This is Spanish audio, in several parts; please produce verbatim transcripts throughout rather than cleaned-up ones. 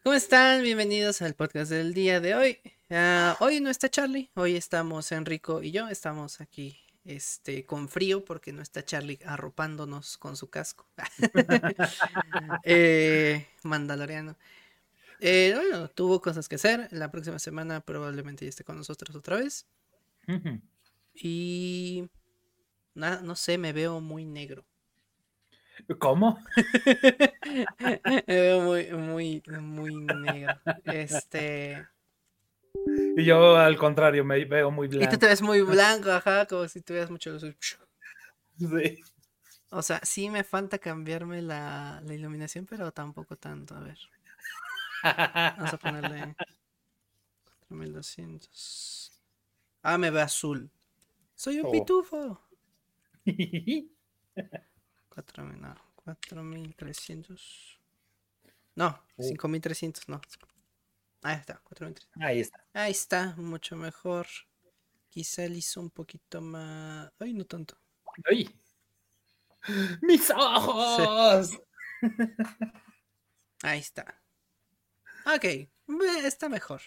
¿Cómo están? Bienvenidos al podcast del día de hoy. Ah, hoy no está Charlie, hoy estamos Enrico y yo, estamos aquí este, con frío porque no está Charlie arropándonos con su casco. eh, Mandaloriano. Eh, bueno, tuvo cosas que hacer, la próxima semana probablemente ya esté con nosotros otra vez. Ujú. Y na- no sé, me veo muy negro. ¿Cómo? Me veo muy, muy, muy negro. Este... Y yo al contrario, me veo muy Y tú te blanco. ves muy blanco, ajá, como si tuvieras mucho luz. Sí. O sea, sí me falta cambiarme la, la iluminación, pero tampoco tanto. A ver, vamos a ponerle cuatro mil doscientos. Ah, me ve azul. Soy un Oh. pitufo. cuatro mil, no, cuatro mil trescientos. No, Oh, cinco mil trescientos, no. Ahí está, cuatro mil trescientos. ahí está. Ahí está, mucho mejor. Quizá él hizo un poquito más. Ay, no tanto. ¡Ay! ¡Mis Sí, ojos! ahí está. Ok, ve, está mejor.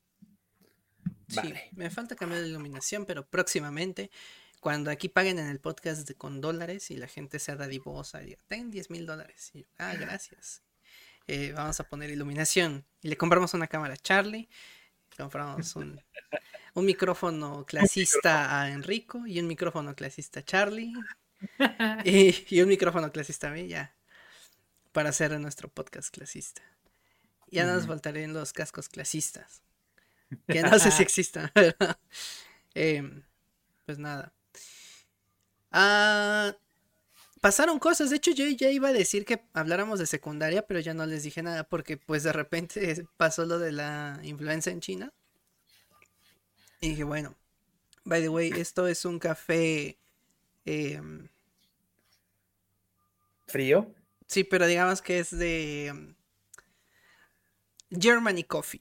Sí, Vale. me falta cambiar la iluminación, pero próximamente, cuando aquí paguen en el podcast de- con dólares y la gente sea dadivosa y diga, ten diez mil dólares. Y yo, ah, gracias. Eh, vamos a poner iluminación. Y le compramos una cámara a Charlie, compramos un, un micrófono clasista a Enrico y un micrófono clasista a Charlie y, y un micrófono clasista a mí, ya, para hacer nuestro podcast clasista. Ya nos Ujú. faltarían los cascos clasistas, que no sé si existan, pero em, pues nada. Ah, pasaron cosas. De hecho, yo ya iba a decir que habláramos de secundaria, pero ya no les dije nada porque pues de repente pasó lo de la influenza en China. Y dije, bueno, by the way, esto es un café. em, ¿Frío? sí, pero digamos que es de em, Germany Coffee.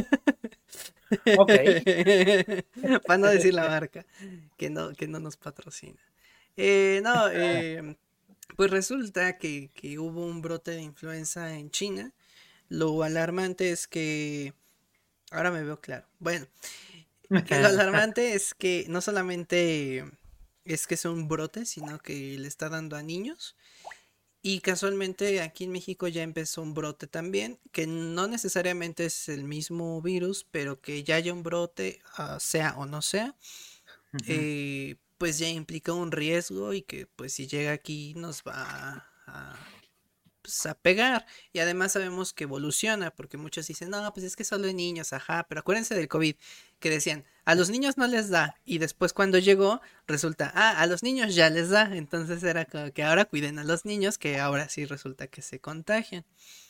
Ok. Para no decir la marca, que no, que no nos patrocina. Eh, no, em, pues resulta que, que hubo un brote de influenza en China. Lo alarmante es que... Ahora me veo claro. Bueno, que lo alarmante es que no solamente es que es un brote, sino que le está dando a niños. Y casualmente aquí en México ya empezó un brote también, que no necesariamente es el mismo virus, pero que ya haya un brote, ah, sea o no sea, Ujú. eh, pues ya implica un riesgo y que pues si llega aquí nos va a, pues, a pegar. Y además sabemos que evoluciona, porque muchos dicen, no, pues es que solo en niños, ajá, pero acuérdense del COVID, que decían, a los niños no les da, y después cuando llegó, resulta, ah, a los niños ya les da, entonces era como que ahora cuiden a los niños, que ahora sí resulta que se contagian.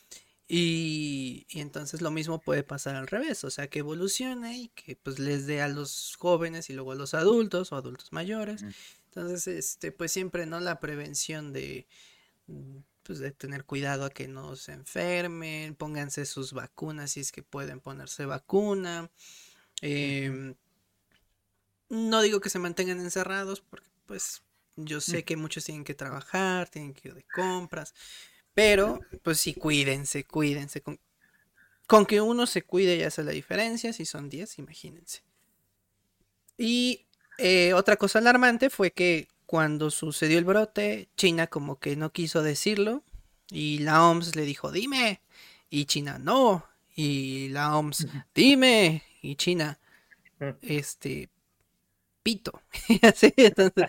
Y, y entonces lo mismo puede pasar al revés, o sea, que evolucione y que pues les dé a los jóvenes y luego a los adultos o adultos mayores. Entonces, este, pues siempre, ¿no? La prevención de, mm, pues de tener cuidado a que no se enfermen, pónganse sus vacunas si es que pueden ponerse vacuna. Ujú. em, no digo que se mantengan encerrados porque pues yo sé que muchos tienen que trabajar, tienen que ir de compras, pero pues sí, cuídense, cuídense. Con, con que uno se cuide ya hace la diferencia, si son diez imagínense. Y eh, otra cosa alarmante fue que cuando sucedió el brote, China como que no quiso decirlo y la O M S le dijo, dime, y China no, y la O M S, Ujú. dime, y China, este, pito. Y así, entonces,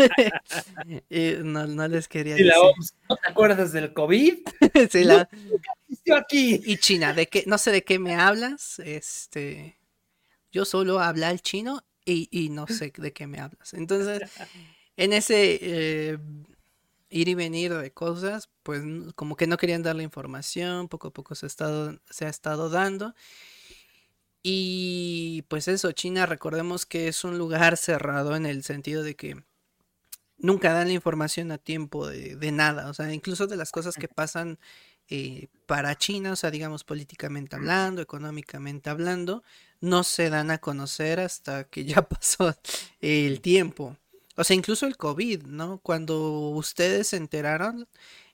eh, no, no les quería ¿Y la decir. O M S? ¿No te acuerdas del COVID? Sí, No, la... nunca existió aquí. Y China, ¿de qué? No sé de qué me hablas, este, yo solo hablo el chino y, y no sé de qué me hablas. Entonces, en ese eh, ir y venir de cosas, pues como que no querían dar la información, poco a poco se ha estado, se ha estado dando. Y pues eso, China, recordemos que es un lugar cerrado en el sentido de que nunca dan la información a tiempo de, de nada, o sea, incluso de las cosas que pasan eh, para China, o sea, digamos políticamente hablando, económicamente hablando, no se dan a conocer hasta que ya pasó el tiempo. O sea, incluso el COVID, ¿no? Cuando ustedes se enteraron,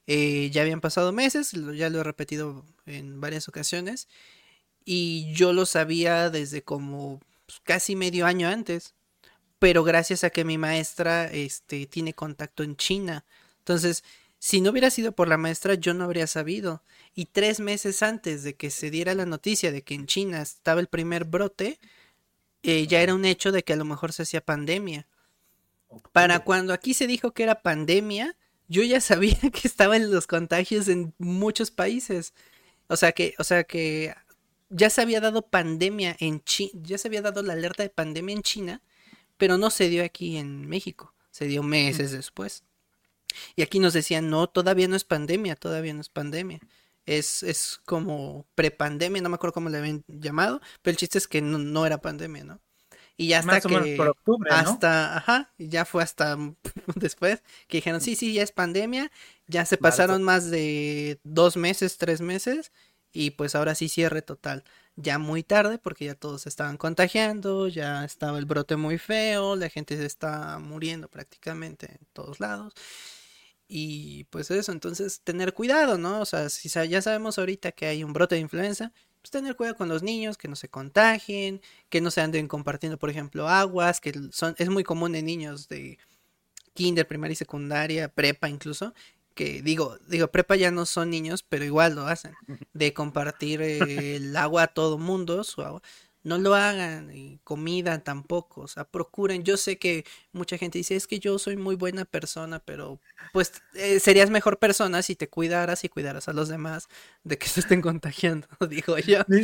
Eh, ya habían pasado meses, lo- ya lo he repetido en varias ocasiones, y yo lo sabía desde como pues, casi medio año antes, pero gracias a que mi maestra este, tiene contacto en China. Entonces, si no hubiera sido por la maestra, yo no habría sabido. Y tres meses antes de que se diera la noticia de que en China estaba el primer brote, eh, ya era un hecho de que a lo mejor se hacía pandemia. Para Octubre. cuando aquí se dijo que era pandemia, yo ya sabía que estaban los contagios en muchos países. O sea que, o sea que ya se había dado pandemia en China, ya se había dado la alerta de pandemia en China, pero no se dio aquí en México, se dio Mm. meses después. Y aquí nos decían, no, todavía no es pandemia, todavía no es pandemia. Es, es como prepandemia, no me acuerdo cómo le habían llamado, pero el chiste es que no, no era pandemia, ¿no? Y ya hasta Más o menos por que, octubre, ¿no? hasta, ajá, y ya fue hasta después que dijeron, sí, sí, ya es pandemia, ya se Marzo. pasaron más de dos meses, tres meses, y pues ahora sí cierre total. Ya muy tarde, porque ya todos se estaban contagiando, ya estaba el brote muy feo, la gente se está muriendo prácticamente en todos lados. Y pues eso, entonces tener cuidado, ¿no? O sea, si sa- ya sabemos ahorita que hay un brote de influenza, pues tener cuidado con los niños, que no se contagien, que no se anden compartiendo, por ejemplo, aguas, que son, es muy común en niños de kinder, primaria y secundaria, prepa incluso, que digo, digo, prepa ya no son niños, pero igual lo hacen, de compartir eh, el agua a todo mundo, su agua. No lo hagan, y comida tampoco, o sea, procuren. Yo sé que mucha gente dice, es que yo soy muy buena persona, pero pues eh, serías mejor persona si te cuidaras y cuidaras a los demás de que se estén contagiando, digo yo. Ni,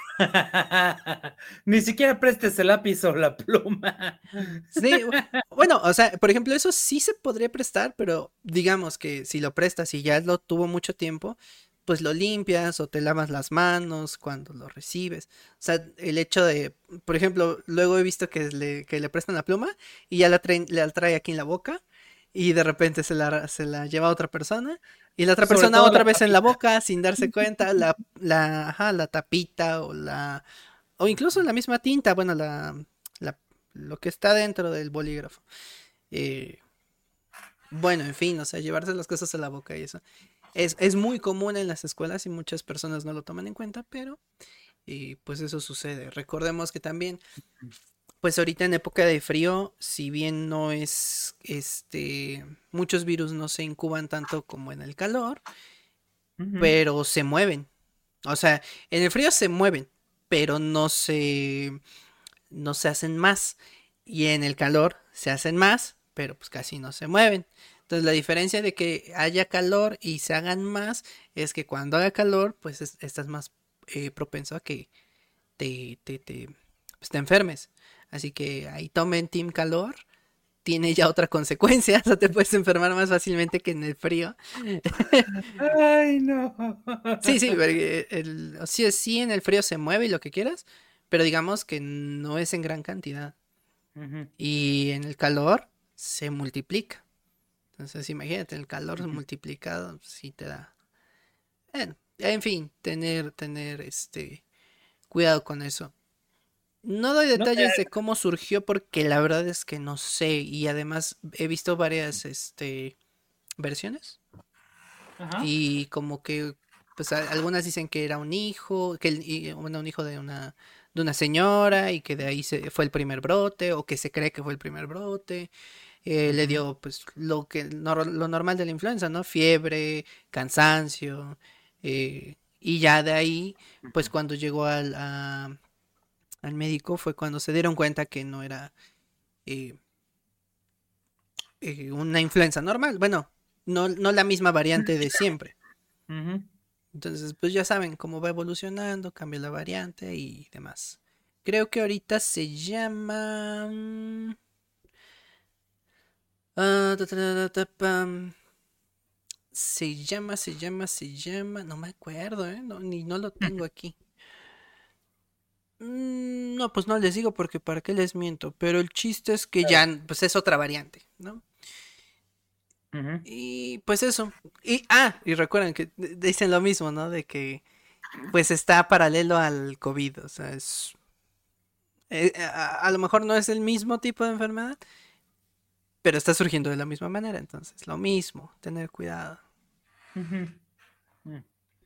Ni siquiera prestes el lápiz o la pluma. Sí, bueno, o sea, por ejemplo, eso sí se podría prestar, pero digamos que si lo prestas y ya lo tuvo mucho tiempo, pues lo limpias o te lavas las manos cuando lo recibes. O sea, el hecho de, por ejemplo, luego he visto que le, que le prestan la pluma y ya la traen, la trae aquí en la boca y de repente se la, se la lleva a otra persona y la otra Sobre persona todo otra la vez en la tapita. boca sin darse cuenta, la, la, ajá, la tapita o la o incluso la misma tinta, bueno, la, la- lo que está dentro del bolígrafo. Eh, bueno, en fin, o sea, llevarse las cosas a la boca y eso. Es, es muy común en las escuelas y muchas personas no lo toman en cuenta, pero eh, pues eso sucede. Recordemos que también, pues ahorita en época de frío, si bien no es, este, muchos virus no se incuban tanto como en el calor, Ujú. pero se mueven. O sea, en el frío se mueven, pero no se, no se hacen más. Y en el calor se hacen más, pero pues casi no se mueven. Entonces la diferencia de que haya calor y se hagan más es que cuando haga calor, pues es- estás más eh, propenso a que te, te, te, pues, te enfermes. Así que ahí tomen Team Calor. Tiene ya otra consecuencia, o sea, te puedes enfermar más fácilmente que en el frío. Ay, no. Sí, sí, porque el, sí, sí, en el frío se mueve y lo que quieras, pero digamos que no es en gran cantidad. Ujú, Y en el calor se multiplica. Entonces, imagínate, el calor ujú. multiplicado sí te da. Bueno, en fin, tener, tener este cuidado con eso. No doy No te. detalles de cómo surgió porque la verdad es que no sé. Y además he visto varias este versiones. Ajá. Y como que pues a- algunas dicen que era un hijo, que el- y- bueno, un hijo de una de una señora y que de ahí se fue el primer brote o que se cree que fue el primer brote. Eh, le Ujú, dio pues lo que nor- lo normal de la influenza, ¿no? Fiebre, cansancio, eh, y ya de ahí, pues ujú. cuando llegó al, a- al médico fue cuando se dieron cuenta que no era eh, eh, una influenza normal, bueno, no, no la misma variante de siempre. Ujú. Entonces, pues ya saben cómo va evolucionando, cambia la variante y demás. Creo que ahorita se llama... mm, ah, ta, ta, ta, ta, pam. Se llama, se llama, se llama. No me acuerdo, ¿eh? No, ni no lo tengo aquí. Mm, no, pues no les digo porque para qué les miento. Pero el chiste es que ya, pues es otra variante, ¿no? Ujú. Y pues eso. Y, ah, y recuerden que d- dicen lo mismo, ¿no? De que pues está paralelo al COVID. O sea, es... eh, a, a lo mejor no es el mismo tipo de enfermedad, pero está surgiendo de la misma manera. Entonces, lo mismo, tener cuidado. Ujú. Mm.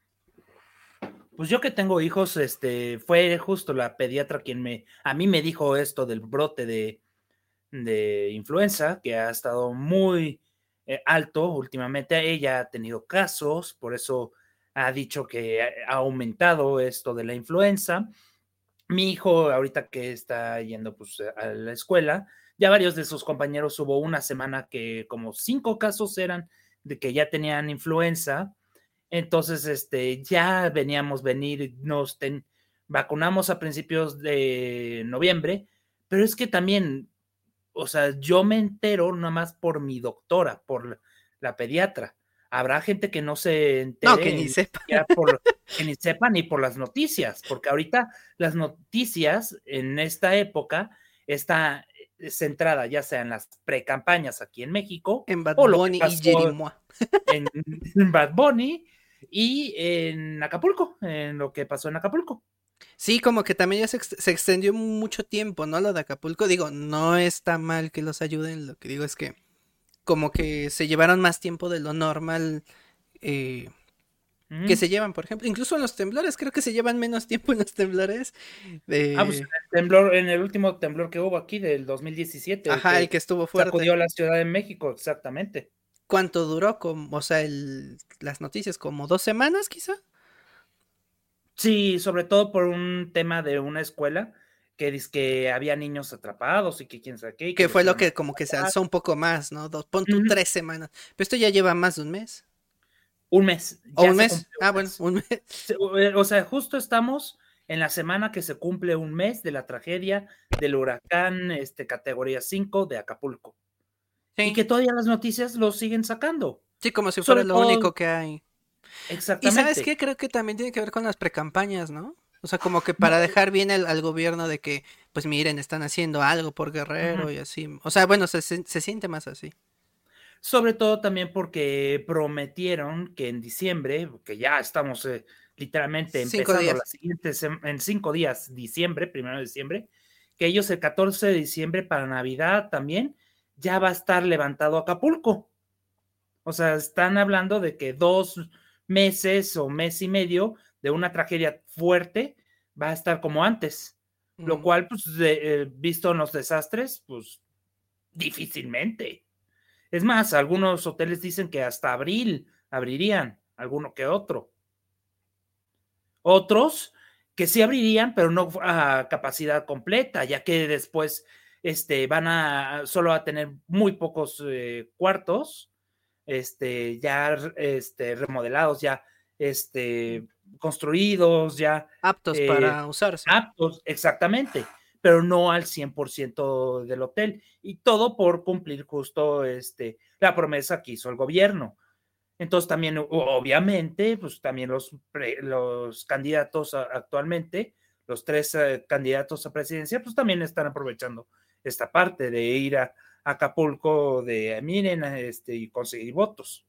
Pues yo que tengo hijos, este, fue justo la pediatra quien me, a mí me dijo esto del brote de, de influenza, que ha estado muy eh, alto últimamente. Ella ha tenido casos, por eso ha dicho que ha aumentado esto de la influenza. Mi hijo, ahorita que está yendo pues, a la escuela, ya varios de sus compañeros hubo una semana que como cinco casos eran de que ya tenían influenza. Entonces, este, ya veníamos venir, nos ten, vacunamos a principios de noviembre, pero es que también, o sea, yo me entero nada más por mi doctora, por la pediatra. Habrá gente que no se No, que entere ni ni sepa. siquiera por que ni sepa ni por las noticias, porque ahorita las noticias en esta época está centrada ya sea en las precampañas aquí en México En Bad o lo que Bunny y pasó Jerimois. en Bad Bunny y en Acapulco, en lo que pasó en Acapulco. Sí, como que también ya se, ex- se extendió mucho tiempo, ¿no? Lo de Acapulco. Digo, no está mal que los ayuden. Lo que digo es que como que se llevaron más tiempo de lo normal eh, que Ujú. se llevan, por ejemplo. Incluso en los temblores, creo que se llevan menos tiempo en los temblores. Ah, pues en De... el temblor, en el último temblor que hubo aquí del dos mil diecisiete, el Ajá, el que que estuvo sacudió fuerte. a la Ciudad de México, exactamente. ¿Cuánto duró? Como, o sea, el, las noticias, como dos semanas quizá. Sí, sobre todo por un tema de una escuela que dice que había niños atrapados y que quién sabe qué, y que Que los fue lo iban a que como que se rescatar. alzó un poco más, ¿no? Dos, pon tú Ujú. tres semanas. Pero esto ya lleva más de un mes. Un mes, ¿O ya un se mes? cumplió Ah, un bueno, mes. un mes. Se- O eh, o sea, justo estamos en la semana que se cumple un mes de la tragedia del huracán este, categoría cinco de Acapulco. Y Sí, que todavía las noticias lo siguen sacando. sí, como si fuera Sobre lo único todo, que hay. Y sabes exactamente. qué, creo que también tiene que ver con las precampañas, ¿no? O sea, como que No, para dejar bien el- al gobierno de que, pues miren, están haciendo algo por ujú. Guerrero y así. O sea, bueno, se, se, se siente más así. Sobre todo también porque prometieron que en diciembre, que ya estamos eh, literalmente Cinco empezando días. las siguientes, sem- en cinco días, diciembre, primero de diciembre, que ellos el catorce de diciembre para Navidad también ya va a estar levantado Acapulco. O sea, están hablando de que dos meses o mes y medio de una tragedia fuerte va a estar como antes, lo Mm, cual, pues, de, eh, visto en los desastres, pues, difícilmente. Es más, algunos hoteles dicen que hasta abril abrirían, alguno que otro. Otros que sí abrirían, pero no a capacidad completa, ya que después este, van a solo a tener muy pocos eh, cuartos, este, ya este, remodelados, ya este, construidos, ya aptos eh, para usarse. aptos, exactamente, pero no al cien por ciento del hotel. Y todo por cumplir justo este, la promesa que hizo el gobierno. Entonces también, obviamente, pues también los, pre, los candidatos a, actualmente, los tres eh, candidatos a presidencia, pues también están aprovechando esta parte de ir a, a Acapulco, de miren, este, y conseguir votos.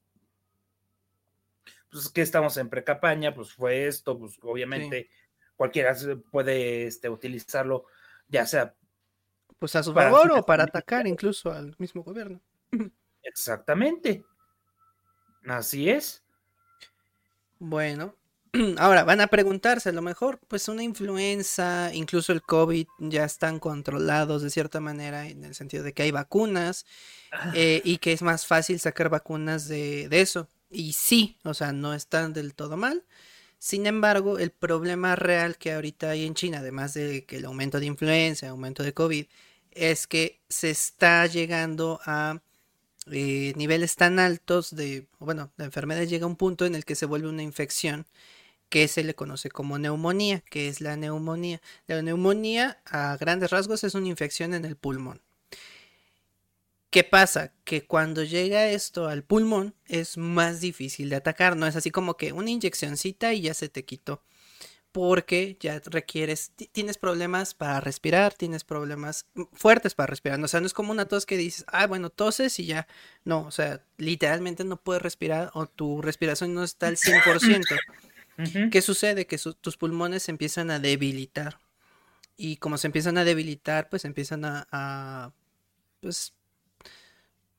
Pues que estamos en pre-campaña, pues fue esto, pues Sí. obviamente cualquiera puede este, utilizarlo, ya sea Pues a su para favor o fines para atacar políticos. incluso al mismo gobierno. Exactamente, así es. Bueno, ahora van a preguntarse, a lo mejor, pues una influenza, incluso el COVID, ya están controlados de cierta manera, en el sentido de que hay vacunas eh, y que es más fácil sacar vacunas de, de eso. Y sí, o sea, no están del todo mal. Sin embargo, el problema real que ahorita hay en China, además de que el aumento de influenza, aumento de COVID, es que se está llegando a eh, niveles tan altos de, bueno, la enfermedad llega a un punto en el que se vuelve una infección que se le conoce como neumonía, que es la neumonía. La neumonía, a grandes rasgos, es una infección en el pulmón. ¿Qué pasa? Que cuando llega esto al pulmón es más difícil de atacar, no es así como que una inyeccioncita y ya se te quitó, porque ya requieres, tienes problemas para respirar, tienes problemas fuertes para respirar, o sea, no es como una tos que dices, ah, bueno, toses y ya, no, o sea, literalmente no puedes respirar o tu respiración no está al cien por ciento. Uh -huh. ¿Qué sucede? Que su, tus pulmones se empiezan a debilitar y como se empiezan a debilitar, pues empiezan a, a pues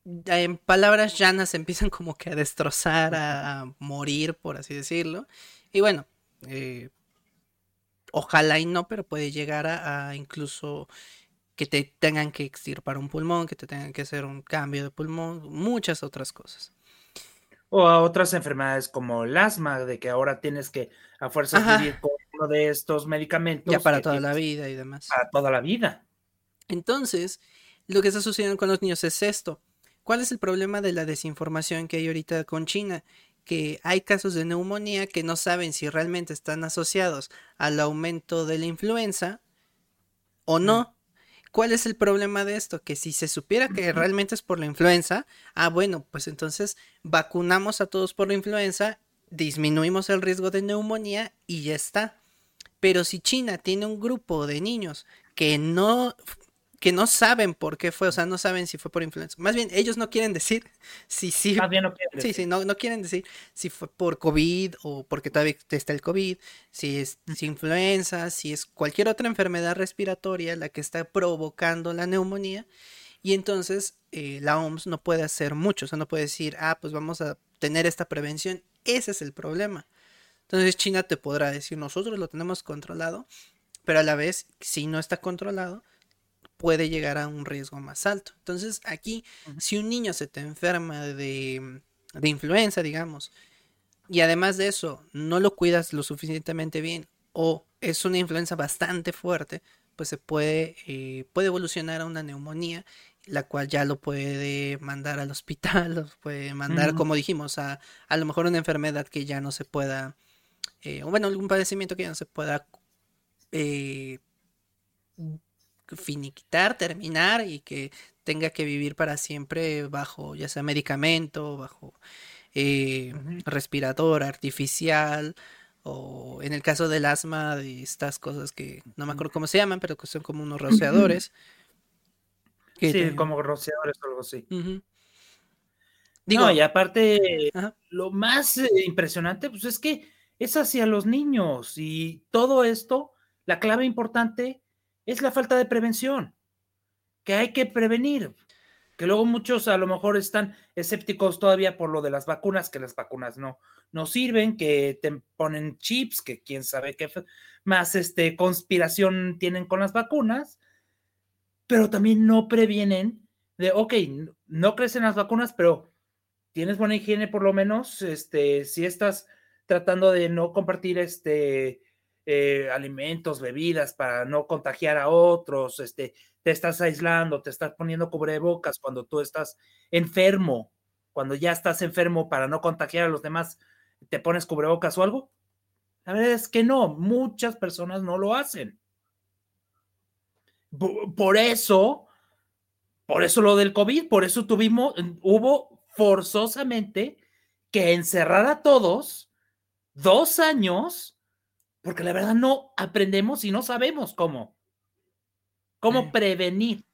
en palabras llanas empiezan como que a destrozar, a, a morir, por así decirlo. Y bueno, eh, ojalá y no, pero puede llegar a, a incluso que te tengan que extirpar un pulmón, que te tengan que hacer un cambio de pulmón, muchas otras cosas. O a otras enfermedades como el asma, de que ahora tienes que a fuerzas Ajá, vivir con uno de estos ya medicamentos para que toda la tienes vida y demás. para toda la vida. Entonces, lo que está sucediendo con los niños es esto. ¿Cuál es el problema de la desinformación que hay ahorita con China? Que hay casos de neumonía que no saben si realmente están asociados al aumento de la influenza o Mm. no. ¿Cuál es el problema de esto? Que si se supiera que realmente es por la influenza, ah, bueno, pues entonces vacunamos a todos por la influenza, disminuimos el riesgo de neumonía y ya está. Pero si China tiene un grupo de niños que no que no saben por qué fue, o sea, no saben si fue por influenza. Más bien, ellos no quieren decir si sí, Más bien no quieren sí, sí, decir. no, no quieren decir si fue por COVID o porque todavía está el COVID, si es si influenza, si es cualquier otra enfermedad respiratoria la que está provocando la neumonía. Y entonces eh, la O M S no puede hacer mucho, o sea, no puede decir, ah, pues vamos a tener esta prevención. Ese es el problema. Entonces China te podrá decir, nosotros lo tenemos controlado, pero a la vez, si no está controlado, puede llegar a un riesgo más alto. Entonces aquí, si un niño se te enferma de, de influenza, digamos, y además de eso, no lo cuidas lo suficientemente bien, o es una influenza bastante fuerte, pues se puede, eh, puede evolucionar a una neumonía, la cual ya lo puede mandar al hospital, lo puede mandar, Ujú. como dijimos, a, a lo mejor una enfermedad que ya no se pueda, eh, o bueno, algún padecimiento que ya no se pueda eh, finiquitar, terminar y que tenga que vivir para siempre bajo ya sea medicamento, bajo eh, Ujú. respirador artificial o en el caso del asma de estas cosas que no me acuerdo cómo se llaman, pero que son como unos rociadores que Sí, te... como rociadores o algo así. Ujú. No, y Digo, aparte, ajá, lo más eh, impresionante, pues es que es hacia los niños y todo esto, la clave importante es la falta de prevención, que hay que prevenir, que luego muchos a lo mejor están escépticos todavía por lo de las vacunas, que las vacunas no, no sirven, que te ponen chips, que quién sabe qué más este, conspiración tienen con las vacunas, pero también no previenen de, ok, no crecen las vacunas, pero tienes buena higiene por lo menos, este, si estás tratando de no compartir este, eh, alimentos, bebidas para no contagiar a otros, este, te estás aislando, te estás poniendo cubrebocas cuando tú estás enfermo, cuando ya estás enfermo para no contagiar a los demás, te pones cubrebocas o algo. La verdad es que no, muchas personas no lo hacen. Por eso, por eso lo del COVID, por eso tuvimos, hubo forzosamente que encerrar a todos dos años, porque la verdad no aprendemos y no sabemos cómo, cómo eh, prevenir.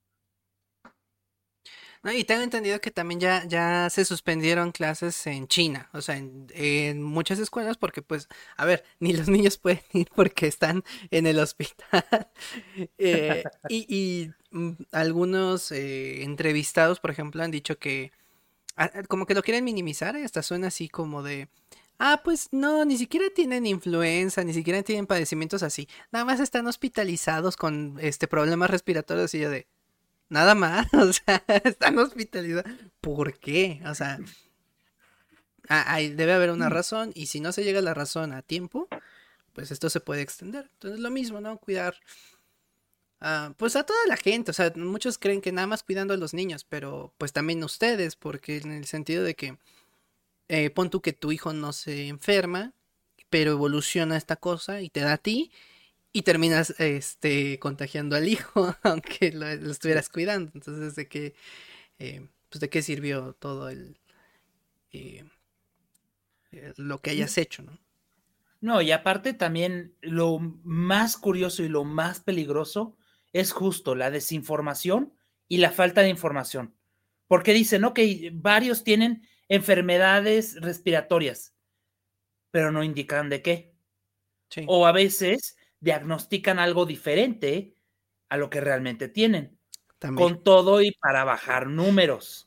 no, y tengo entendido que también ya, ya se suspendieron clases en China, o sea, en, en muchas escuelas, porque pues, a ver, ni los niños pueden ir porque están en el hospital. Eh, y y, mm, algunos eh, entrevistados, por ejemplo, han dicho que ah, ah, como que lo quieren minimizar, y hasta suena así como de, ah, pues no, ni siquiera tienen influenza, ni siquiera tienen padecimientos así, nada más están hospitalizados con este problemas respiratorios y yo de, nada más, o sea, están hospitalizados. ¿Por qué? O sea, ah, hay- debe haber una razón y si no se llega a la razón a tiempo, pues esto se puede extender. Entonces lo mismo, ¿no? Cuidar, ah, pues a toda la gente. O sea, muchos creen que nada más cuidando a los niños, pero pues también ustedes, porque en el sentido de que eh, pon tú que tu hijo no se enferma, pero evoluciona esta cosa y te da a ti y terminas este contagiando al hijo, aunque lo, lo Sí. estuvieras cuidando. Entonces, ¿de qué, eh, pues de qué sirvió todo el eh, eh, lo que hayas hecho, ¿no? No, y aparte también lo más curioso y lo más peligroso es justo la desinformación y la falta de información. Porque dicen, ok, varios tienen enfermedades respiratorias, pero no indican de qué. Sí, O a veces diagnostican algo diferente a lo que realmente tienen, también. con todo y para bajar números.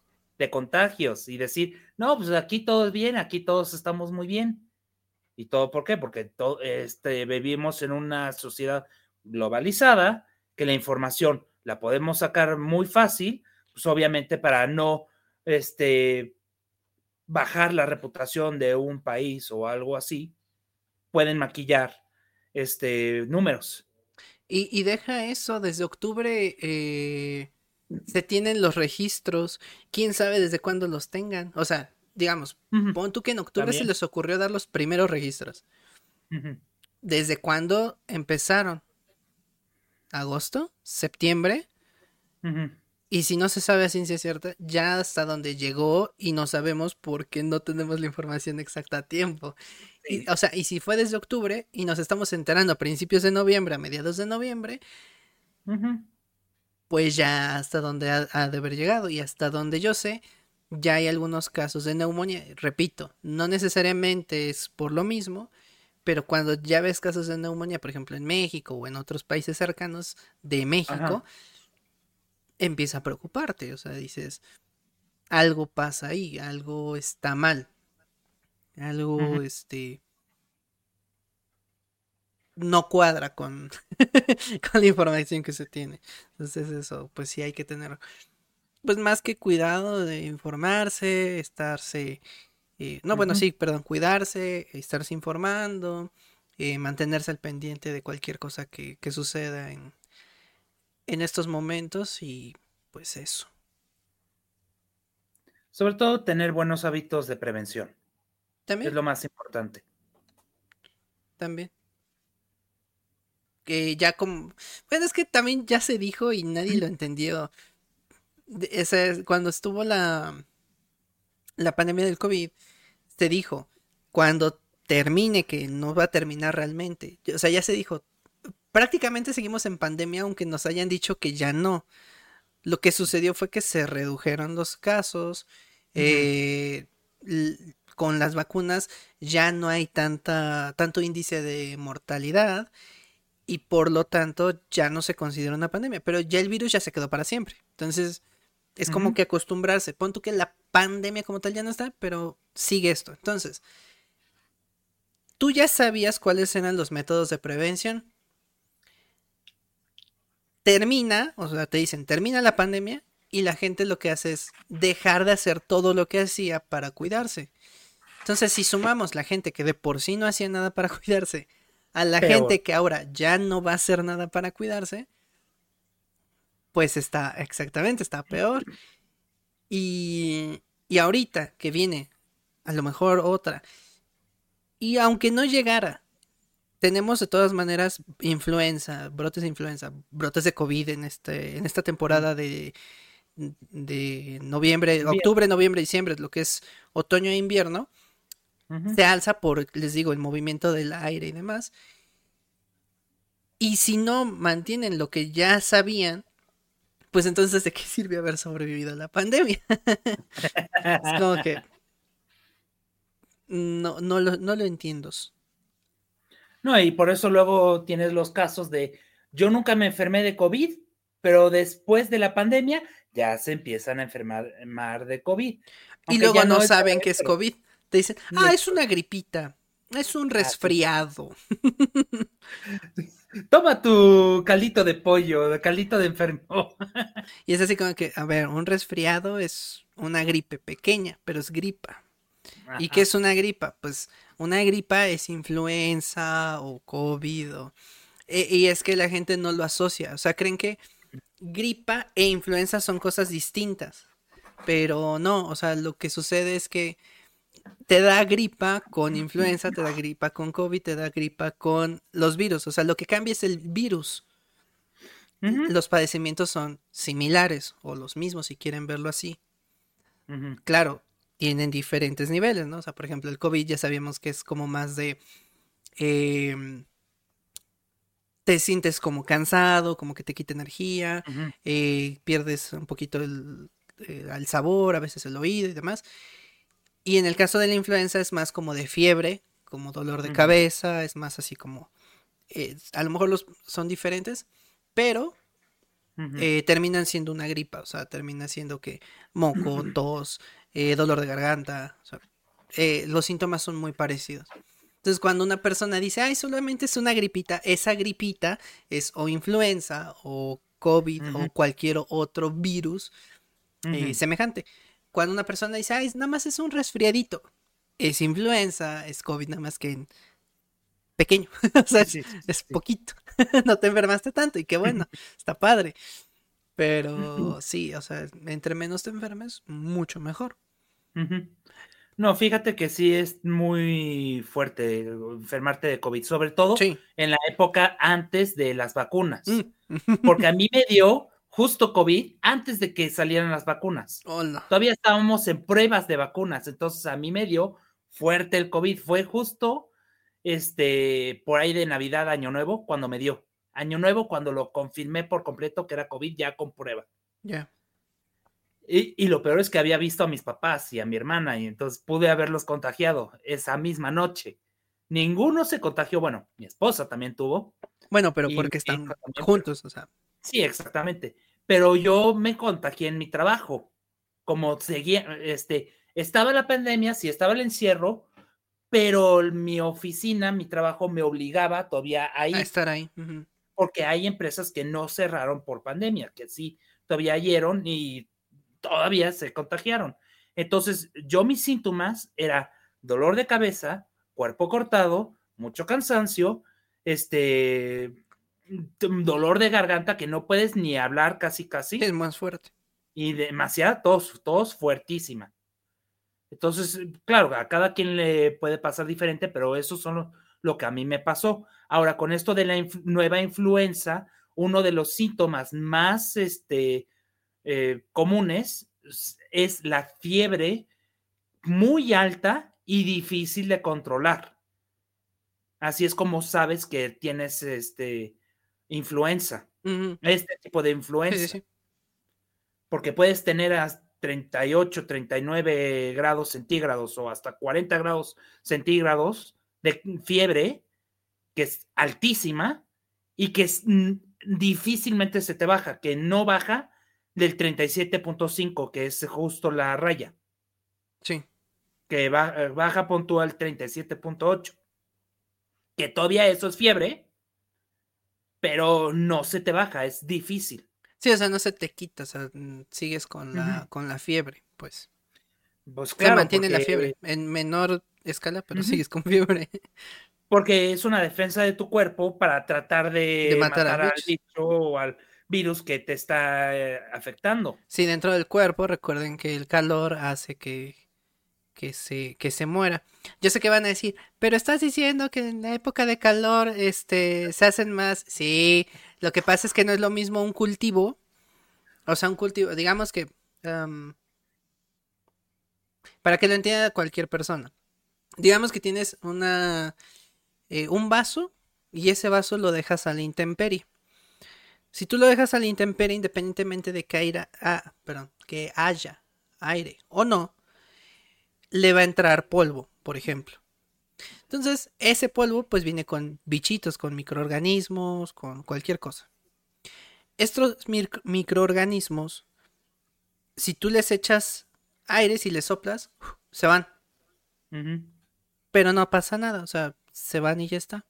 de contagios y decir, no, pues aquí todo es bien, aquí todos estamos muy bien. ¿Y todo por qué? Porque to, este, vivimos en una sociedad globalizada, que la información la podemos sacar muy fácil, pues obviamente para no este, bajar la reputación de un país o algo así, pueden maquillar este, números. Y, y deja eso, desde octubre eh, se tienen los registros, quién sabe desde cuándo los tengan. O sea, digamos, Uh-huh. pon tú que en octubre se También. les ocurrió dar los primeros registros. Uh-huh. ¿Desde cuándo empezaron? ¿Agosto? ¿Septiembre? Uh-huh. Y si no se sabe a ciencia cierta, ya hasta donde llegó y no sabemos por qué no tenemos la información exacta a tiempo. Y, Sí. o sea, y si fue desde octubre y nos estamos enterando a principios de noviembre, a mediados de noviembre, Uh-huh. pues ya hasta donde ha, ha de haber llegado. Y hasta donde yo sé, ya hay algunos casos de neumonía. Repito, no necesariamente es por lo mismo, pero cuando ya ves casos de neumonía, por ejemplo en México o en otros países cercanos de México, Ajá. empieza a preocuparte. O sea, dices, algo pasa ahí, algo está mal, Uh-huh. algo este no cuadra con, con la información que se tiene. Entonces eso, pues sí hay que tener, pues más que cuidado de informarse, estarse, eh, no, bueno, Uh-huh. sí, perdón, cuidarse, estarse informando, eh, mantenerse al pendiente de cualquier cosa que, que suceda en, en estos momentos y pues eso. Sobre todo tener buenos hábitos de prevención. Es También, lo más importante. también. Que ya como, bueno, es que también ya se dijo y nadie lo entendió. De- ese- cuando estuvo la, la pandemia del COVID, se dijo, cuando termine, que no va a terminar realmente. O sea, ya se dijo, prácticamente seguimos en pandemia, aunque nos hayan dicho que ya no. Lo que sucedió fue que se redujeron los casos, Uh-huh. eh, l- con las vacunas ya no hay tanta, tanto índice de mortalidad y por lo tanto ya no se considera una pandemia, pero ya el virus ya se quedó para siempre. Entonces, es como Uh-huh. que acostumbrarse. Pon tú que la pandemia como tal ya no está, pero sigue esto. Entonces, tú ya sabías cuáles eran los métodos de prevención. Termina, o sea, te dicen, termina la pandemia y la gente lo que hace es dejar de hacer todo lo que hacía para cuidarse. Entonces, si sumamos la gente que de por sí no hacía nada para cuidarse, a la Peor. gente que ahora ya no va a hacer nada para cuidarse, pues está exactamente, está peor. Y, y ahorita que viene a lo mejor otra, y aunque no llegara, tenemos de todas maneras influenza, brotes de influenza, brotes de COVID en, este, en esta Uh-huh. temporada de, de noviembre, Bien. octubre, noviembre, diciembre, lo que es otoño e invierno, Uh-huh. se alza por, les digo, el movimiento del aire y demás. Y si no mantienen lo que ya sabían, pues entonces, ¿de qué sirve haber sobrevivido a la pandemia? Es como que no, no, lo, no lo entiendo. No, y por eso luego tienes los casos de yo nunca me enfermé de COVID, pero después de la pandemia ya se empiezan a enfermar enfermar de COVID. Y Aunque luego ya no no es saben grave, que es pero COVID. Te dicen, ah, les... es una gripita, es un ah, sí. resfriado. Toma tu caldito de pollo, caldito de enfermo. Y es así como que, a ver, un resfriado es una gripe pequeña, pero es gripa. ¿Y qué Ajá. es una gripa? Pues una gripa es influenza o COVID. O- e- y es que la gente no lo asocia. O sea, creen que gripa e influenza son cosas distintas. Pero no, o sea, lo que sucede es que te da gripa con influenza, te da gripa con COVID, te da gripa con los virus. O sea, lo que cambia es el virus. Uh-huh. Los padecimientos son similares o los mismos si quieren verlo así. Uh-huh. Claro, tienen diferentes niveles, ¿no? O sea, por ejemplo, el COVID ya sabíamos que es como más de... em, te sientes como cansado, como que te quita energía, Uh-huh. eh, pierdes un poquito el, eh, el sabor, a veces el oído y demás. Y en el caso de la influenza es más como de fiebre, como dolor de Uh-huh. cabeza, es más así como... eh, a lo mejor los son diferentes, pero Ujú. eh, terminan siendo una gripa, o sea, termina siendo que moco, tos, eh, dolor de garganta, o sea, eh, los síntomas son muy parecidos. Entonces, cuando una persona dice, ay, solamente es una gripita, esa gripita es o influenza o COVID Ujú. o cualquier otro virus eh, Ujú. semejante. Cuando una persona dice, ay, nada más es un resfriadito, es influenza, es COVID, nada más que en pequeño, o sea, Sí, es, sí, sí, es sí. poquito, no te enfermaste tanto y qué bueno, está padre. Pero sí, o sea, entre menos te enfermes, mucho mejor. Ujú. No, fíjate que sí es muy fuerte enfermarte de COVID, sobre todo Sí. en la época antes de las vacunas, Mm. porque a mí me dio justo COVID antes de que salieran las vacunas. Hola. Todavía estábamos en pruebas de vacunas, entonces a mí me dio fuerte el COVID. Fue justo este por ahí de Navidad, Año Nuevo, cuando me dio. Año Nuevo, cuando lo confirmé por completo que era COVID ya con prueba. Ya. Y, y, lo peor es que había visto a mis papás y a mi hermana y entonces pude haberlos contagiado esa misma noche. Ninguno se contagió, bueno, mi esposa también tuvo Bueno, pero y mi porque hija están también, pero juntos, o sea. sí, exactamente. Pero yo me contagié en mi trabajo. Como seguía, este, estaba la pandemia, sí estaba el encierro, pero mi oficina, mi trabajo me obligaba todavía a A ir, estar ahí. Ujú. porque hay empresas que no cerraron por pandemia, que sí todavía ayeron y todavía se contagiaron. Entonces, yo mis síntomas era dolor de cabeza, cuerpo cortado, mucho cansancio, este, dolor de garganta que no puedes ni hablar casi Sí, es casi más fuerte. y demasiada tos, tos fuertísima. Entonces, claro, a cada quien le puede pasar diferente, pero eso son lo, lo que a mí me pasó. Ahora, con esto de la inf nueva influenza, uno de los síntomas más este, eh, comunes es la fiebre muy alta y difícil de controlar. Así es como sabes que tienes este, influenza, Ujú. este tipo de Sí, sí, influenza, sí. porque puedes tener a treinta y ocho, treinta y nueve grados centígrados o hasta cuarenta grados centígrados de fiebre, que es altísima y que es, mm, difícilmente se te baja, que no baja del treinta y siete punto cinco, que es justo la raya, Sí. que baja, baja puntual treinta y siete punto ocho, que todavía eso es fiebre, pero no se te baja, es difícil. Sí, o sea, no se te quita, o sea, mm, sigues con Uh -huh. la, con la fiebre, pues. Pues Se claro, mantiene la porque, fiebre, en menor escala, uh pero -huh. sigues con fiebre. Porque es una defensa de tu cuerpo para tratar De de matar al matar al bicho. bicho o al virus que te está eh, afectando. Sí, dentro del cuerpo, recuerden que el calor hace que, que se, que se muera. Yo sé que van a decir, pero estás diciendo que en la época de calor, este, se hacen más. Sí, lo que pasa es que no es lo mismo un cultivo, o sea, un cultivo, digamos que, um, para que lo entienda cualquier persona, digamos que tienes una, eh, un vaso y ese vaso lo dejas a la intemperie. Si tú lo dejas a la intemperie, independientemente de que, haya, ah, perdón, que haya aire o no, le va a entrar polvo, por ejemplo. Entonces, ese polvo pues viene con bichitos, con microorganismos, con cualquier cosa. Estos mic microorganismos, si tú les echas aire, si les soplas, se van. Uh -huh. Pero no pasa nada, o sea, se van y ya está.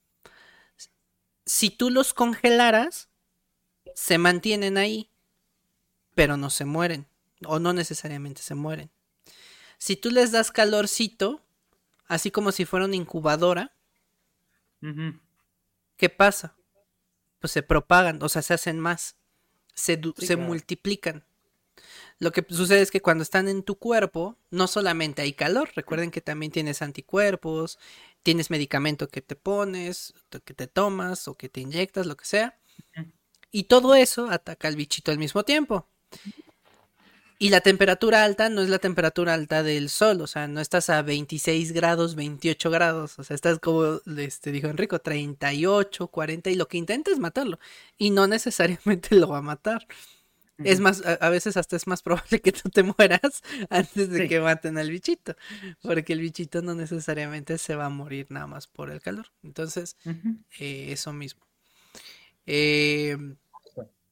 Si tú los congelaras, se mantienen ahí, pero no se mueren. O no necesariamente se mueren. Si tú les das calorcito, así como si fuera una incubadora, Uh -huh. ¿qué pasa? Pues se propagan, o sea, se hacen más, se, Sí, se claro. multiplican. Lo que sucede es que cuando están en tu cuerpo, no solamente hay calor, recuerden que también tienes anticuerpos, tienes medicamento que te pones, que te tomas o que te inyectas, lo que sea, y todo eso ataca al bichito al mismo tiempo. Y la temperatura alta no es la temperatura alta del sol, o sea, no estás a veintiséis grados, veintiocho grados, o sea, estás como, este, dijo Enrico, treinta y ocho, cuarenta, y lo que intenta es matarlo, y no necesariamente lo va a matar. Uh Es -huh. más, a, a veces hasta es más probable que tú te mueras antes de Sí. que maten al bichito, porque el bichito no necesariamente se va a morir nada más por el calor. Entonces, Uh -huh. eh, eso mismo. Eh,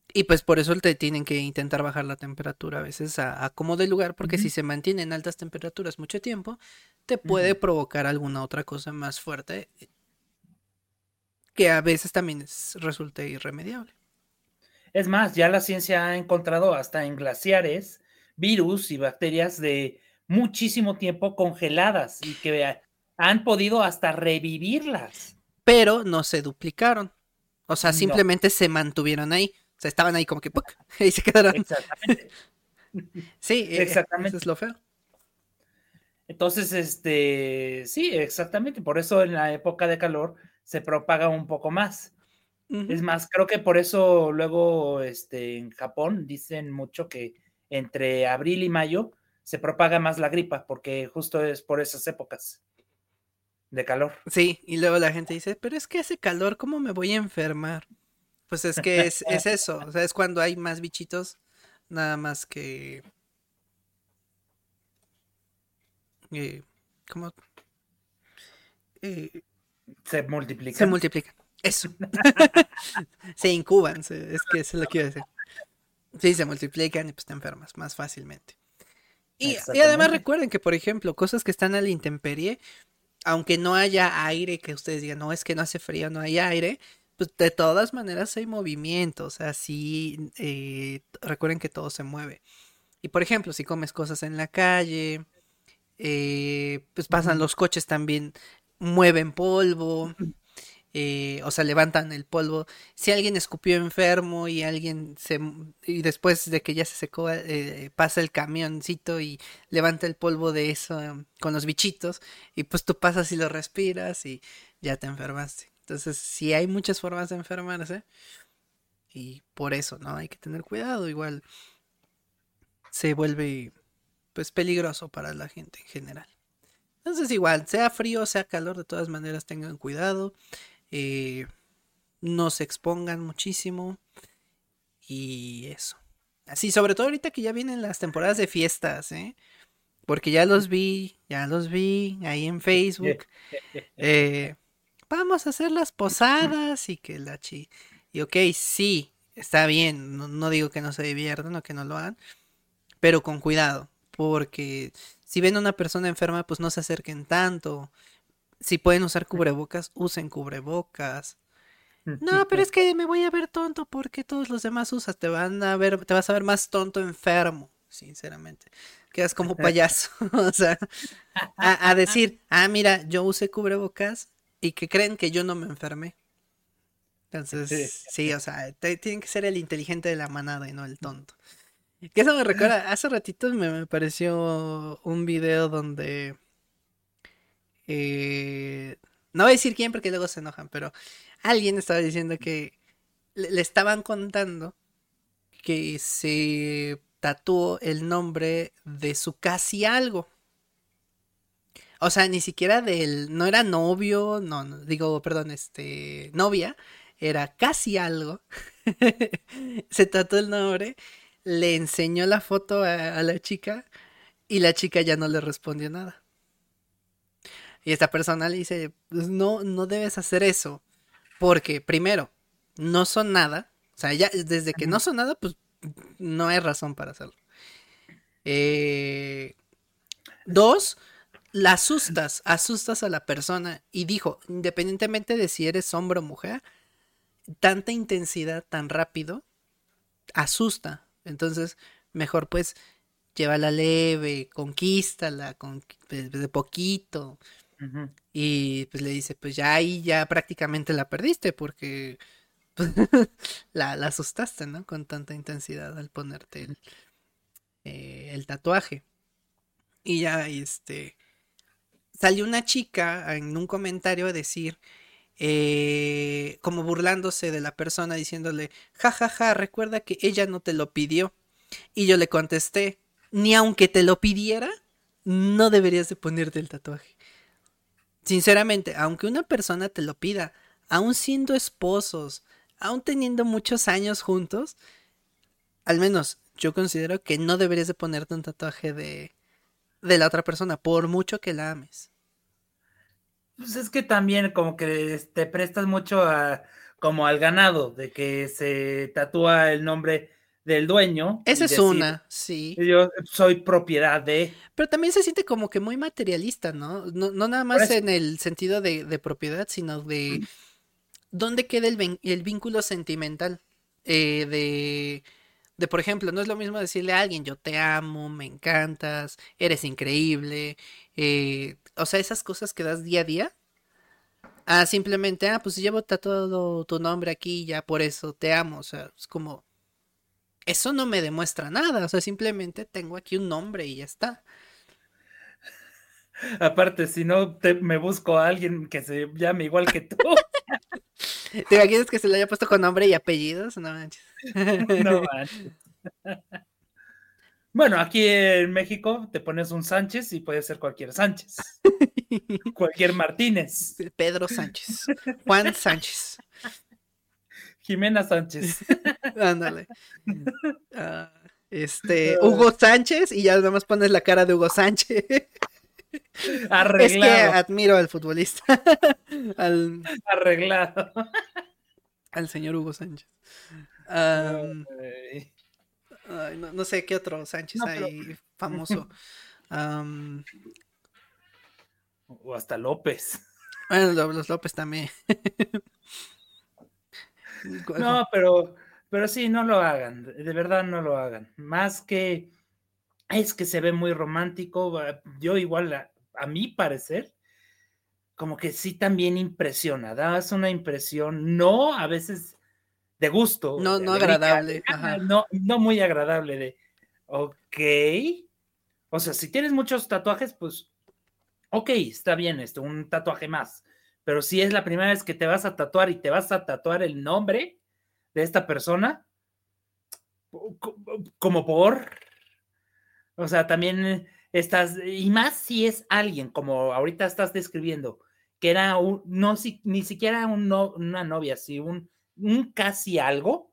Y pues por eso te tienen que intentar bajar la temperatura a veces a, a como de lugar, porque si Ujú, se mantiene en altas temperaturas mucho tiempo, te puede ujú. provocar alguna otra cosa más fuerte que a veces también es- resulte irremediable. Es más, ya la ciencia ha encontrado hasta en glaciares virus y bacterias de muchísimo tiempo congeladas y que a- han podido hasta revivirlas. Pero no se duplicaron. O sea, No, simplemente se mantuvieron ahí. O sea, estaban ahí como que ¡puc! Y se quedaron. exactamente, Sí, eh, eso es exactamente. lo feo. Entonces, este, sí, exactamente. Por eso en la época de calor se propaga un poco más. Ujú. Es más, creo que por eso luego, este, en Japón dicen mucho que entre abril y mayo se propaga más la gripa, porque justo es por esas épocas de calor. Sí, y luego la gente dice, pero es que hace calor, ¿cómo me voy a enfermar? Pues es que es, es eso, o sea, es cuando hay más bichitos, nada más que, eh, ¿cómo? Eh, Se se multiplican. multiplican. Eso. Se incuban, se- es que eso es lo que iba a decir. Sí, se multiplican y pues te enfermas más fácilmente. Y, y además Exactamente. recuerden que, por ejemplo, cosas que están a la intemperie, aunque no haya aire, que ustedes digan, no, es que no hace frío, no hay aire, pues de todas maneras hay movimiento, o sea, sí, eh, recuerden que todo se mueve. Y por ejemplo, si comes cosas en la calle, eh, pues pasan Ujú. los coches también, mueven polvo, eh, o sea, levantan el polvo. Si alguien escupió enfermo y alguien se, y después de que ya se secó, eh, pasa el camioncito y levanta el polvo de eso em, con los bichitos, y pues tú pasas y lo respiras y ya te enfermaste. Entonces, sí hay muchas formas de enfermarse y por eso, ¿no? Hay que tener cuidado, igual se vuelve pues peligroso para la gente en general. Entonces igual, sea frío, sea calor, de todas maneras tengan cuidado, eh, no se expongan muchísimo y eso. Así, sobre todo ahorita que ya vienen las temporadas de fiestas, ¿eh? Porque ya los vi, ya los vi ahí en Facebook. eh, Vamos a hacer las posadas y que la chi. Y ok, sí, está bien, no, no digo que no se diviertan o que no lo hagan, pero con cuidado, porque si ven a una persona enferma, pues no se acerquen tanto. Si pueden usar cubrebocas, usen cubrebocas. No, pero es que me voy a ver tonto porque todos los demás usas. Te van a ver, te vas a ver más tonto enfermo, sinceramente. Quedas como payaso. O sea, a, a decir, ah, mira, yo usé cubrebocas y que creen que yo no me enfermé. Entonces, sí, o sea, te- tienen que ser el inteligente de la manada y no el tonto. Que eso me recuerda, hace ratito me, me pareció un video donde eh, no voy a decir quién porque luego se enojan, pero alguien estaba diciendo que le, le estaban contando que se tatuó el nombre de su casi algo. O sea, ni siquiera del, no era novio, no, no, digo, perdón, este, novia, era casi algo. Se tatuó el nombre, le enseñó la foto a, a la chica y la chica ya no le respondió nada. Y esta persona le dice, pues no, no debes hacer eso. Porque, primero, no son nada. O sea, ya desde que no son nada, pues no hay razón para hacerlo. Eh, Dos, la asustas, asustas a la persona. Y dijo, independientemente de si eres hombre o mujer, tanta intensidad tan rápido asusta. Entonces, mejor pues llévala leve, conquístala, con, de, de poquito. Ujú. Y pues le dice, pues ya ahí ya prácticamente la perdiste porque pues, la, la asustaste, ¿no? Con tanta intensidad al ponerte el, eh, el tatuaje. Y ya, este, salió una chica en un comentario a decir, eh, como burlándose de la persona, diciéndole, ja, ja, ja, recuerda que ella no te lo pidió. Y yo le contesté, ni aunque te lo pidiera, no deberías de ponerte el tatuaje. Sinceramente, aunque una persona te lo pida, aún siendo esposos, aún teniendo muchos años juntos, al menos yo considero que no deberías de ponerte un tatuaje de, de la otra persona, por mucho que la ames. Pues es que también como que te prestas mucho a como al ganado, de que se tatúa el nombre del dueño. Esa y es decir, una, sí. yo soy propiedad de. Pero también se siente como que muy materialista, ¿no? No, no nada Por más eso. en el sentido de, de propiedad, sino de dónde queda el, ven- el vínculo sentimental. Eh, de, de, por ejemplo, no es lo mismo decirle a alguien, yo te amo, me encantas, eres increíble. eh, o sea, esas cosas que das día a día. Ah, simplemente, ah, pues llevo tatuado tu nombre aquí, ya por eso te amo. O sea, es como, eso no me demuestra nada. O sea, simplemente tengo aquí un nombre y ya está. Aparte, si no te, me busco a alguien que se llame igual que tú. ¿Te imaginas que se le haya puesto con nombre y apellidos? No manches. No manches. Bueno, aquí en México te pones un Sánchez y puede ser cualquier Sánchez, cualquier Martínez, Pedro Sánchez. Juan Sánchez. Jimena Sánchez. Ándale. Ah, este, Hugo Sánchez y ya nada más pones la cara de Hugo Sánchez. Es que Arreglado, admiro al futbolista. Al, arreglado. al señor Hugo Sánchez. Am, Ay, ay, no, no sé qué otro Sánchez no, pero. hay famoso. Am, O hasta López. bueno, lo- los López también. No, pero, pero sí, no lo hagan. De verdad no lo hagan. Más que es que se ve muy romántico. Yo igual, a, a mi parecer, como que sí también impresiona. Das una impresión, no a veces de gusto, No, de no alegría, agradable. de, ah, Ajá. no, no muy agradable de, ok. O sea, si tienes muchos tatuajes, pues, ok, está bien esto, un tatuaje más. Pero si es la primera vez que te vas a tatuar y te vas a tatuar el nombre de esta persona, como por, o sea, también estás, y más si es alguien, como ahorita estás describiendo, que era un, no, si, ni siquiera un no, una novia, sino un, un casi algo,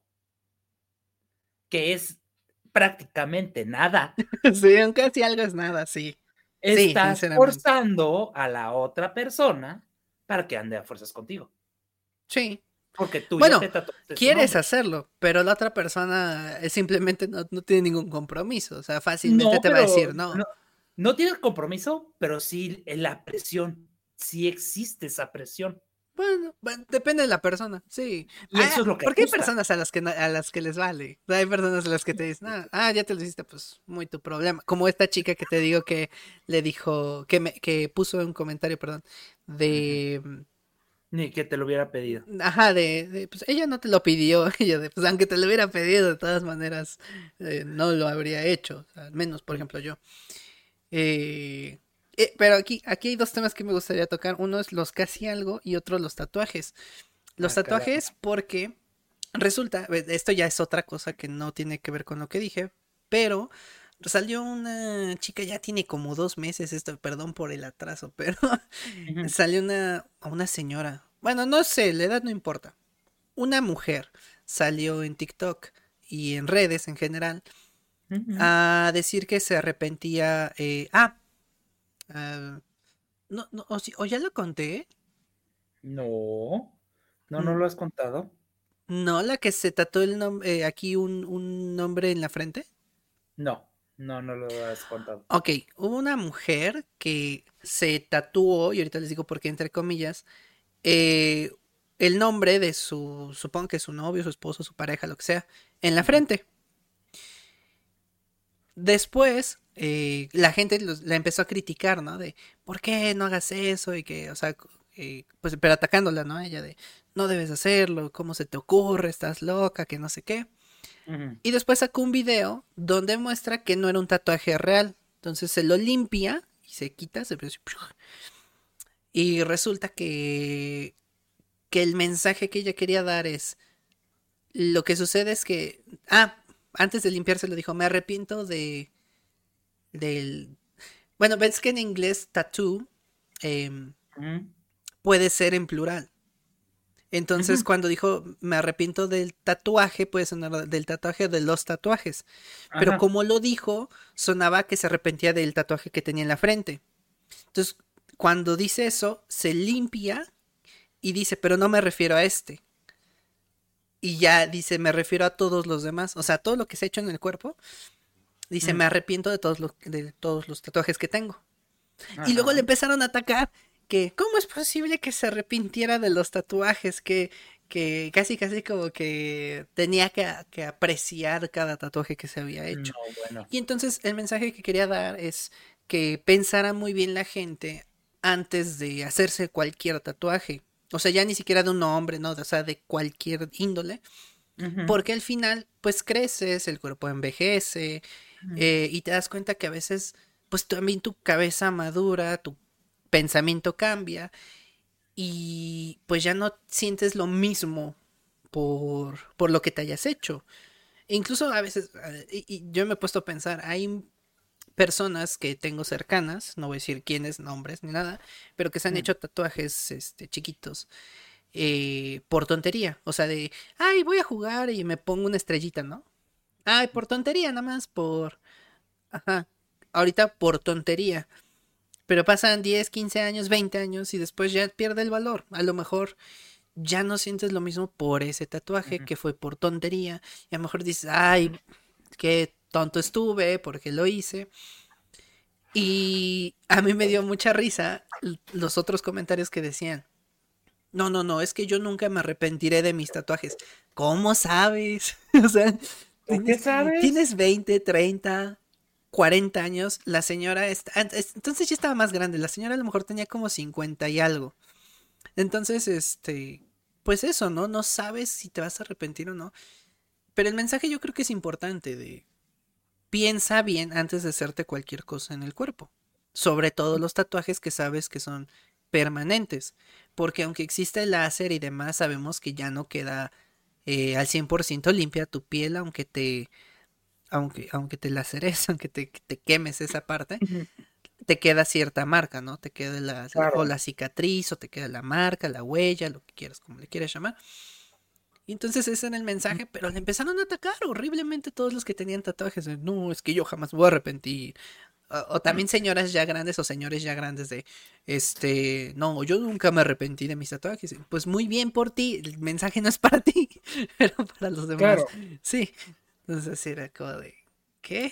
que es prácticamente nada, Sí, aunque así algo es nada, sí. Sí, estás sinceramente. forzando a la otra persona para que ande a fuerzas contigo, Sí. porque tú ya Bueno, te tatuaste su quieres nombre. hacerlo, pero la otra persona eh, simplemente no, no tiene ningún compromiso. O sea, fácilmente No, te va a pero decir no. no, no tienes compromiso, pero sí la presión, sí existe esa presión. Bueno, bueno, depende de la persona, sí. Y Ah, eso es lo que porque hay asusta. personas a las que no- a las que les vale. O sea, hay personas a las que te dicen, ah, ah, ya te lo hiciste, pues muy tu problema. Como esta chica que te digo que le dijo, que me, que puso un comentario, perdón, Ujú. de Ni que te lo hubiera pedido. ajá, de, de, pues ella no te lo pidió, ella de, pues aunque te lo hubiera pedido, de todas maneras, eh, no lo habría hecho, o sea, al menos, por ejemplo, yo. Eh, eh, pero aquí, aquí hay dos temas que me gustaría tocar, uno es los casi algo y otro los tatuajes. Los Ah, caramba. tatuajes porque resulta, eh, esto ya es otra cosa que no tiene que ver con lo que dije, pero salió una chica, ya tiene como dos meses esto, perdón por el atraso, pero Ujú, salió una, una señora, bueno, no sé, la edad no importa, una mujer salió en TikTok y en redes en general ujú. a decir que se arrepentía, eh, ah, ah, no, no, o, si- o ya lo conté, No, no, no N- lo has contado. no, la que se tatuó el nombre, aquí un, un nombre en la frente. No, no, no lo has contado. Ok, hubo una mujer que se tatuó, y ahorita les digo por qué, entre comillas, eh, el nombre de su, supongo que su novio, su esposo, su pareja, lo que sea, en la Ujú, frente. Después, eh, la gente los- la empezó a criticar, ¿no? De, ¿por qué no hagas eso? Y que, o sea, eh, pues, pero atacándola, ¿no? Ella de, no debes hacerlo, ¿cómo se te ocurre? Estás loca, que no sé qué. ujú. Y después sacó un video donde muestra que no era un tatuaje real. Entonces se lo limpia y se quita, se y resulta que, que el mensaje que ella quería dar es, lo que sucede es que, ah, antes de limpiarse lo dijo, me arrepiento de, del, bueno, ves que en inglés tattoo em, Ujú, puede ser en plural. Entonces, ujú. cuando dijo me arrepiento del tatuaje, puede sonar del tatuaje de los tatuajes. Pero Ajá. como lo dijo, sonaba que se arrepentía del tatuaje que tenía en la frente. Entonces, cuando dice eso, se limpia y dice, pero no me refiero a este. Y ya dice, me refiero a todos los demás, o sea, todo lo que se ha hecho en el cuerpo, dice, Mm, me arrepiento de todos los, de todos los tatuajes que tengo. Y luego le ajá. empezaron a atacar que, ¿cómo es posible que se arrepintiera de los tatuajes? Que, que casi, casi como que tenía que, que apreciar cada tatuaje que se había No, hecho. bueno. Y entonces el mensaje que quería dar es que pensara muy bien la gente antes de hacerse cualquier tatuaje. O sea, ya ni siquiera de un hombre, ¿no? O sea, de cualquier índole. Ujú, Porque al final, pues creces, el cuerpo envejece, ujú, eh, y te das cuenta que a veces, pues también tu cabeza madura, tu pensamiento cambia, y pues ya no sientes lo mismo por, por lo que te hayas hecho. E incluso a veces, eh, y, y yo me he puesto a pensar, hay personas que tengo cercanas, no voy a decir quiénes, nombres ni nada, pero que se han ujú. hecho tatuajes este, chiquitos, eh, por tontería. O sea, de, ay, voy a jugar y me pongo una estrellita, ¿no? Ay, por tontería, nada más, por... Ajá. Ahorita por tontería. Pero pasan diez, quince años, veinte años y después ya pierde el valor. A lo mejor ya no sientes lo mismo por ese tatuaje Ujú, que fue por tontería. Y a lo mejor dices, ay, qué tonto estuve, porque lo hice. Y a mí me dio mucha risa los otros comentarios que decían, no, no, no, es que yo nunca me arrepentiré de mis tatuajes. ¿Cómo sabes? O sea, ¿tú qué tienes, sabes? tienes veinte, treinta, cuarenta años, la señora está, entonces ya estaba más grande, la señora a lo mejor tenía como cincuenta y algo. Entonces, este, pues eso, ¿no? No sabes si te vas a arrepentir o no. Pero el mensaje yo creo que es importante de piensa bien antes de hacerte cualquier cosa en el cuerpo. Sobre todo los tatuajes que sabes que son permanentes. Porque aunque existe el láser y demás, sabemos que ya no queda eh, al cien por ciento limpia tu piel, aunque te, aunque, aunque te laceres, aunque te, te quemes esa parte, Ujú, te queda cierta marca, ¿no? Te queda la, o claro. la cicatriz, o te queda la marca, la huella, lo que quieras, como le quieras llamar. Y entonces ese era el Ujú. mensaje, pero le empezaron a atacar horriblemente todos los que tenían tatuajes. De, no, es que yo jamás me voy a arrepentir. O, o también señoras ya grandes o señores ya grandes de, este, no, yo nunca me arrepentí de mis tatuajes. Pues muy bien por ti, el mensaje no es para ti, pero para los demás, Claro. sí. Entonces sí era como de, ¿qué?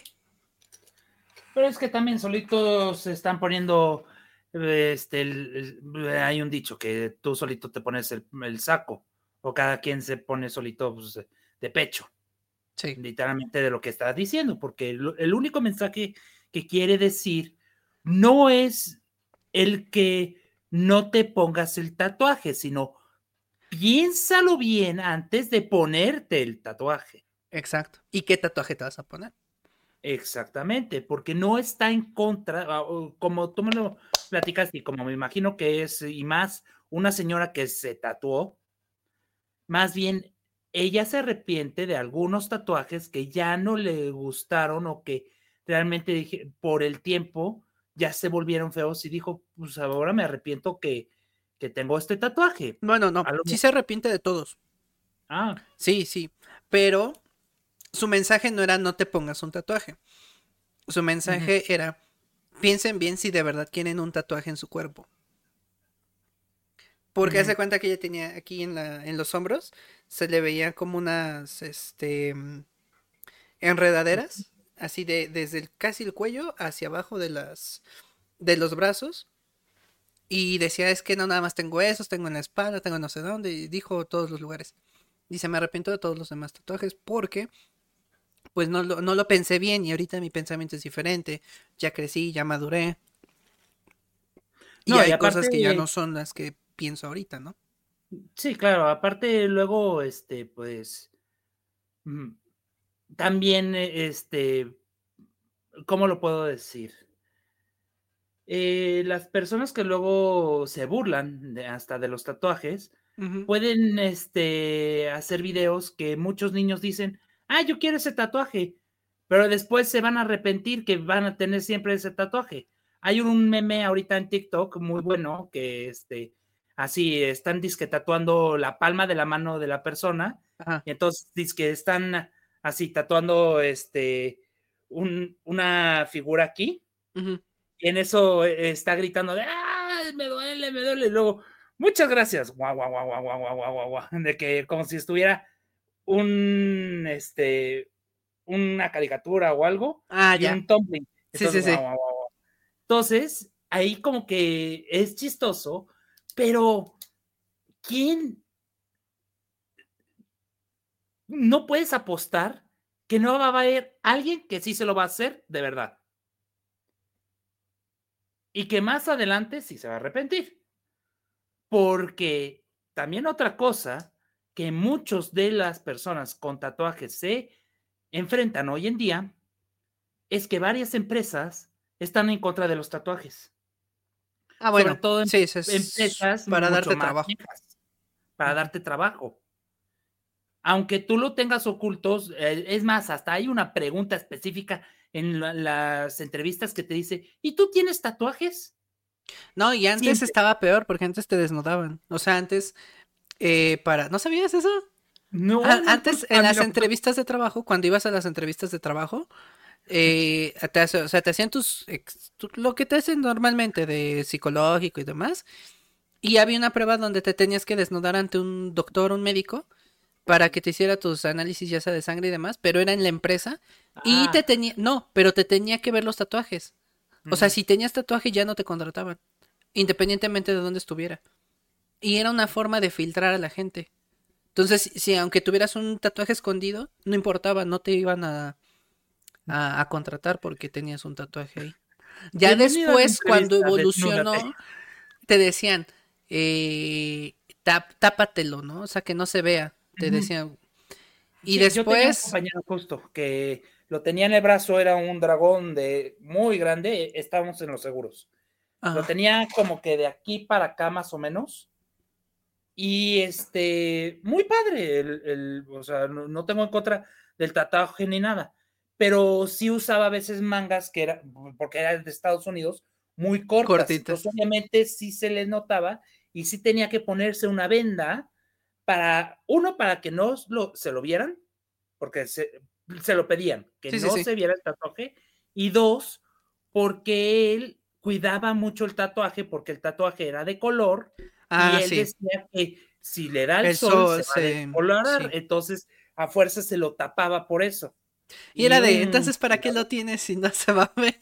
Pero es que también solitos se están poniendo, este, el- el- hay un dicho que tú solito te pones el, el saco, o cada quien se pone solito pues, de pecho, Sí, literalmente de lo que está diciendo, porque el, el único mensaje que quiere decir no es el que no te pongas el tatuaje, sino piénsalo bien antes de ponerte el tatuaje. exacto. ¿Y qué tatuaje te vas a poner? Exactamente, porque no está en contra, ah, o como tú me lo platicas y como me imagino que es, y más una señora que se tatuó, más bien ella se arrepiente de algunos tatuajes que ya no le gustaron o que realmente dije, por el tiempo ya se volvieron feos y dijo, pues ahora me arrepiento que, que tengo este tatuaje. Bueno, no, A lo sí mejor- se arrepiente de todos. ah, Sí, sí, pero su mensaje no era no te pongas un tatuaje. Su ujú, mensaje era piensen bien si de verdad quieren un tatuaje en su cuerpo. Porque hace ujú, cuenta que ella tenía aquí en la, en los hombros, se le veían como unas, este, mm, enredaderas, así de, desde el, casi el cuello hacia abajo de las, de los brazos. Y decía, es que no nada más tengo esos, tengo en la espalda, tengo no sé dónde, y dijo todos los lugares. Dice, me arrepiento de todos los demás tatuajes porque, pues no lo, no lo pensé bien y ahorita mi pensamiento es diferente. Ya crecí, ya maduré. Y no, y hay cosas que ya no aparte, son las que pienso ahorita, ¿no? sí, claro, aparte luego, este, pues, mm, también, eh, este, ¿cómo lo puedo decir? Eh, las personas que luego se burlan de, hasta de los tatuajes Ujú. pueden este, hacer videos que muchos niños dicen, ah, yo quiero ese tatuaje, pero después se van a arrepentir que van a tener siempre ese tatuaje. Hay un meme ahorita en TikTok muy bueno que este, así están disque tatuando la palma de la mano de la persona Ajá. y entonces disque están así tatuando este, un, una figura aquí Ujú. y en eso eh, está gritando de ¡ah! Me duele, me duele. Y luego, muchas gracias. Guau, guau, guau, guau, guau, guau, guau, guau. De que como si estuviera un, este, una caricatura o algo Ah, y ya. un tumbling. Sí, sí, Entonces, guau, sí. guau, guau, guau. Entonces, ahí como que es chistoso, pero ¿quién no puedes apostar que no va a haber alguien que sí se lo va a hacer de verdad? Y que más adelante sí se va a arrepentir. Porque también otra cosa que muchos de las personas con tatuajes se enfrentan hoy en día es que varias empresas están en contra de los tatuajes. Ah, Sobre bueno, todo en sí, eso es empresas para mucho darte más trabajo. viejas, para Ujú. darte trabajo. Aunque tú lo tengas ocultos, eh, es más, hasta hay una pregunta específica en la, las entrevistas que te dice, ¿y tú tienes tatuajes? No, y antes Siempre. estaba peor porque antes te desnudaban. O sea, antes, eh, para... ¿No sabías eso? No, A- no, Antes, en a mí las no. entrevistas de trabajo, cuando ibas a las entrevistas de trabajo, eh, te, hace- o sea, te hacían tus, ex- tu- lo que te hacen normalmente de psicológico y demás, y había una prueba donde te tenías que desnudar ante un doctor, un médico, para que te hiciera tus análisis ya sea de sangre y demás, pero era en la empresa, y te Ah, tenía, no, pero te tenía que ver los tatuajes. O sea, ujú. si tenías tatuaje ya no te contrataban, independientemente de dónde estuviera. Y era una forma de filtrar a la gente. Entonces, si si aunque tuvieras un tatuaje escondido, no importaba, no te iban a, a, a contratar porque tenías un tatuaje ahí. Ya Bienvenido a la después, cuando entrevista, desnúdate. evolucionó, te decían, eh, táp- tápatelo, ¿no? O sea, que no se vea, te Ujú. decían. Y Sí, yo tenía un después, compañero justo que lo tenía en el brazo, era un dragón de muy grande, estábamos en los seguros. Lo ah, tenía como que de aquí para acá más o menos. Y este, muy padre, el, el, o sea, no, no tengo en contra del tatuaje ni nada, pero sí usaba a veces mangas que era, porque era de Estados Unidos, muy cortas. Entonces, cortitas. obviamente, sí se le notaba y sí tenía que ponerse una venda para, uno, para que no lo, se lo vieran, porque se, se lo pedían, que Sí, sí, no sí. se viera el tatuaje, y dos, porque él cuidaba mucho el tatuaje, porque el tatuaje era de color, y Ah, él sí. decía que si le da el El sol sol, se va a sí, descolorar, sí. entonces a fuerza se lo tapaba por eso. Y Y era de, un entonces, ¿para qué lo tienes si no se va a ver?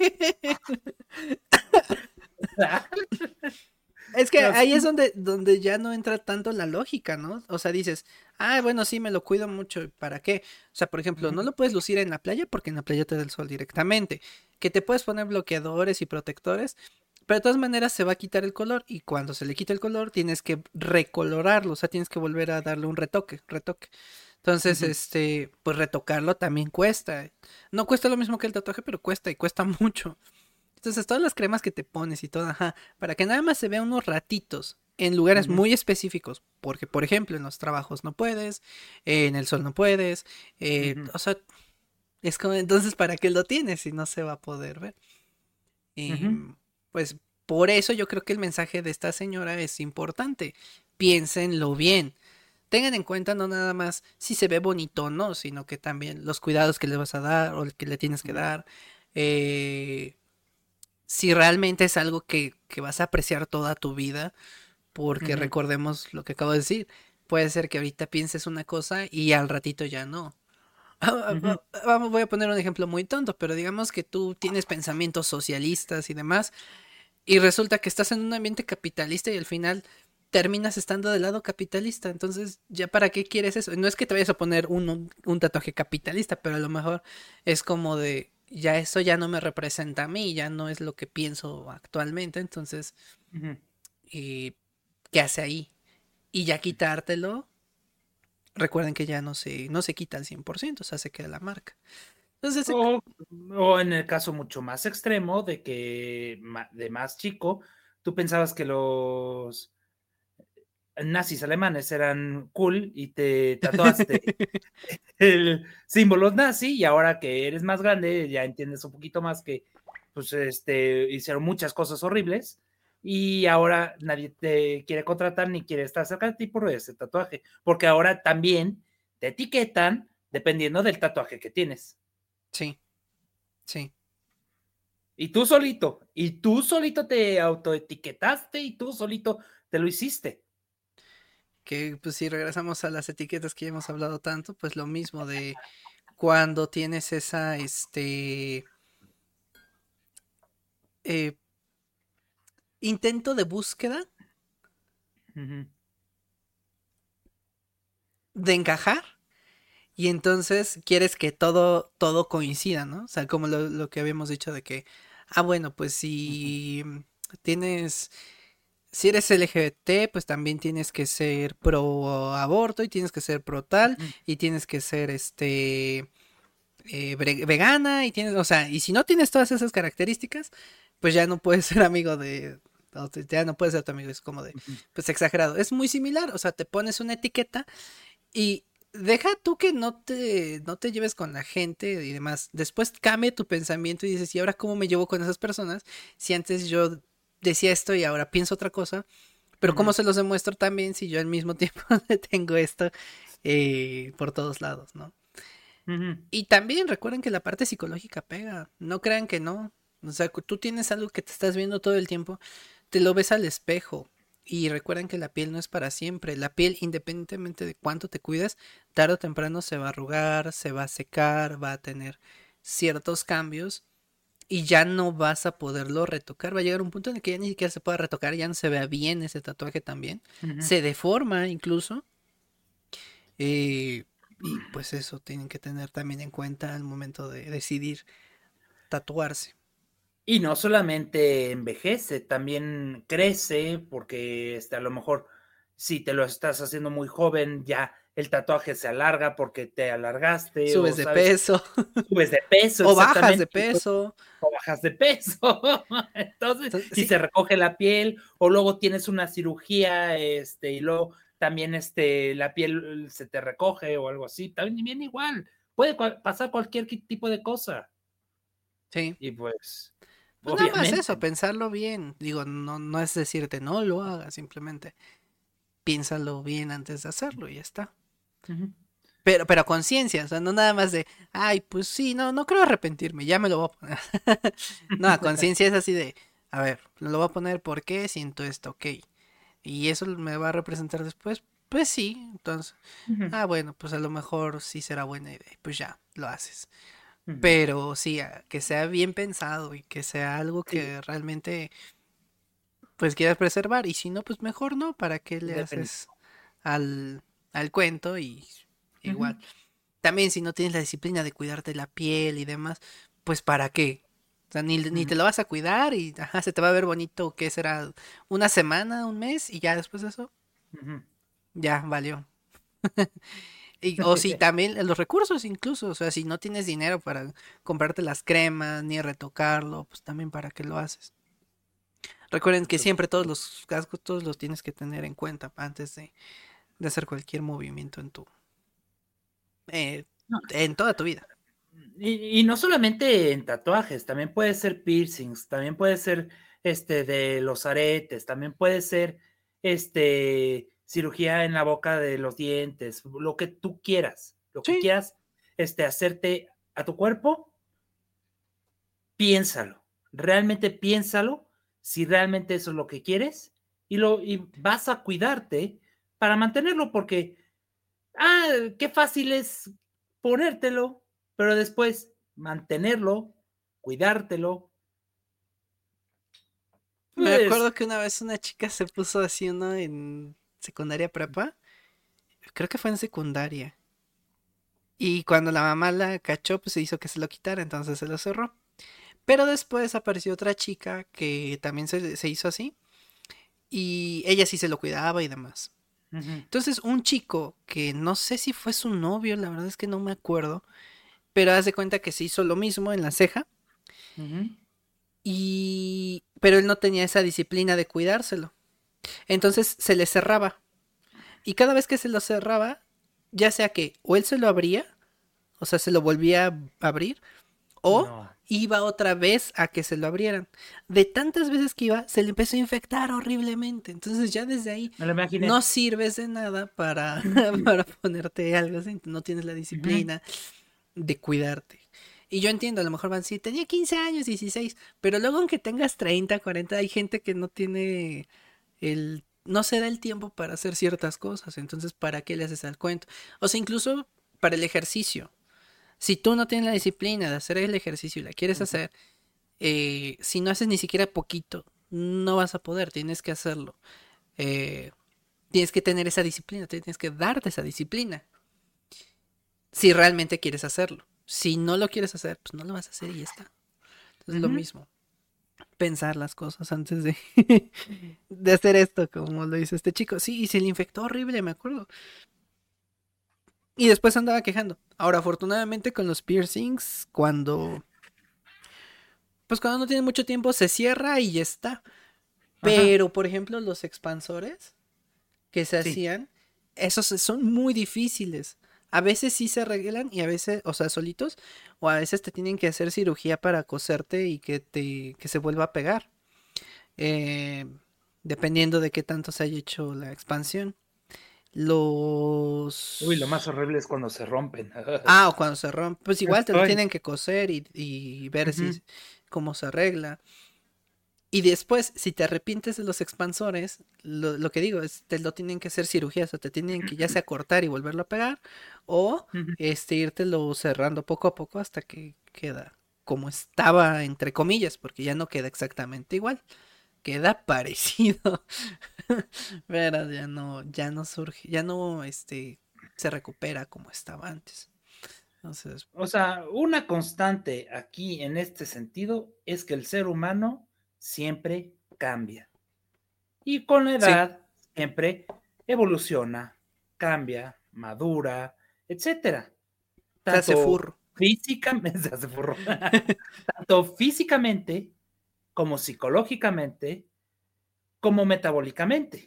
Es que no, sí, ahí es donde, donde ya no entra tanto la lógica, ¿no? O sea, dices, ah, bueno, sí, me lo cuido mucho, ¿para qué? O sea, por ejemplo, no lo puedes lucir en la playa porque en la playa te da el sol directamente. Que te puedes poner bloqueadores y protectores, pero de todas maneras se va a quitar el color y cuando se le quita el color tienes que recolorarlo, o sea, tienes que volver a darle un retoque, retoque. Entonces, ujú, este, pues retocarlo también cuesta. No cuesta lo mismo que el tatuaje, pero cuesta y cuesta mucho. Entonces, todas las cremas que te pones y todo, ajá, para que nada más se vea unos ratitos en lugares ujú, muy específicos, porque, por ejemplo, en los trabajos no puedes, eh, en el sol no puedes, eh, ujú, o sea, es como, entonces, ¿para qué lo tienes si no se va a poder ver? Y, ujú, pues, por eso yo creo que el mensaje de esta señora es importante. Piénsenlo bien. Tengan en cuenta no nada más si se ve bonito o no, sino que también los cuidados que le vas a dar o el que le tienes que ujú, dar. Eh, si realmente es algo que, que vas a apreciar toda tu vida, porque ujú, recordemos lo que acabo de decir, puede ser que ahorita pienses una cosa y al ratito ya no. ujú. Vamos, voy a poner un ejemplo muy tonto, pero digamos que tú tienes pensamientos socialistas y demás, y resulta que estás en un ambiente capitalista y al final terminas estando del lado capitalista. Entonces, ¿ya para qué quieres eso? No es que te vayas a poner un, un, un tatuaje capitalista, pero a lo mejor es como de, ya eso ya no me representa a mí, ya no es lo que pienso actualmente. Entonces, Ujú. ¿y qué hace ahí? Y ya quitártelo, recuerden que ya no se, no se quita al cien por ciento, o sea, se queda la marca. Entonces, O, o en el caso mucho más extremo de que ma- de más chico, tú pensabas que los nazis alemanes eran cool y te tatuaste el símbolo nazi y ahora que eres más grande ya entiendes un poquito más que pues este hicieron muchas cosas horribles y ahora nadie te quiere contratar ni quiere estar cerca de ti por ese tatuaje, porque ahora también te etiquetan dependiendo del tatuaje que tienes. sí, sí. Y tú solito, y tú solito te autoetiquetaste y tú solito te lo hiciste. Que pues si regresamos a las etiquetas que ya hemos hablado tanto, pues lo mismo de cuando tienes esa, este, eh, intento de búsqueda Ujú, de encajar y entonces quieres que todo, todo coincida, ¿no? O sea, como lo, lo que habíamos dicho de que, ah, bueno, pues ujú, si tienes, si eres L G B T, pues también tienes que ser pro aborto y tienes que ser pro tal ujú, y tienes que ser, este, eh, bre- vegana y tienes, o sea, y si no tienes todas esas características, pues ya no puedes ser amigo de, o te- ya no puedes ser tu amigo, es como de, ujú, pues exagerado. Es muy similar, o sea, te pones una etiqueta y deja tú que no te, no te lleves con la gente y demás. Después cambia tu pensamiento y dices, ¿y ahora cómo me llevo con esas personas? Si antes yo decía esto y ahora pienso otra cosa, pero ¿cómo ujú, se los demuestro también si yo al mismo tiempo tengo esto eh, por todos lados, ¿no? ujú. Y también recuerden que la parte psicológica pega, no crean que no. O sea, cu- tú tienes algo que te estás viendo todo el tiempo, te lo ves al espejo. Y recuerden que la piel no es para siempre. La piel, independientemente de cuánto te cuidas, tarde o temprano se va a arrugar, se va a secar, va a tener ciertos cambios y ya no vas a poderlo retocar. Va a llegar un punto en el que ya ni siquiera se pueda retocar, ya no se vea bien ese tatuaje también. Ujú. Se deforma incluso. Eh, y pues eso tienen que tener también en cuenta al momento de decidir tatuarse. Y no solamente envejece, también crece, porque este, a lo mejor si te lo estás haciendo muy joven, ya el tatuaje se alarga porque te alargaste, Subes o de sabes, peso subes de peso, o bajas exactamente, de peso. o bajas de peso. Entonces, Entonces, y sí, se recoge la piel, o luego tienes una cirugía, este, y luego también este, la piel se te recoge o algo así, también bien igual. Puede pasar cualquier tipo de cosa. sí. Y pues, Pues nada más eso, obviamente. pensarlo bien. Digo, no, no es decirte no lo hagas, simplemente piénsalo bien antes de hacerlo y ya está. Ujú. Pero, pero a conciencia, o sea, no nada más de, ay, pues sí, no, no creo arrepentirme, ya me lo voy a poner. No, a conciencia es así de, a ver, lo voy a poner porque siento esto, ok. Y eso me va a representar después, pues sí, entonces, Ujú, ah, bueno, pues a lo mejor sí será buena idea, y pues ya, lo haces. ujú. Pero sí, a- que sea bien pensado y que sea algo Sí, que realmente pues quieras preservar y si no, pues mejor no, ¿para qué le haces definitivo. al, al cuento? Y Ujú, igual. También si no tienes la disciplina de cuidarte la piel y demás, pues ¿para qué? O sea, ni, ni ujú, te lo vas a cuidar y ajá, se te va a ver bonito, ¿qué será? Una semana, un mes y ya después de eso, ujú. ya valió. Y, o si también los recursos incluso, o sea, si no tienes dinero para comprarte las cremas ni retocarlo, pues también para qué lo haces. Recuerden que Pues, siempre todos los gastos los tienes que tener en cuenta antes de, de hacer cualquier movimiento en tu, eh, no, en toda tu vida. y, y no solamente en tatuajes, también puede ser piercings, también puede ser este de los aretes, también puede ser este cirugía en la boca de los dientes, lo que tú quieras, lo que Sí, quieras este hacerte a tu cuerpo, piénsalo, realmente piénsalo, si realmente eso es lo que quieres, y, lo, y vas a cuidarte para mantenerlo, porque, ah, qué fácil es ponértelo, pero después mantenerlo, cuidártelo, me pues, acuerdo que una vez una chica se puso así uno en secundaria prepa, creo que fue en secundaria. Y cuando la mamá la cachó, pues se hizo que se lo quitara, entonces se lo cerró. Pero después apareció otra chica que también se, se hizo así y ella sí se lo cuidaba y demás. uh -huh, Entonces un chico que no sé si fue su novio, la verdad es que no me acuerdo, pero haz de cuenta que se hizo lo mismo en la ceja uh -huh. y pero él no tenía esa disciplina de cuidárselo. Entonces se le cerraba y cada vez que se lo cerraba, ya sea que o él se lo abría, o sea, se lo volvía a abrir o No, iba otra vez a que se lo abrieran. De tantas veces que iba, se le empezó a infectar horriblemente. Entonces ya desde ahí me lo imaginé. no sirves de nada para, para ponerte algo así. No tienes la Uh -huh, disciplina de cuidarte. Y yo entiendo, a lo mejor van a decir, tenía quince años, dieciséis, pero luego aunque tengas treinta, cuarenta, hay gente que no tiene el no se da el tiempo para hacer ciertas cosas, entonces ¿para qué le haces al cuento? O sea, incluso para el ejercicio. Si tú no tienes la disciplina de hacer el ejercicio y la quieres Ujú. hacer, eh, si no haces ni siquiera poquito, no vas a poder, tienes que hacerlo. Eh, tienes que tener esa disciplina, tienes que darte esa disciplina. Si realmente quieres hacerlo. Si no lo quieres hacer, pues no lo vas a hacer y ya está. Es lo Ujú. mismo. Pensar las cosas antes de, de hacer esto, como lo hizo este chico. Sí, y se le infectó horrible, me acuerdo. Y después andaba quejando. Ahora, afortunadamente con los piercings, cuando... Pues cuando no tiene mucho tiempo, se cierra y ya está. Ajá, Pero, por ejemplo, los expansores que se sí. hacían, esos son muy difíciles. A veces sí se arreglan y a veces, o sea, solitos, o a veces te tienen que hacer cirugía para coserte y que te que se vuelva a pegar. Eh, dependiendo de qué tanto se haya hecho la expansión. Uy, lo más Los... horrible es cuando se rompen. Ah, o cuando se rompe, pues igual te lo Ay, tienen que coser y, y ver si ujú, cómo se arregla. Y después, si te arrepientes de los expansores, lo, lo que digo es, te lo tienen que hacer cirugía, o sea, te tienen que ya sea cortar y volverlo a pegar, o ujú. este, írtelo cerrando poco a poco hasta que queda como estaba, entre comillas, porque ya no queda exactamente igual, queda parecido, pero ya no, ya no surge, ya no, este, se recupera como estaba antes. Entonces, O sea, una constante aquí en este sentido es que el ser humano siempre cambia. Y con la sí, edad siempre evoluciona, cambia, madura, etcétera. se hace Tanto furro. físicamente, se hace furro. Tanto físicamente como psicológicamente, como metabólicamente.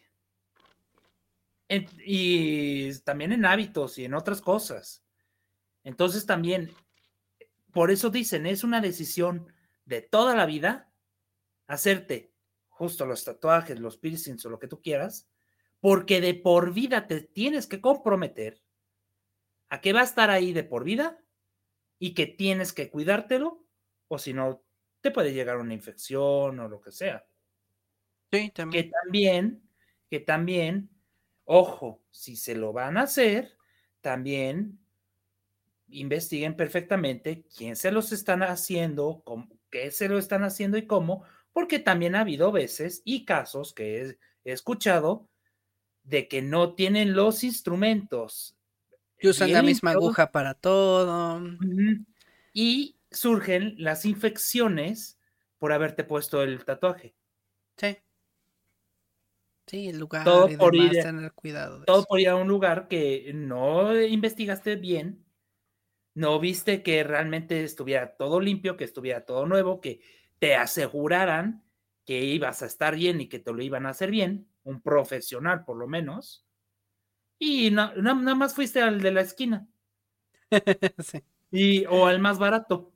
En- y también en hábitos y en otras cosas. Entonces también, por eso dicen, es una decisión de toda la vida hacerte justo los tatuajes, los piercings o lo que tú quieras, porque de por vida te tienes que comprometer a que va a estar ahí de por vida y que tienes que cuidártelo, o si no, te puede llegar una infección o lo que sea. Sí, Que también. también, que también, ojo, si se lo van a hacer, también investiguen perfectamente quién se los están haciendo, cómo, qué se lo están haciendo y cómo, porque también ha habido veces y casos que he, he escuchado de que no tienen los instrumentos Y usan bien la misma limpios. aguja para todo. Uh-huh, y surgen las infecciones por haberte puesto el tatuaje. Sí, sí, el lugar y Todo por demás, ir, tener cuidado de todo eso. por ir a un lugar que no investigaste bien, no viste que realmente estuviera todo limpio, que estuviera todo nuevo, que te aseguraran que ibas a estar bien y que te lo iban a hacer bien, un profesional por lo menos, y no, no, nada más fuiste al de la esquina Sí. y, o al más barato.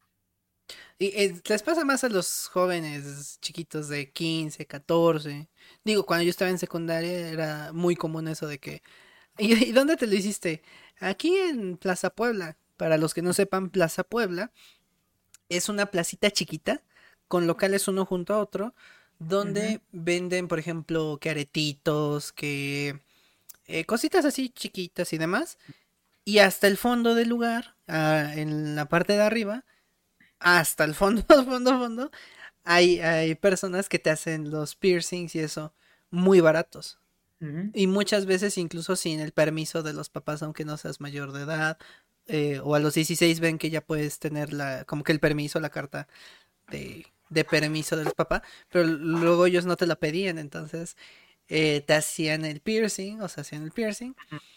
Y eh, les pasa más a los jóvenes chiquitos de quince, catorce. Digo, cuando yo estaba en secundaria era muy común eso de que... ¿Y, y dónde te lo hiciste? Aquí en Plaza Puebla. Para los que no sepan, Plaza Puebla es una placita chiquita con locales uno junto a otro Uh-huh, donde venden, por ejemplo, que aretitos, que eh, cositas así chiquitas y demás. Y hasta el fondo del lugar, ah, en la parte de arriba, hasta el fondo, fondo, fondo, hay, hay personas que te hacen los piercings y eso muy baratos. uh-huh, Y muchas veces incluso sin el permiso de los papás, aunque no seas mayor de edad. Eh, o a los dieciséis ven que ya puedes tener la, como que el permiso, la carta de, de permiso de los papás. Pero luego ellos no te la pedían, entonces eh, te hacían el piercing, o sea, hacían el piercing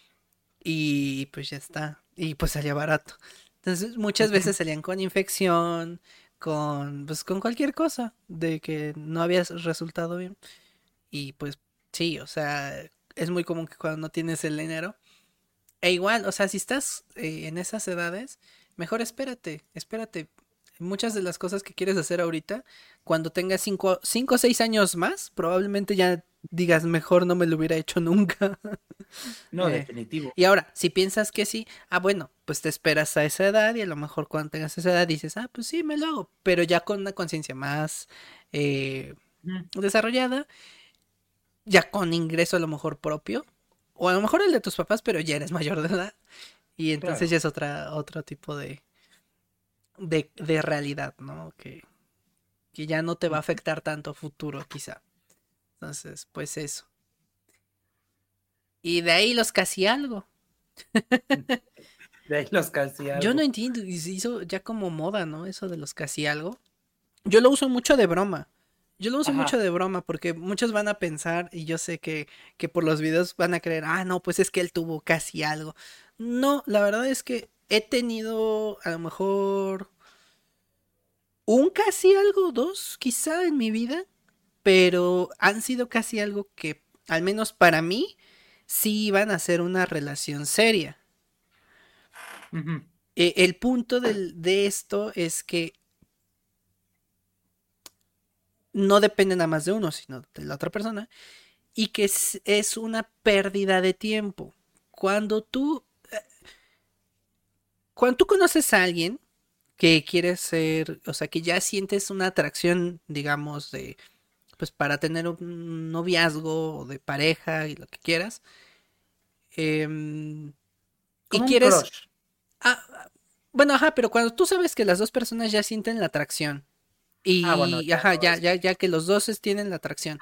y pues ya está. Y pues salía barato. Entonces muchas uh-huh. veces salían con infección, con pues con cualquier cosa de que no había resultado bien. Y pues sí, o sea, es muy común que cuando no tienes el dinero. E igual, o sea, si estás eh, en esas edades, mejor espérate, espérate. Muchas de las cosas que quieres hacer ahorita, cuando tengas cinco, cinco o seis años más, probablemente ya digas, mejor no me lo hubiera hecho nunca. No, Eh, definitivo. y ahora, si piensas que sí, ah, bueno, pues te esperas a esa edad y a lo mejor cuando tengas esa edad dices, ah, pues sí, me lo hago, pero ya con una conciencia más eh, Uh-huh. desarrollada ya con ingreso a lo mejor propio, o a lo mejor el de tus papás, pero ya eres mayor de edad, y entonces Claro. ya es otra, otro tipo de, de, de realidad, ¿no? Que, que ya no te va a Ujú. afectar tanto a futuro, quizá. Entonces, pues eso. Y de ahí los casi algo. De ahí los casi Yo no algo. entiendo, y se hizo ya como moda, ¿no? Eso de los casi algo. Yo lo uso mucho de broma. Yo lo uso mucho Ajá. de broma porque muchos van a pensar, y yo sé que, que por los videos van a creer, ah, no, pues es que él tuvo casi algo. No, la verdad es que he tenido a lo mejor un casi algo, dos quizá en mi vida, pero han sido casi algo que, al menos para mí, sí iban a ser una relación seria. Ujú. Eh, el punto del- de esto es que no depende nada más de uno, sino de la otra persona, y que es, es una pérdida de tiempo. Cuando tú, cuando tú conoces a alguien que quiere ser, o sea, que ya sientes una atracción, digamos, de, pues para tener un noviazgo o de pareja y lo que quieras, eh, y Como un quieres, crush. ah, ah, bueno, ajá, pero cuando tú sabes que las dos personas ya sienten la atracción Ah, bueno, y, ya ajá, no ya, es. ya, ya que los dos tienen la atracción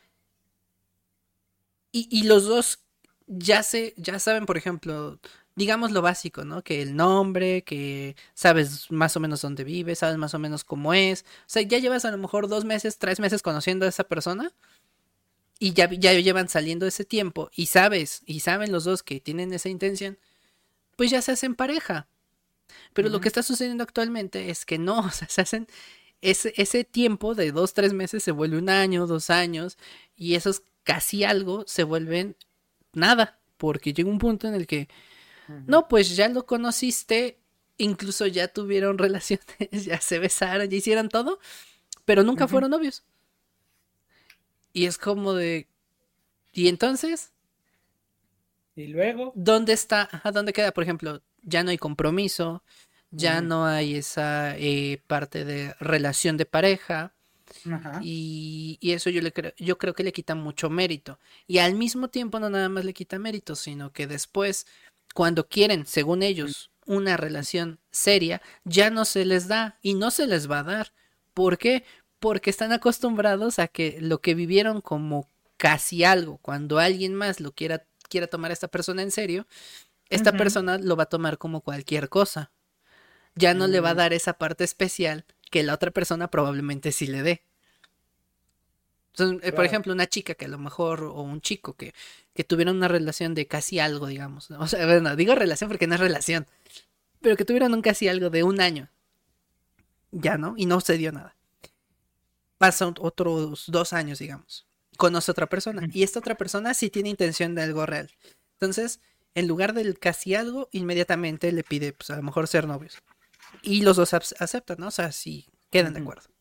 y, y los dos ya se, ya saben, por ejemplo, digamos lo básico, ¿no? Que el nombre, que sabes más o menos dónde vive, sabes más o menos cómo es. O sea, ya llevas a lo mejor dos meses, tres meses conociendo a esa persona y ya, ya llevan saliendo ese tiempo y sabes, y saben los dos que tienen esa intención, pues ya se hacen pareja. Pero lo que Ujú. está sucediendo actualmente es que no, o sea, se hacen ese, ese tiempo de dos, tres meses se vuelve un año, dos años, y esos casi algo se vuelven nada, porque llega un punto en el que, Ujú. no, pues ya lo conociste, incluso ya tuvieron relaciones, ya se besaron, ya hicieron todo, pero nunca Ujú. fueron novios. Y es como de, ¿y entonces? Y luego. ¿Dónde está? Ajá, ¿dónde queda? Por ejemplo, ya no hay compromiso, ya Ujú. no hay esa eh, parte de relación de pareja. Ajá. Y, y eso yo, le creo, yo creo que le quita mucho mérito. Y al mismo tiempo no nada más le quita mérito, sino que después, cuando quieren, según ellos, una relación seria, ya no se les da y no se les va a dar. ¿Por qué? Porque están acostumbrados a que lo que vivieron como casi algo, cuando alguien más lo quiera, quiera tomar a esta persona en serio, esta Ujú. persona lo va a tomar como cualquier cosa. Ya no le va a Mm. dar esa parte especial que la otra persona probablemente sí le dé. Entonces, eh, por Claro. ejemplo, una chica que a lo mejor, o un chico que, que tuvieron una relación de casi algo, digamos, ¿no? O sea, bueno, digo relación porque no es relación, pero que tuvieron un casi algo de un año, ya, ¿no? Y no se dio nada. Pasan otros dos años, digamos. Conoce a otra persona, Ujú. y esta otra persona sí tiene intención de algo real. Entonces, en lugar del casi algo, inmediatamente le pide, pues a lo mejor ser novios. Y los dos aceptan, ¿no? O sea, sí quedan de Ujú. acuerdo.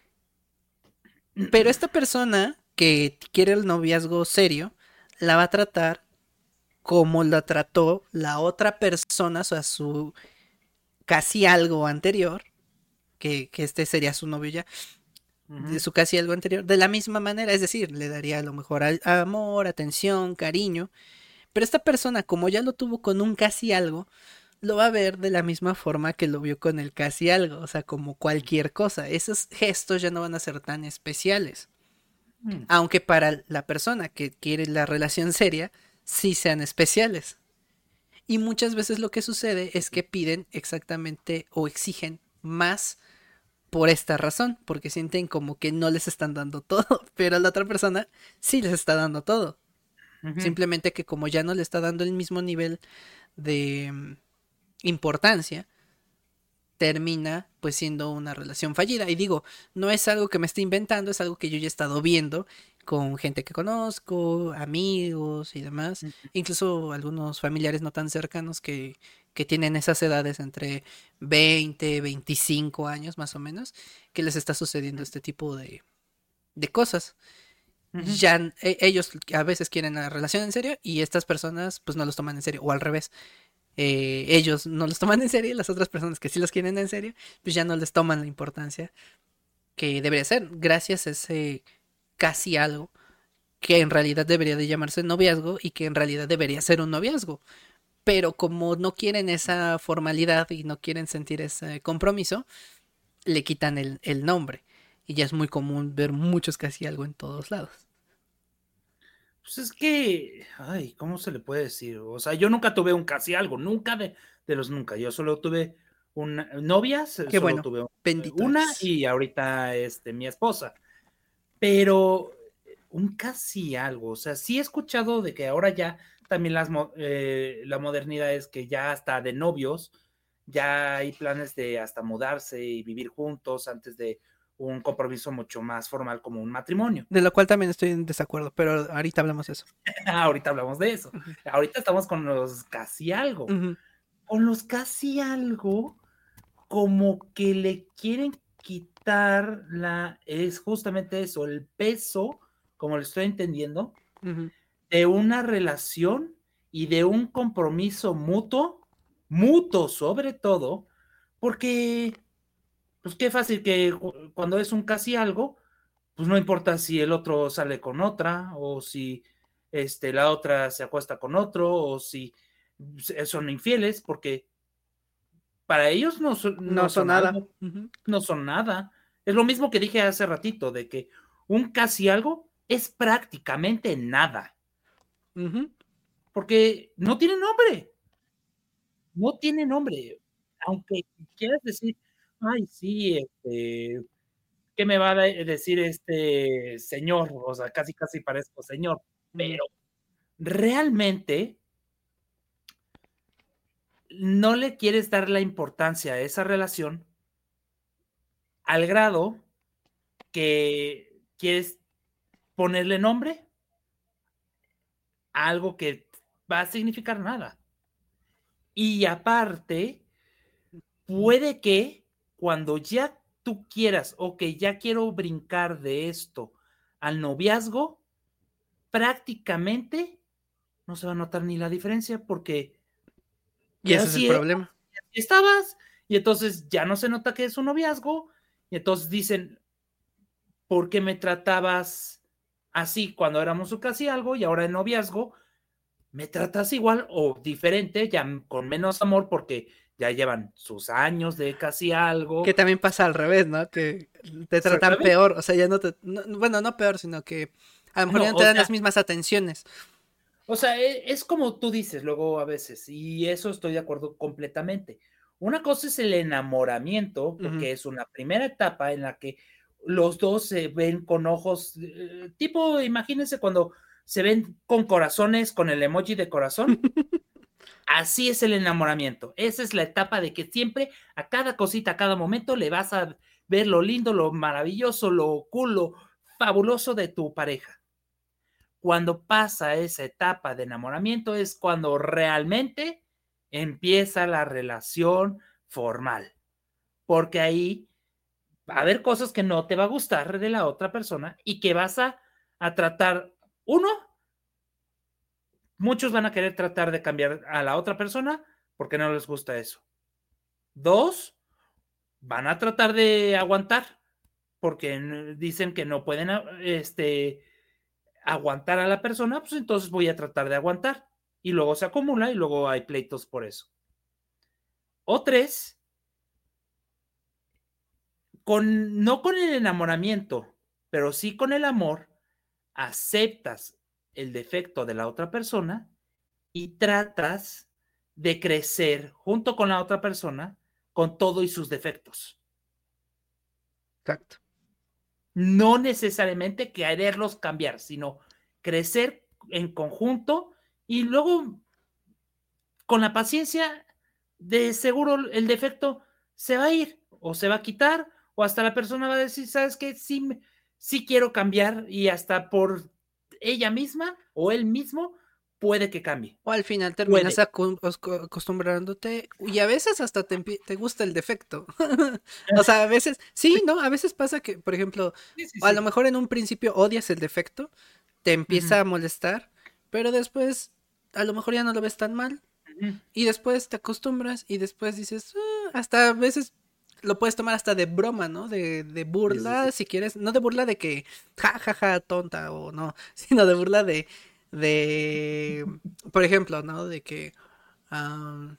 Pero esta persona que quiere el noviazgo serio, la va a tratar como la trató la otra persona, o sea, su casi algo anterior, que, que este sería su novio ya, de Ujú. su casi algo anterior, de la misma manera, es decir, le daría a lo mejor al- amor, atención, cariño, pero esta persona, como ya lo tuvo con un casi algo, lo va a ver de la misma forma que lo vio con el casi algo, o sea, como cualquier cosa. Esos gestos ya no van a ser tan especiales. Mm. Aunque para la persona que quiere la relación seria, sí sean especiales. Y muchas veces lo que sucede es que piden exactamente o exigen más por esta razón, porque sienten como que no les están dando todo, pero a la otra persona sí les está dando todo. Ujú. Simplemente que como ya no le está dando el mismo nivel de mm, importancia, termina pues siendo una relación fallida. Y digo, no es algo que me esté inventando, es algo que yo ya he estado viendo con gente que conozco, amigos y demás, incluso algunos familiares no tan cercanos que, que tienen esas edades entre veinte veinticinco años más o menos, que les está sucediendo este tipo de, de cosas. Ujú. Ya e- ellos a veces quieren la relación en serio y estas personas pues no los toman en serio, o al revés, eh, ellos no los toman en serio y las otras personas que sí los quieren en serio, pues ya no les toman la importancia que debería ser, gracias a ese casi algo que en realidad debería de llamarse noviazgo y que en realidad debería ser un noviazgo. Pero como no quieren esa formalidad y no quieren sentir ese compromiso, le quitan el, el nombre. Y ya es muy común ver muchos casi algo en todos lados. Pues es que, ay, ¿cómo se le puede decir? O sea, yo nunca tuve un casi algo, nunca de, de los nunca. Yo solo tuve una novias, Qué solo bueno, tuve bendito una eres. y ahorita este, mi esposa. Pero un casi algo, o sea, sí he escuchado de que ahora ya también las, eh, la modernidad es que ya hasta de novios, ya hay planes de hasta mudarse y vivir juntos antes de un compromiso mucho más formal como un matrimonio. De lo cual también estoy en desacuerdo, pero ahorita hablamos de eso. Ahorita hablamos de eso. Ujú, Ahorita estamos con los casi algo. ujú. Con los casi algo, como que le quieren quitar la, es justamente eso, el peso, como lo estoy entendiendo, Ujú. de una relación y de un compromiso mutuo, mutuo sobre todo, porque, pues qué fácil que cuando es un casi algo, pues no importa si el otro sale con otra, o si este, la otra se acuesta con otro, o si son infieles, porque para ellos no son, No no son son nada. algo, Ujú, no son nada. Es lo mismo que dije hace ratito, de que un casi algo es prácticamente nada, ujú. porque no tiene nombre, no tiene nombre. Aunque quieras decir, ay, sí, este, ¿qué me va a decir este señor? O sea, casi, casi parezco señor, Mm. pero realmente no le quieres dar la importancia a esa relación al grado que quieres ponerle nombre a algo que va a significar nada. Y aparte, puede que cuando ya tú quieras, ok, ya quiero brincar de esto al noviazgo, prácticamente no se va a notar ni la diferencia porque Y ya ese es el así es, problema. así estabas, y entonces ya no se nota que es un noviazgo, y entonces dicen, ¿por qué me tratabas así cuando éramos casi algo y ahora en noviazgo me tratas igual o diferente, ya con menos amor porque ya llevan sus años de casi algo? Que también pasa al revés, ¿no? Que te tratan Exactamente. peor. O sea, ya no te. No- bueno, no peor, sino que a lo mejor ya No, no te o dan sea, las mismas atenciones. o sea, e- es como tú dices luego a veces, y eso estoy de acuerdo completamente. Una cosa es el enamoramiento, Ujú. porque es una primera etapa en la que los dos se ven con ojos, eh, tipo, imagínense cuando se ven con corazones, con el emoji de corazón. Así es el enamoramiento. Esa es la etapa de que siempre, a cada cosita, a cada momento, le vas a ver lo lindo, lo maravilloso, lo cool, lo fabuloso de tu pareja. Cuando pasa esa etapa de enamoramiento es cuando realmente empieza la relación formal, porque ahí va a haber cosas que no te va a gustar de la otra persona y que vas a, a tratar. Uno, muchos van a querer tratar de cambiar a la otra persona porque no les gusta eso. Dos, van a tratar de aguantar porque dicen que no pueden este, aguantar a la persona, pues entonces voy a tratar de aguantar. Y luego se acumula y luego hay pleitos por eso. O tres, con, no con el enamoramiento, pero sí con el amor, aceptas el defecto de la otra persona y tratas de crecer junto con la otra persona con todo y sus defectos. Exacto. No necesariamente quererlos cambiar, sino crecer en conjunto y luego con la paciencia de seguro el defecto se va a ir o se va a quitar o hasta la persona va a decir, ¿sabes qué? Sí, sí quiero cambiar y hasta por ella misma o él mismo puede que cambie. O al final terminas Puede. acu- osco- acostumbrándote y a veces hasta te, empie- te gusta el defecto. O sea, a veces, sí, ¿no? A veces pasa que, por ejemplo, Sí, sí, a lo sí. mejor en un principio odias el defecto, te Uh -huh, empieza a molestar, pero después a lo mejor ya no lo ves tan mal uh -huh. y después te acostumbras y después dices, "Ah", hasta a veces lo puedes tomar hasta de broma, ¿no? De, de Sí, sí, burla, sí. si quieres, no de burla de que, ja, ja, ja, tonta o no, sino de burla de, de, por ejemplo, ¿no? De que, ah,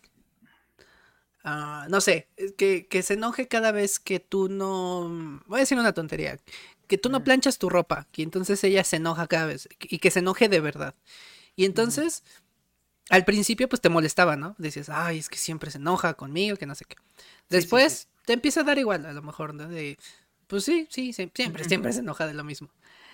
ah, no sé, que, que se enoje cada vez que tú no, voy a decir una tontería, que tú no Ujú, planchas tu ropa, y entonces ella se enoja cada vez, y que se enoje de verdad. Y ujú. entonces, al principio, pues te molestaba, ¿no? Dices, ay, es que siempre se enoja conmigo, que no sé qué. Sí, sí, sí. Después te empieza a dar igual, a lo mejor, ¿no? De, pues sí, sí, sí, siempre, Ujú. siempre se enoja de lo mismo.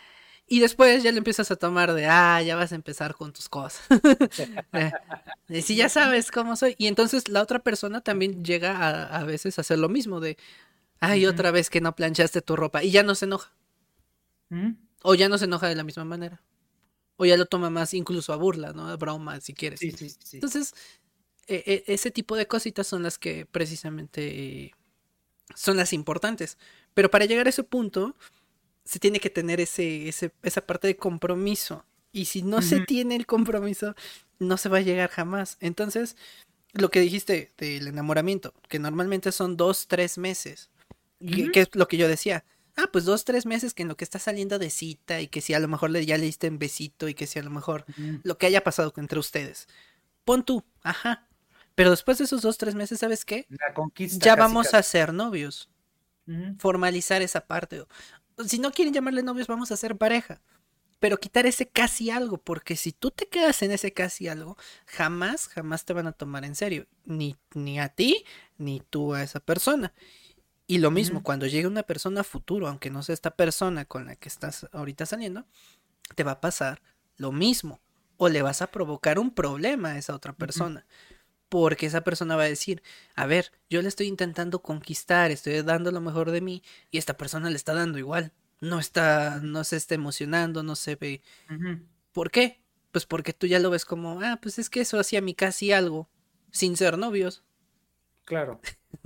Y después ya le empiezas a tomar de, ah, ya vas a empezar con tus cosas. Eh, de, si ya sabes cómo soy. Y entonces la otra persona también llega a, a veces a hacer lo mismo, de, ay, Ujú, otra vez que no planchaste tu ropa. Y ya no se enoja. ujú. O ya no se enoja de la misma manera. O ya lo toma más incluso a burla, ¿no? A broma, si quieres. Sí, sí, sí, sí. Entonces, e- e- ese tipo de cositas son las que precisamente eh, son las importantes. Pero para llegar a ese punto, se tiene que tener ese, ese, esa parte de compromiso. Y si no se Ujú, tiene el compromiso, no se va a llegar jamás. Entonces, lo que dijiste del enamoramiento, que normalmente son dos, tres meses, que, ujú, que es lo que yo decía. Ah, pues dos, tres meses que en lo que está saliendo de cita y que si a lo mejor le, ya le diste un besito y que si a lo mejor ujú. lo que haya pasado entre ustedes. Pon tú, ajá. Pero después de esos dos, tres meses, ¿sabes qué? La conquista, Ya casi, vamos a casi. ser novios. Ujú, Formalizar esa parte. Si no quieren llamarle novios, vamos a ser pareja. Pero quitar ese casi algo, porque si tú te quedas en ese casi algo, jamás, jamás te van a tomar en serio. Ni, ni a ti, ni tú a esa persona. Y lo mismo, ujú, cuando llegue una persona a futuro, aunque no sea esta persona con la que estás ahorita saliendo, te va a pasar lo mismo. O le vas a provocar un problema a esa otra ujú, persona. Porque esa persona va a decir, a ver, yo le estoy intentando conquistar, estoy dando lo mejor de mí y esta persona le está dando igual. No está, no se está emocionando, no se ve. ujú. ¿Por qué? Pues porque tú ya lo ves como, ah, pues es que eso hacía mi casi algo, sin ser novios. Claro.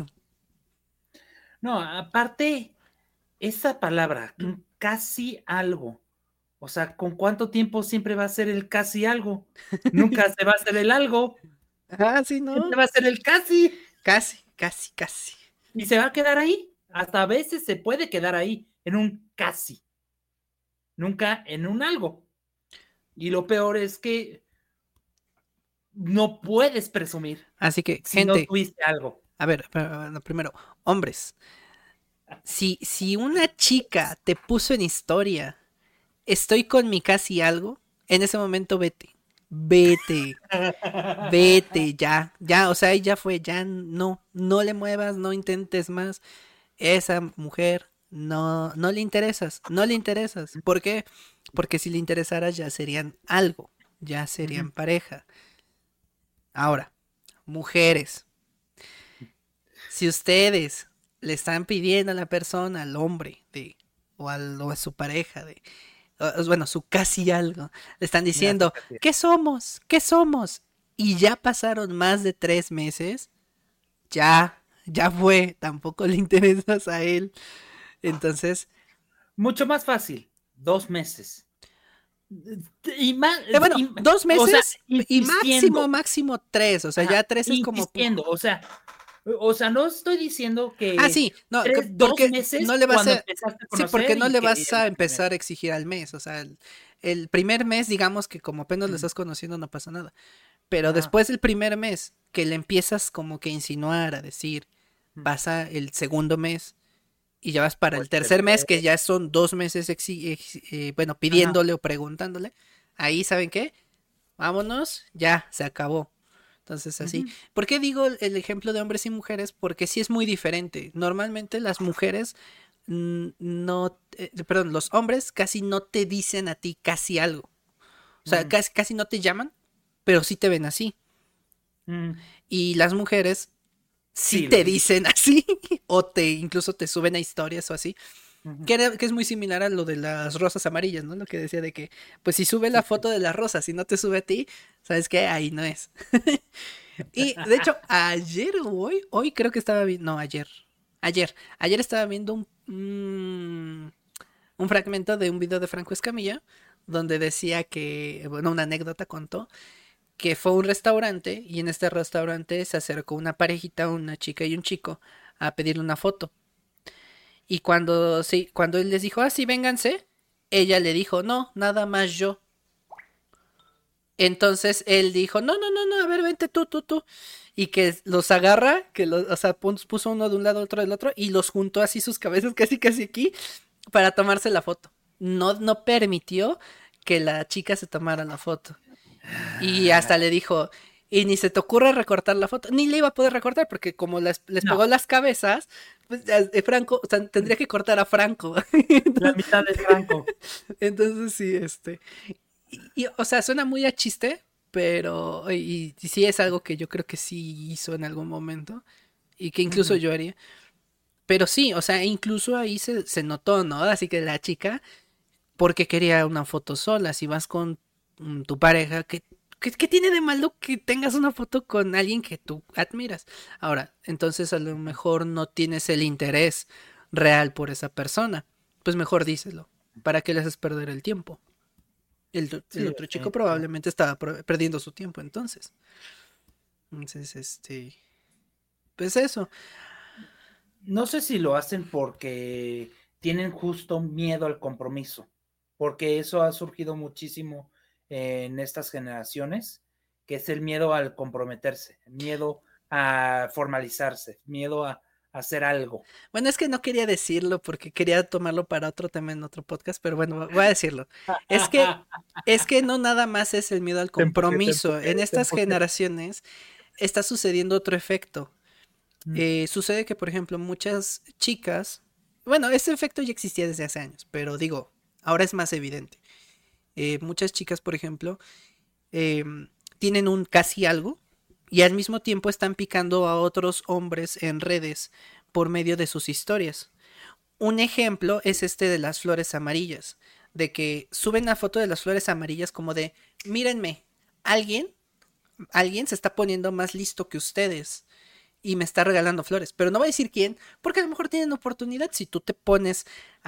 No, aparte, esa palabra, mm, casi algo. O sea, ¿con cuánto tiempo siempre va a ser el casi algo? Nunca se va a hacer el algo, Ah, sí, ¿no? siempre va a ser el casi. Casi, casi, casi. Y se va a quedar ahí. Hasta a veces se puede quedar ahí, en un casi, nunca en un algo. Y lo peor es que no puedes presumir Así que, si no gente, tuviste algo. a ver, pero, lo primero, hombres, si, si una chica te puso en historia, estoy con mi casi algo, en ese momento vete, vete, vete, ya, ya, o sea, ahí ya fue, ya no, no le muevas, no intentes más. Esa mujer no, no le interesas, no le interesas. ¿Por qué? Porque si le interesaras ya serían algo, ya serían pareja. Ahora, mujeres, si ustedes le están pidiendo a la persona, al hombre, de, o, al, o a su pareja, de, o- bueno, su casi algo, le están Mira, su diciendo, casi. ¿qué somos? ¿Qué somos? Y ya pasaron más de tres meses, ya, ya fue, tampoco le interesas a él. Entonces, Mucho más fácil, dos meses. Y más, eh, bueno, y- dos o sea, meses y máximo, insistiendo, máximo tres. O sea, ajá, ya tres es como. insistiendo, o sea, o sea, no estoy diciendo Ah, que sí, no, tres, dos porque meses no le vas cuando a. empezaste a Sí, porque conocer no y le que vas a la primera. empezar a exigir al mes. O sea, el, el primer mes, digamos que como apenas lo Ujú, estás conociendo, no pasa nada. Pero ajá, después del primer mes, que le empiezas como que a insinuar, a decir, ujú. pasa el segundo mes y ya vas para O el el tercer mes, tercer, que ya son dos meses, exi- ex- eh, bueno, ajá. pidiéndole o preguntándole. Ahí, ¿saben qué? Vámonos, ya, se acabó. Entonces así. Ujú, ¿Por qué digo el, el ejemplo de hombres y mujeres? Porque sí es muy diferente. Normalmente las mujeres mm, no, eh, perdón, los hombres casi no te dicen a ti casi algo. O sea, ujú, casi, casi no te llaman, pero sí te ven así. ujú. Y las mujeres sí Sí, lo te dicen. dicen así, o te incluso te suben a historias o así. Ujú. Que, era- que es muy similar a lo de las rosas amarillas, ¿no? Lo que decía de que, pues si sube la Sí, sí. foto de las rosas y no te sube a ti, ¿sabes qué? Ahí no es. Y de hecho, ayer o hoy, hoy creo que estaba viendo, no, ayer, ayer, ayer estaba viendo un, un, un fragmento de un video de Franco Escamilla, donde decía que, bueno, una anécdota contó, que fue a un restaurante y en este restaurante se acercó una parejita, una chica y un chico, a pedirle una foto. Y cuando, sí, cuando él les dijo, ah, sí, vénganse, ella le dijo, no, nada más yo. Entonces él dijo, no, no, no, no, a ver, vente tú, tú, tú. Y que los agarra, que los, o sea, puso uno de un lado, otro del otro, y los juntó así sus cabezas, casi, casi aquí, para tomarse la foto. No, no permitió que la chica se tomara la foto. Y hasta le dijo, y ni se te ocurra recortar la foto. Ni le iba a poder recortar, porque como les, les No, pegó las cabezas, pues eh, Franco, o sea, tendría que cortar a Franco. la Entonces, mitad de Franco. entonces sí, este. Y, y, o sea, suena muy a chiste, pero. Y, y sí es algo que yo creo que sí hizo en algún momento. Y que incluso Ujú. yo haría. Pero sí, o sea, incluso ahí se, se notó, ¿no? Así que la chica, porque quería una foto sola. Si vas con mm, tu pareja, ¿qué, qué, qué tiene de malo que tengas una foto con alguien que tú admiras? Ahora, entonces a lo mejor no tienes el interés real por esa persona. Pues mejor díselo. ¿Para qué le haces perder el tiempo? El, el Sí, otro chico definitivo. probablemente estaba pro- perdiendo su tiempo entonces. Entonces, este, pues eso. No sé si lo hacen porque tienen justo miedo al compromiso, porque eso ha surgido muchísimo en estas generaciones, que es el miedo al comprometerse, miedo a formalizarse, miedo a, a hacer algo. Bueno, es que no quería decirlo porque quería tomarlo para otro tema en otro podcast, pero bueno, voy a decirlo. Es que, es que no nada más es el miedo al Te empujé, te compromiso. empujé, En te estas empujé. generaciones está sucediendo otro efecto. Mm, Eh, sucede que, por ejemplo, muchas chicas, bueno, este efecto ya existía desde hace años, pero digo, ahora es más evidente. Eh, muchas chicas, por ejemplo, eh, tienen un casi algo y al mismo tiempo están picando a otros hombres en redes por medio de sus historias. Un ejemplo es este de las flores amarillas, de que suben la foto de las flores amarillas como de, mírenme, alguien, alguien se está poniendo más listo que ustedes y me está regalando flores, pero no voy a decir quién, porque a lo mejor tienen oportunidad, si tú te pones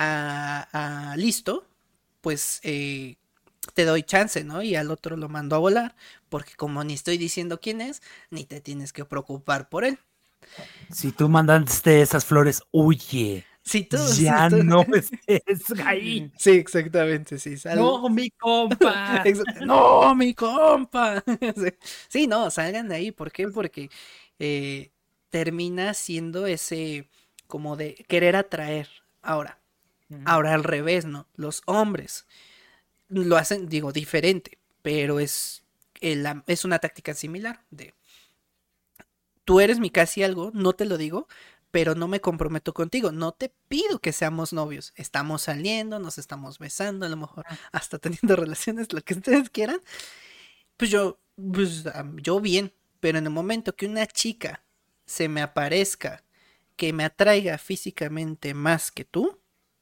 a, a listo, pues eh, te doy chance, ¿no? Y al otro lo mando a volar, porque como ni estoy diciendo quién es, ni te tienes que preocupar por él. Si tú mandaste esas flores, huye. Si tú, si Ya tú... no estés ahí. Sí, exactamente, sí, sal... No, mi compa. Exa- No, mi compa. Sí, sí, no, salgan de ahí. ¿Por qué? Porque eh, termina siendo ese como de querer atraer. Ahora, Ujú. ahora al revés, ¿no? Los hombres lo hacen, digo, diferente, pero es, el am- es una táctica similar de tú eres mi casi algo, no te lo digo, pero no me comprometo contigo, no te pido que seamos novios, estamos saliendo, nos estamos besando, a lo mejor hasta teniendo relaciones, lo que ustedes quieran, pues yo, pues am, yo bien, pero en el momento que una chica se me aparezca, que me atraiga físicamente más que tú,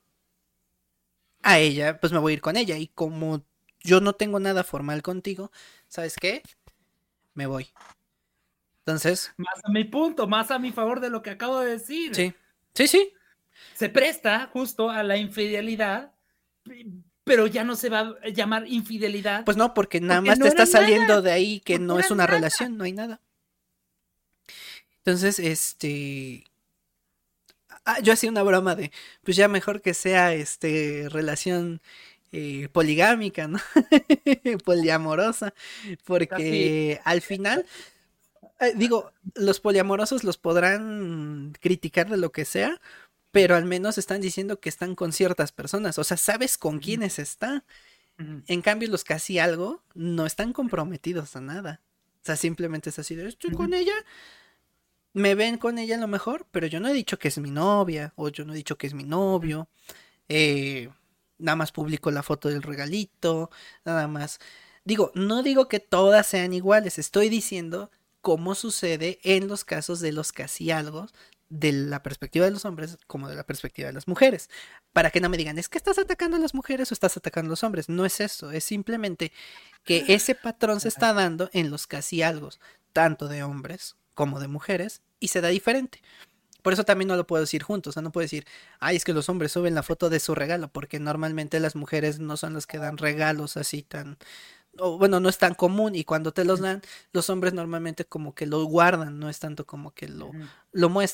a ella, pues me voy a ir con ella, y como yo no tengo nada formal contigo, ¿sabes qué? Me voy. Entonces, Más a mi punto, más a mi favor de lo que acabo de decir. sí, sí, sí, Se presta justo a la infidelidad, pero ya no se va a llamar infidelidad pues no, porque nada porque más te no era está nada, saliendo de ahí que porque no era es una nada. relación, no hay nada. Entonces, este, ah, yo hacía una broma de, pues ya mejor que sea, este, relación eh, poligámica, ¿no? Poliamorosa, Casi. porque al final, eh, digo, los poliamorosos los podrán criticar de lo que sea, pero al menos están diciendo que están con ciertas personas, o sea, sabes con Ujú, quiénes está. ujú, En cambio, los casi algo no están comprometidos a nada. O sea, simplemente es así de, estoy ujú. con ella, me ven con ella a lo mejor, pero yo no he dicho que es mi novia, o yo no he dicho que es mi novio, eh, nada más publico la foto del regalito, nada más. Digo, no digo que todas sean iguales, estoy diciendo cómo sucede en los casos de los casi algo, de la perspectiva de los hombres como de la perspectiva de las mujeres. Para que no me digan, es que estás atacando a las mujeres o estás atacando a los hombres. No es eso, es simplemente que ese patrón se está dando en los casi algo, tanto de hombres como de mujeres, y se da diferente. Por eso también no lo puedo decir juntos, o sea, no puedo decir, ay, es que los hombres suben la foto de su regalo, porque normalmente las mujeres no son las que dan regalos así tan, o bueno, no es tan común, y cuando te los dan, los hombres normalmente como que lo guardan, no es tanto como que lo, Ujú. lo muestren.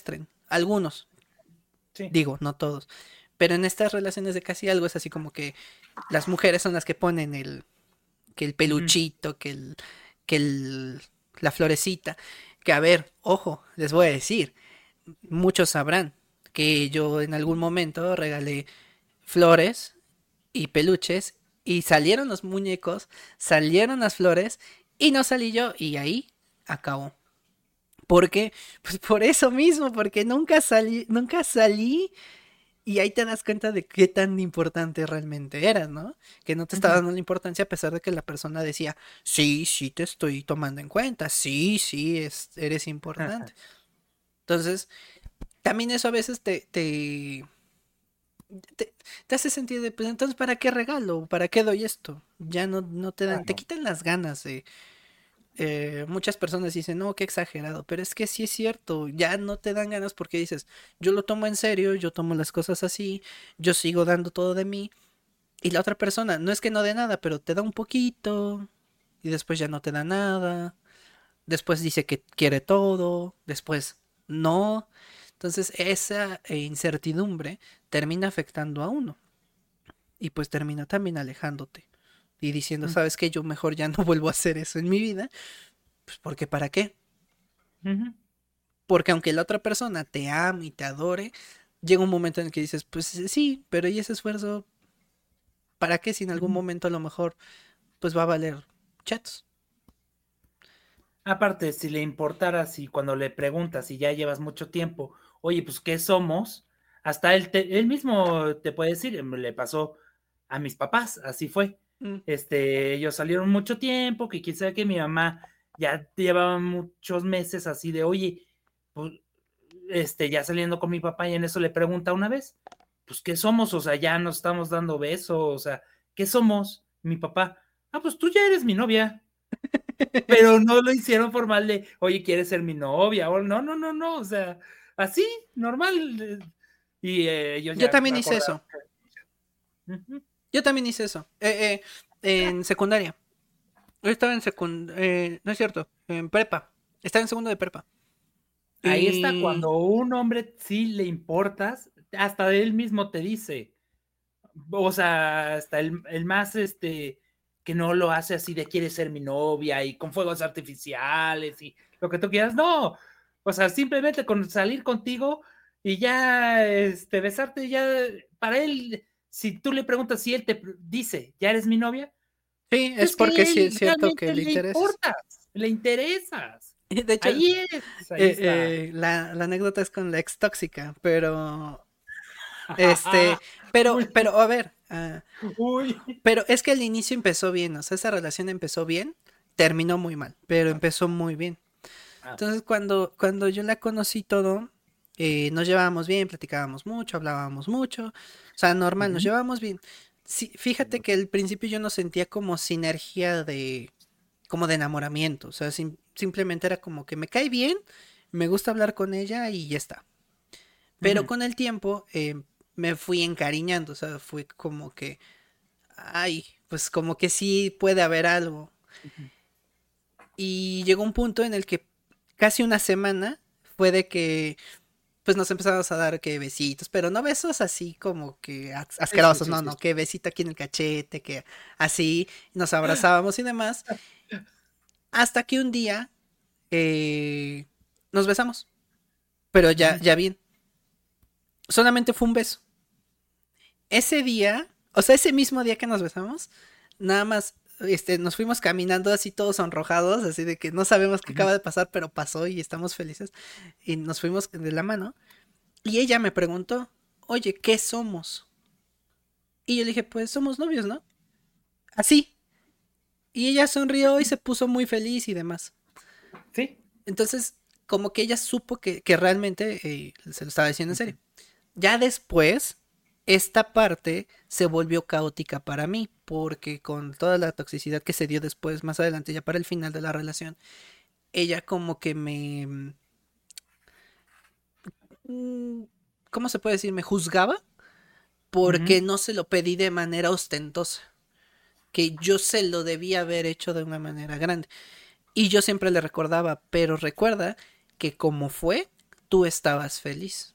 algunos, Sí. digo, no todos. Pero en estas relaciones de casi algo es así como que las mujeres son las que ponen el, que el Ujú. peluchito, que el, que el, la florecita. Que a ver, ojo, les voy a decir, muchos sabrán que yo en algún momento regalé flores y peluches y salieron los muñecos, salieron las flores y no salí yo y ahí acabó. ¿Por qué? Pues por eso mismo, porque nunca salí, nunca salí y ahí te das cuenta de qué tan importante realmente eras, ¿no? Que no te estaba Ujú. dando la importancia a pesar de que la persona decía, sí, sí te estoy tomando en cuenta, sí, sí, es, eres importante. Entonces, también eso a veces te, te, te, te hace sentir de, pues entonces, ¿para qué regalo? ¿Para qué doy esto? Ya no, no te dan, te Claro. quitan las ganas de, eh, muchas personas dicen, no, qué exagerado, pero es que sí es cierto, ya no te dan ganas porque dices, yo lo tomo en serio, yo tomo las cosas así, yo sigo dando todo de mí, y la otra persona, no es que no dé nada, pero te da un poquito, y después ya no te da nada, después dice que quiere todo, después no. Entonces esa eh, incertidumbre termina afectando a uno, y pues termina también alejándote. Y diciendo, Ujú. ¿sabes qué? Yo mejor ya no vuelvo a hacer eso en mi vida, pues porque ¿para qué? Ujú. Porque aunque la otra persona te ame y te adore, llega un momento en el que dices, pues sí, pero ¿y ese esfuerzo para qué si en algún Ujú. momento a lo mejor pues va a valer chatos? Aparte, si le importara, si cuando le preguntas si ya llevas mucho tiempo, oye, pues, ¿qué somos? Hasta él, te- él mismo te puede decir, em, le pasó a mis papás, así fue. Mm, Este, ellos salieron mucho tiempo, que quizá que mi mamá ya llevaba muchos meses así de, oye, pues, este, ya saliendo con mi papá y en eso le pregunta una vez, pues, ¿qué somos? O sea, ya nos estamos dando besos, o sea, ¿qué somos? Mi papá, ah, pues tú ya eres mi novia. Pero no lo hicieron formal de, oye, ¿quieres ser mi novia? O no, no, no, no, o sea, así, normal. eh, Y eh, ellos Yo ya también hice acordaron. eso. Ujú. Yo también hice eso. Eh, eh, en secundaria. Yo estaba en secundaria. No es cierto. En prepa. Estaba en segundo de prepa. Ahí está, Y... cuando un hombre sí le importas, hasta él mismo te dice, o sea, hasta el, el más, este, que no lo hace así de quiere ser mi novia y con fuegos artificiales y lo que tú quieras, no, o sea, simplemente con salir contigo y ya, este, besarte, ya, para él, si tú le preguntas si él te dice, ¿ya eres mi novia? Sí, es Es que porque sí él es cierto que realmente le le interesas. importas, le interesas. De hecho, Ahí es, ahí eh, está. eh, la, la anécdota es con la ex tóxica, pero... Este, pero, Uy, pero, a ver, ah, uy. pero es que el inicio empezó bien, o sea, esa relación empezó bien, terminó muy mal, pero empezó muy bien. Ah, Entonces, cuando, cuando yo la conocí todo, eh, nos llevábamos bien, platicábamos mucho, hablábamos mucho, o sea, normal, nos ujú. llevábamos bien. Sí, fíjate que al principio yo no sentía como sinergia de, como de enamoramiento, o sea, sim- simplemente era como que me cae bien, me gusta hablar con ella y ya está. Pero Ujú. con el tiempo eh, me fui encariñando, o sea, fue como que, ay, pues como que sí puede haber algo. Y llegó un punto en el que casi una semana fue de que pues nos empezamos a dar que besitos, pero no besos así como que as- Sí, sí, asquerosos, sí, no, sí. no, que besito aquí en el cachete, que así nos abrazábamos y demás, hasta que un día eh, nos besamos, pero ya, Ujú. ya bien, solamente fue un beso. Ese día, o sea, ese mismo día que nos besamos, nada más, este, nos fuimos caminando así todos sonrojados, así de que no sabemos qué Ujú. acaba de pasar, pero pasó y estamos felices. Y nos fuimos de la mano. Y ella me preguntó, oye, ¿qué somos? Y yo le dije, pues somos novios, ¿no? Así. Y ella sonrió y se puso muy feliz y demás. Sí. Entonces, como que ella supo que, que realmente eh, se lo estaba diciendo en Ujú. serio. Ya después, esta parte se volvió caótica para mí, porque con toda la toxicidad que se dio después, más adelante, ya para el final de la relación, ella como que me... mm, ¿Cómo se puede decir? Me juzgaba Ujú. porque no se lo pedí de manera ostentosa, que yo se lo debía haber hecho de una manera grande. Y yo siempre le recordaba, pero recuerda que como fue, tú estabas feliz.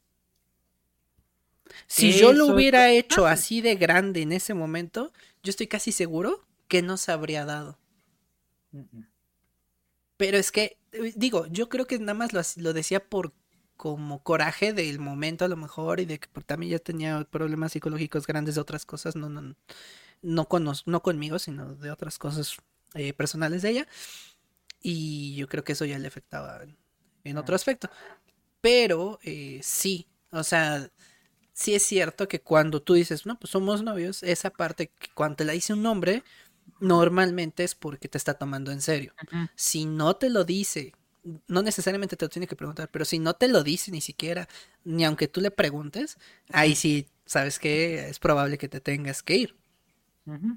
Si yo lo Eso es hubiera hecho fácil. así de grande en ese momento, yo estoy casi seguro que no se habría dado. Ujú. Pero es que, eh, digo, yo creo que nada más lo, lo decía por como coraje del momento a lo mejor y de que por- también ya tenía problemas psicológicos grandes de otras cosas, no, no, no, con, nos- no conmigo, sino de otras cosas eh, personales de ella. Y yo creo que eso ya le afectaba en, en otro Ah, aspecto. Pero eh, sí, o sea, sí es cierto que cuando tú dices, no, pues somos novios, esa parte que cuando te la dice un hombre, normalmente es porque te está tomando en serio. ujú. Si no te lo dice, no necesariamente te lo tiene que preguntar, pero si no te lo dice ni siquiera, ni aunque tú le preguntes, ahí sí, sabes que es probable que te tengas que ir. Ujú.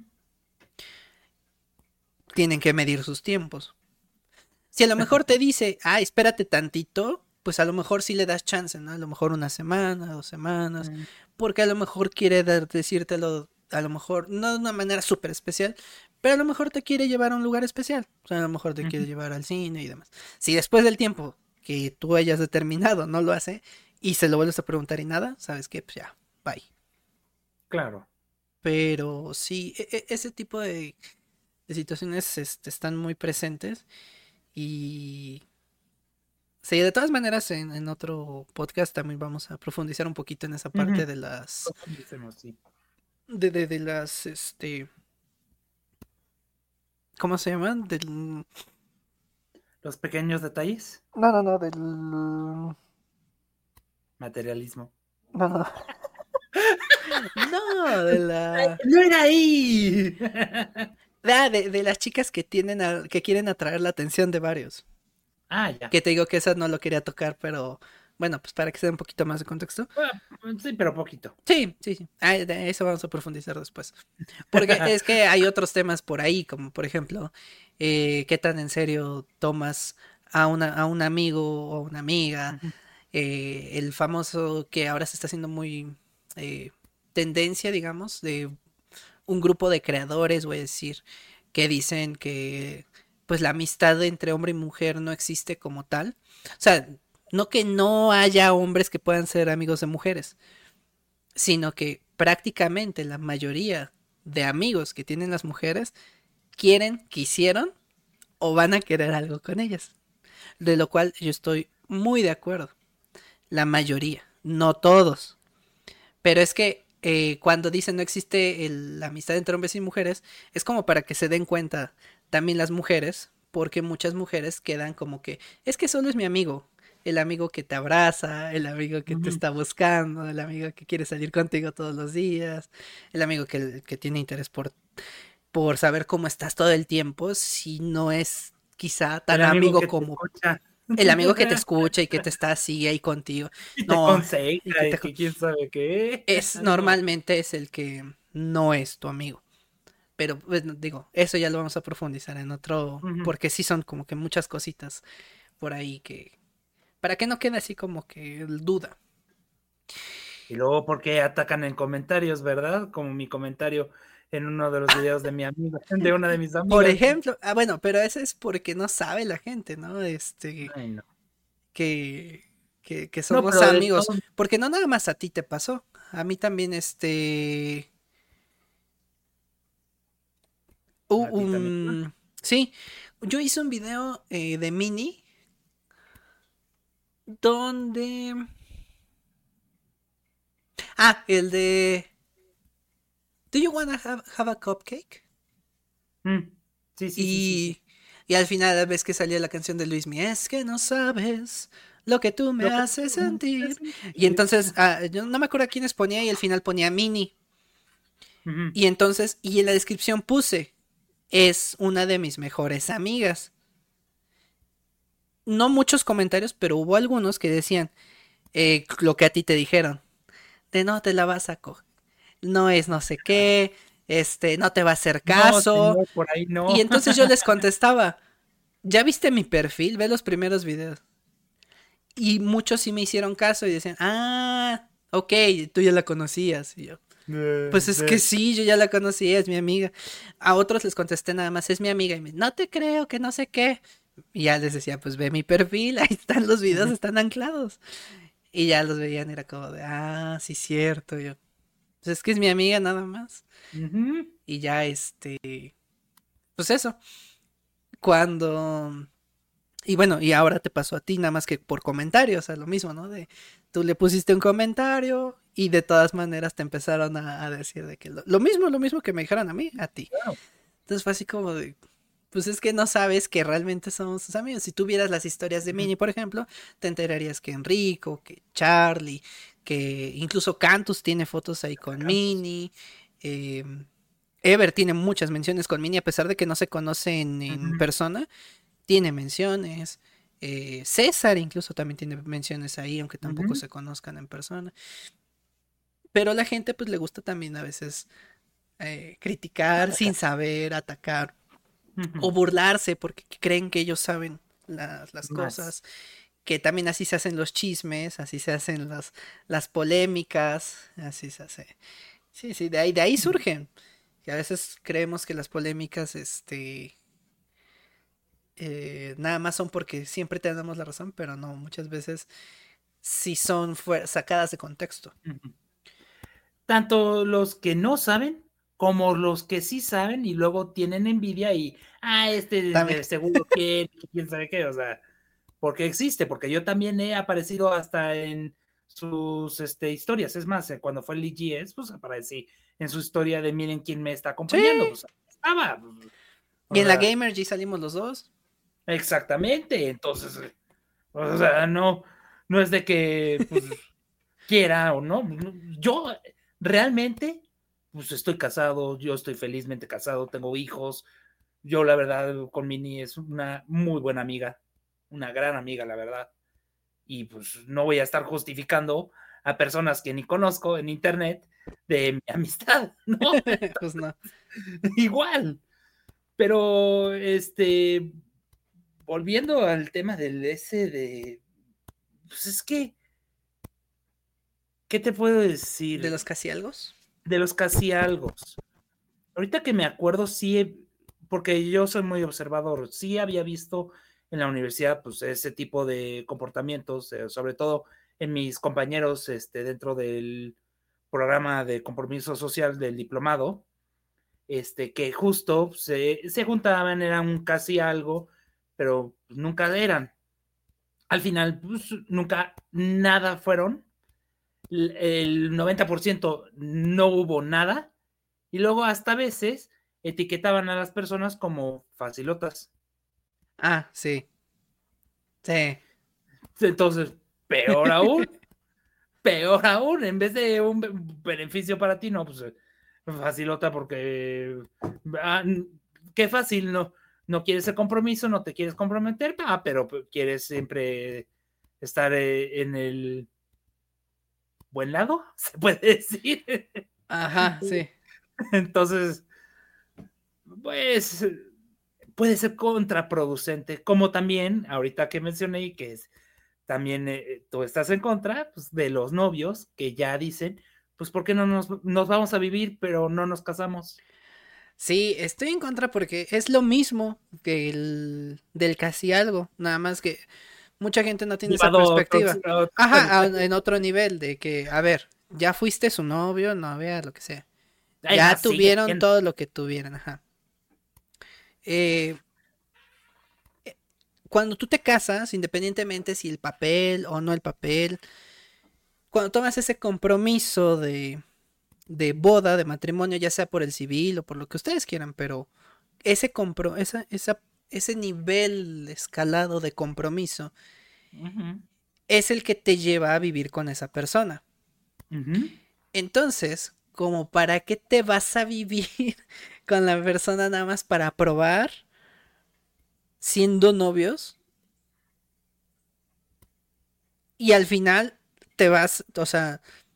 Tienen que medir sus tiempos. Si a lo mejor te dice, ah, espérate tantito, pues a lo mejor sí le das chance, ¿no? A lo mejor una semana, dos semanas, Mm, porque a lo mejor quiere dar, decírtelo, a lo mejor, no de una manera súper especial, pero a lo mejor te quiere llevar a un lugar especial, o sea, a lo mejor te quiere ujú. llevar al cine y demás. Si después del tiempo que tú hayas determinado no lo hace y se lo vuelves a preguntar y nada, sabes que pues ya, bye. Claro. Pero sí, e- e- ese tipo de, de situaciones este, están muy presentes y sí, de todas maneras, en, en otro podcast también vamos a profundizar un poquito en esa parte Ujú. de las, Profundicemos, sí. de, de, de las, este, ¿cómo se llaman? Del, no, Los pequeños detalles, no, no, del, no, materialismo. no, no, de la, ¡No era ahí! ah, de, de las chicas que tienen, a- que quieren atraer la atención de varios. Ah, ya. Que te digo que esa no lo quería tocar, pero bueno, pues para que se dé un poquito más de contexto. Ah, sí, pero poquito. Sí, sí, sí. Ah, de eso vamos a profundizar después. Porque es que hay otros temas por ahí, como por ejemplo, eh, qué tan en serio tomas a una, a un amigo o a una amiga, Ujú, eh, el famoso que ahora se está haciendo muy eh, tendencia, digamos, de un grupo de creadores, voy a decir, que dicen que pues la amistad entre hombre y mujer no existe como tal. O sea, no que no haya hombres que puedan ser amigos de mujeres, sino que prácticamente la mayoría de amigos que tienen las mujeres quieren, quisieron o van a querer algo con ellas. De lo cual yo estoy muy de acuerdo. La mayoría, no todos. Pero es que eh, cuando dicen no existe el, la amistad entre hombres y mujeres, es como para que se den cuenta también las mujeres, porque muchas mujeres quedan como que es que solo es mi amigo. El amigo que te abraza, el amigo que te ujú. está buscando, el amigo que quiere salir contigo todos los días, el amigo que, que tiene interés por, por saber cómo estás todo el tiempo, si no es quizá El tan amigo amigo que te como escucha el amigo que te escucha y que te está así ahí contigo. y te No, y que aconseja te... y que quién sabe qué. Es No. normalmente es el que no es tu amigo. Pero bueno, digo, eso ya lo vamos a profundizar en otro, Ujú. porque sí son como que muchas cositas por ahí que, para que no quede así como que duda. Y luego, ¿por qué atacan en comentarios, verdad? Como mi comentario en uno de los videos de mi amiga, de una de mis Por amigas. ejemplo, ah, bueno, pero eso es porque no sabe la gente, ¿no? Este, Ay, no. que, que, que No, somos pero de amigos, todo, porque no nada más a ti te pasó, a mí también, este, uh, a ti también. um, sí, yo hice un video eh, de Mini donde, ah, el de Do you wanna have, have a cupcake? Mm, sí, sí, sí, sí, sí. Y, y al final ves que salía la canción de Luis Mi, es que no sabes lo que tú me Lo que haces tú me haces sentir. Y sentir. entonces, ah, yo no me acuerdo a quiénes ponía y al final ponía Mini. Ujú, Y entonces, y en la descripción puse, es una de mis mejores amigas. No muchos comentarios, pero hubo algunos que decían eh, lo que a ti te dijeron. De no te la vas a coger. No es no sé qué. Este, no te va a hacer no, caso. señor, por ahí Y no. entonces yo les contestaba, ¿ya viste mi perfil? Ve los primeros videos. Y muchos sí me hicieron caso y decían, ah, ok, tú ya la conocías. Y yo, Eh, pues es que eh, sí, yo ya la conocía, es mi amiga. A otros les contesté nada más, es mi amiga. Y me, no te creo, que no sé qué. Y ya les decía, pues ve mi perfil, ahí están los videos, están anclados. Y ya los veían, era como de, ah, sí, cierto, yo. Pues es que es mi amiga nada más. Ujú. Y ya este, pues eso, cuando... Y bueno, y ahora te pasó a ti, nada más que por comentarios, o sea, lo mismo, ¿no? De, tú le pusiste un comentario y de todas maneras te empezaron a, a decir de que lo, lo mismo, lo mismo que me dijeron a mí, a ti. Claro. Entonces fue así como de, pues es que no sabes que realmente somos sus amigos. Si tú vieras las historias de Ujú. Minnie, por ejemplo, te enterarías que Enrico, que Charlie, que incluso Cantus tiene fotos ahí con Cantos. Minnie. eh, Ever tiene muchas menciones con Minnie, a pesar de que no se conocen en Ujú. persona, tiene menciones. eh, César incluso también tiene menciones ahí, aunque tampoco Ujú. se conozcan en persona. Pero a la gente pues le gusta también a veces eh, criticar sin Atacar. saber, atacar o Ujú. burlarse porque creen que ellos saben las, las Más. cosas, que también así se hacen los chismes, así se hacen las, las polémicas, así se hace. Sí, sí, de ahí, de ahí surgen. Que a veces creemos que las polémicas, este, eh, nada más son porque siempre tenemos la razón, pero no, muchas veces sí son fuer- sacadas de contexto. Ujú. Tanto los que no saben como los que sí saben y luego tienen envidia y, ah, este También. de seguro quién, quién sabe qué, o sea, porque existe, porque yo también he aparecido hasta en sus este, historias, es más, eh, cuando fue el I G S, pues aparecí en su historia de miren quién me está Sí. acompañando, pues estaba, pues, Y o en la sea, Gamer G salimos los dos. exactamente, entonces, eh, o sea, no, no es de que, pues, quiera o no. Yo realmente, pues estoy casado, yo estoy felizmente casado, tengo hijos. Yo, la verdad, con Mini es una muy buena amiga, una gran amiga, la verdad. Y pues no voy a estar justificando a personas que ni conozco en internet de mi amistad, ¿no? Pues no. Igual. Pero, este, volviendo al tema del ese de, pues es que, ¿qué te puedo De decir? los casi algo. De los casi algo. Ahorita que me acuerdo, sí, porque yo soy muy observador, sí había visto en la universidad, pues, ese tipo de comportamientos, eh, sobre todo en mis compañeros, este, dentro del programa de compromiso social del diplomado, este, que justo se, se juntaban, eran casi algo, pero pues, nunca eran. Al final, pues, nunca nada fueron, el noventa por ciento no hubo nada, y luego hasta a veces etiquetaban a las personas como facilotas. Ah, sí. Sí. Entonces, peor aún, peor aún, en vez de un beneficio para ti, no, pues facilota porque ah, qué fácil, no, no quieres el compromiso, no te quieres comprometer, ah, pero quieres siempre estar eh, en el buen lado, se puede decir. Ajá, sí. Entonces, pues puede ser contraproducente, como también, ahorita que mencioné que es, también eh, tú estás en contra pues, de los novios que ya dicen, pues, ¿por qué no nos, nos vamos a vivir, pero no nos casamos? Sí, estoy en contra porque es lo mismo que el del casi algo, nada más que mucha gente no tiene esa Llevado a otros, perspectiva. a otro Ajá, nivel. a- en otro nivel de que, a ver, ya fuiste su novio, novia, lo que sea. Ya Además, sigue tuvieron siendo. todo lo que tuvieran, ajá. Eh, Cuando tú te casas, independientemente si el papel o no el papel, cuando tomas ese compromiso de, de boda, de matrimonio, ya sea por el civil o por lo que ustedes quieran, pero ese compro, esa, esa, ese nivel escalado de compromiso Uh-huh, es el que te lleva a vivir con esa persona. uh-huh. Entonces, como para qué te vas a vivir con la persona nada más para probar siendo novios y al final te vas, o sea,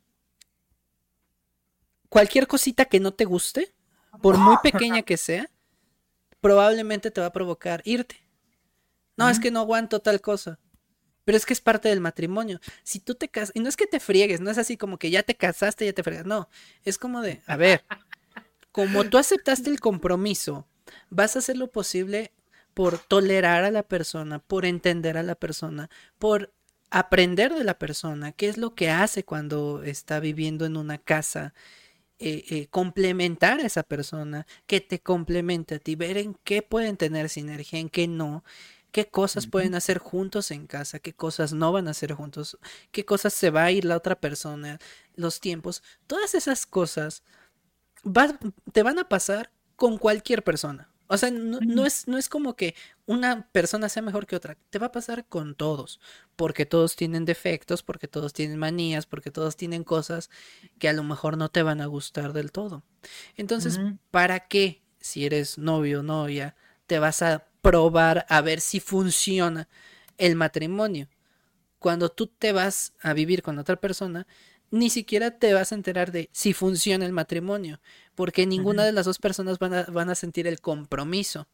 cualquier cosita que no te guste, por muy pequeña que sea, probablemente te va a provocar irte. No, es Uh-huh. que no aguanto tal cosa. Pero es que es parte del matrimonio. Si tú te casas, y no es que te friegues, no es así como que ya te casaste, ya te fregas. No, es como de, a ver, como tú aceptaste el compromiso, vas a hacer lo posible por tolerar a la persona, por entender a la persona, por aprender de la persona, qué es lo que hace cuando está viviendo en una casa, eh, eh, complementar a esa persona, que te complemente a ti, ver en qué pueden tener sinergia, en qué no, qué cosas Ujú, pueden hacer juntos en casa, qué cosas no van a hacer juntos, qué cosas se va a ir la otra persona, los tiempos, todas esas cosas va- te van a pasar con cualquier persona. O sea, no, no ujú, es, no es como que una persona sea mejor que otra. Te va a pasar con todos. Porque todos tienen defectos, porque todos tienen manías, porque todos tienen cosas que a lo mejor no te van a gustar del todo. Entonces, ujú, ¿para qué, si eres novio o novia, te vas a probar a ver si funciona el matrimonio? Cuando tú te vas a vivir con otra persona, ni siquiera te vas a enterar de si funciona el matrimonio, porque ninguna ujú. de las dos personas van a, van a sentir el compromiso.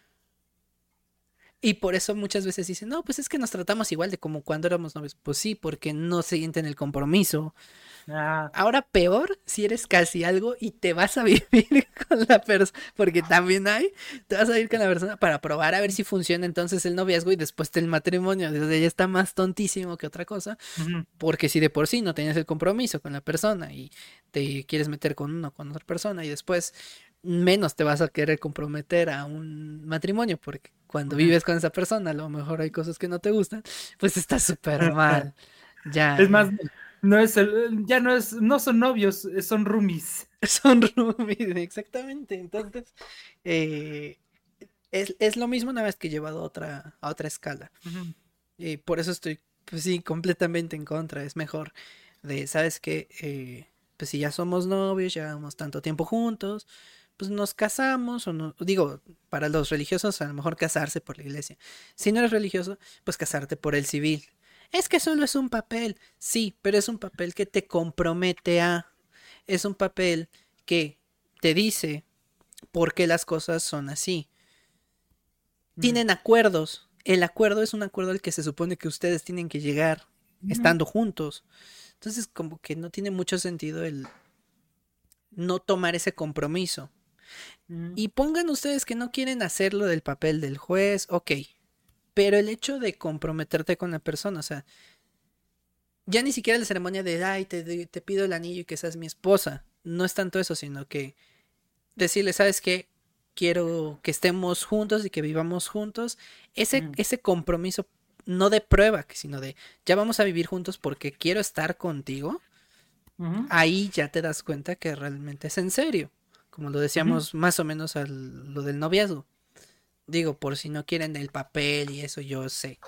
Y por eso muchas veces dicen, no, pues es que nos tratamos igual de como cuando éramos novios. Pues sí, porque no se sienten el compromiso. Ah, Ahora peor si eres casi algo y te vas a vivir con la persona, porque también hay, te vas a ir con la persona para probar a ver si funciona entonces el noviazgo y después el matrimonio. Desde ya está más tontísimo que otra cosa. ujú. Porque si de por sí no tenías el compromiso con la persona y te quieres meter con uno con otra persona y después menos te vas a querer comprometer a un matrimonio porque cuando Ujú. vives con esa persona a lo mejor hay cosas que no te gustan, pues está súper mal. Ya, Es más, ya. no es el, ya no es, no son novios, son roomies. Son roomies, exactamente. Entonces, eh, es, es lo mismo una vez que llevado a otra, a otra escala. Ujú, Y por eso estoy, pues sí, completamente en contra. Es mejor de, ¿sabes qué? Eh, pues si ya somos novios, llevamos tanto tiempo juntos, pues nos casamos o no. Digo, para los religiosos a lo mejor casarse por la iglesia. Si no eres religioso, pues casarte por el civil. Es que solo es un papel. Sí, pero es un papel que te compromete a. Es un papel que te dice por qué las cosas son así. ujú, Tienen acuerdos. El acuerdo es un acuerdo al que se supone que ustedes tienen que llegar ujú, estando juntos. Entonces, como que no tiene mucho sentido el no tomar ese compromiso. ujú, Y pongan ustedes que no quieren hacerlo del papel del juez, ok. Pero el hecho de comprometerte con la persona, o sea, ya ni siquiera la ceremonia de, ay, te, te pido el anillo y que seas mi esposa. No es tanto eso, sino que decirle, ¿sabes qué? Quiero que estemos juntos y que vivamos juntos. Ese, ujú, ese compromiso, no de prueba, sino de ya vamos a vivir juntos porque quiero estar contigo. ujú, Ahí ya te das cuenta que realmente es en serio. Como lo ujú. decíamos más o menos a lo del noviazgo. Digo, por si no quieren el papel y eso yo sé.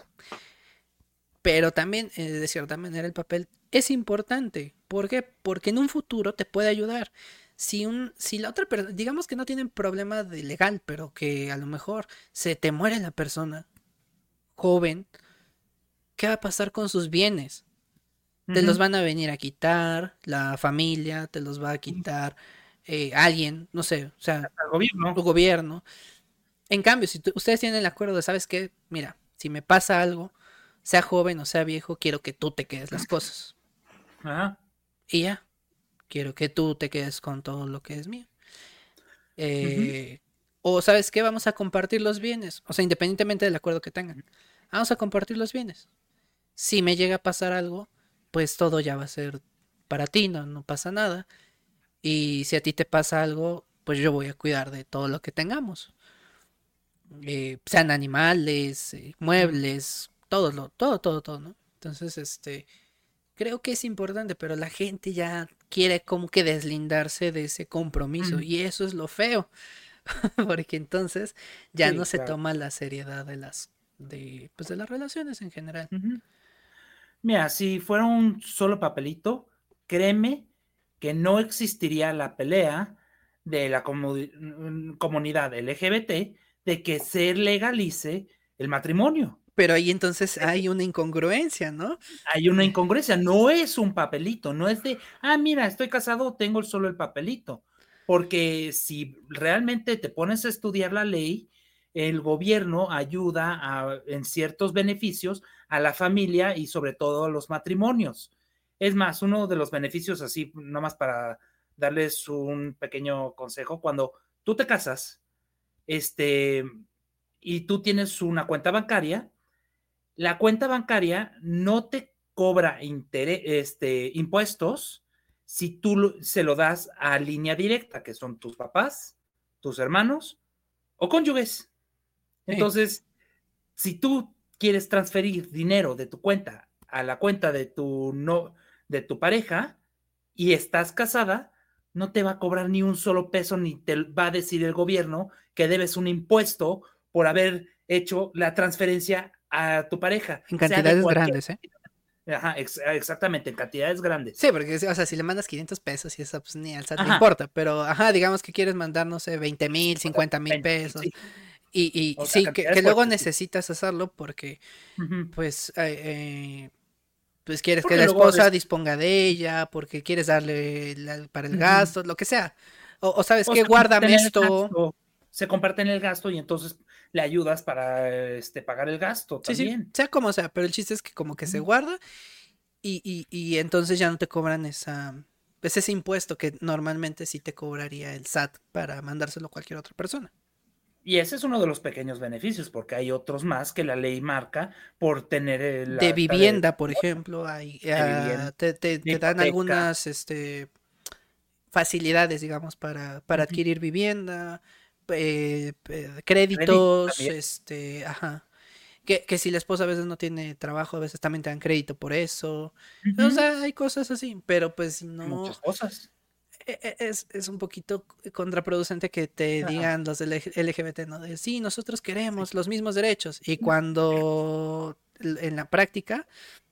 Pero también, eh, de cierta manera, el papel es importante. ¿Por qué? Porque en un futuro te puede ayudar. Si, un, si la otra persona, digamos que no tienen problema de legal, pero que a lo mejor se te muere la persona joven, ¿qué va a pasar con sus bienes? Te los Ujú. van a venir a quitar, la familia te los va a quitar, eh, alguien, no sé, o sea, Al gobierno. tu gobierno. En cambio, si tú- ustedes tienen el acuerdo de, ¿sabes qué? Mira, si me pasa algo, sea joven o sea viejo, quiero que tú te quedes las cosas. Ajá. Y ya, quiero que tú te quedes con todo lo que es mío. Ujú, Eh, o ¿sabes qué? Vamos a compartir los bienes. O sea, independientemente del acuerdo que tengan. Vamos a compartir los bienes. Si me llega a pasar algo, pues todo ya va a ser para ti, no, no pasa nada. Y si a ti te pasa algo, pues yo voy a cuidar de todo lo que tengamos. Eh, sean animales, eh, ujú, muebles, todo, lo, todo, todo, todo, ¿no? Entonces, este, creo que es importante, pero la gente ya quiere como que deslindarse de ese compromiso ujú. y eso es lo feo, porque entonces ya no Sí, se claro. toma la seriedad de las, de, pues de las relaciones en general. Ujú. Mira, si fuera un solo papelito, créeme que no existiría la pelea de la comu- mm, comunidad L G B T de que se legalice el matrimonio. Pero ahí entonces hay una incongruencia, ¿no? Hay una Eh, incongruencia, no es un papelito, no es de, ah, mira, estoy casado, tengo solo el papelito, porque si realmente te pones a estudiar la ley, el gobierno ayuda a, en ciertos beneficios a la familia y sobre todo a los matrimonios. Es más, uno de los beneficios, así, nomás para darles un pequeño consejo, cuando tú te casas, este, y tú tienes una cuenta bancaria, la cuenta bancaria no te cobra interés, este, impuestos si tú lo, se lo das a línea directa, que son tus papás, tus hermanos o cónyuges. Sí. Entonces, si tú quieres transferir dinero de tu cuenta a la cuenta de tu, no, de tu pareja y estás casada, no te va a cobrar ni un solo peso, ni te va a decir el gobierno que debes un impuesto por haber hecho la transferencia a tu pareja, En sea de cantidades cualquier... grandes, ¿eh? Ajá, ex exactamente, en cantidades grandes. Sí, porque, o sea, si le mandas quinientos pesos y eso, pues ni al SAT le Ajá. importa. Pero, ajá, digamos que quieres mandar, no sé, veinte mil, O sea, cincuenta mil veinte, pesos. sí. Y, y O sea, sí, que, cantidades que luego fuertes, sí. necesitas hacerlo porque, Uh-huh. pues, eh, eh, pues quieres que Porque la luego... esposa Des... disponga de ella, porque quieres darle la- para el Uh-huh. gasto, lo que sea. O, o sabes O qué, se guárdame comparten el esto. gasto, se comparten el gasto y entonces le ayudas para este, pagar el gasto Sí, sí, también. sea como sea, pero el chiste es que como que se Uh-huh. guarda y, y, y entonces ya no te cobran esa, pues ese impuesto que normalmente sí te cobraría el SAT para mandárselo a cualquier otra persona. Y ese es uno de los pequeños beneficios, porque hay otros más que la ley marca por tener el De acta de, vivienda, por ejemplo, hay, de ah, vivienda, te, te, de te dan hipoteca, algunas este, facilidades, digamos, para, para uh-huh. adquirir vivienda, eh, eh, Crédito créditos, también, este, ajá. Que, que si la esposa a veces no tiene trabajo, a veces también te dan crédito por eso. O uh-huh. sea, hay cosas así, pero pues Muchas no. cosas. e- e- Es, es un poquito contraproducente que te Ajá, digan los L G B T, ¿no? De sí, nosotros sí. queremos los mismos derechos. Y cuando l- en la práctica,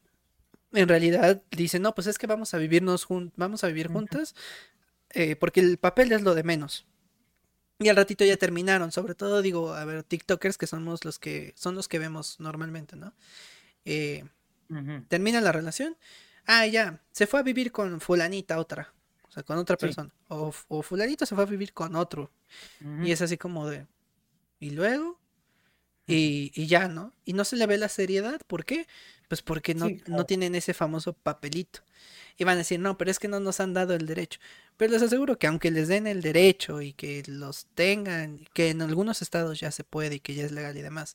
en realidad dicen, no, pues es que vamos a vivirnos jun vamos a vivir Uh-huh. juntas, eh, porque el papel es lo de menos. Y al ratito ya terminaron, sobre todo digo, a ver, TikTokers que somos los que son los que vemos normalmente, ¿no? Eh, Uh-huh. termina la relación. Ah, ya, se fue a vivir con fulanita otra, o sea, con otra Sí. persona. O, o fulanito se fue a vivir con otro. Y Uh-huh. es así como de, ¿y luego? Uh-huh. Y, y ya, ¿no? Y no se le ve la seriedad, ¿por qué? Pues porque no, Sí, no claro. tienen ese famoso papelito. Y van a decir, no, pero es que no nos han dado el derecho. Pero les aseguro que aunque les den el derecho y que los tengan, que en algunos estados ya se puede y que ya es legal y demás,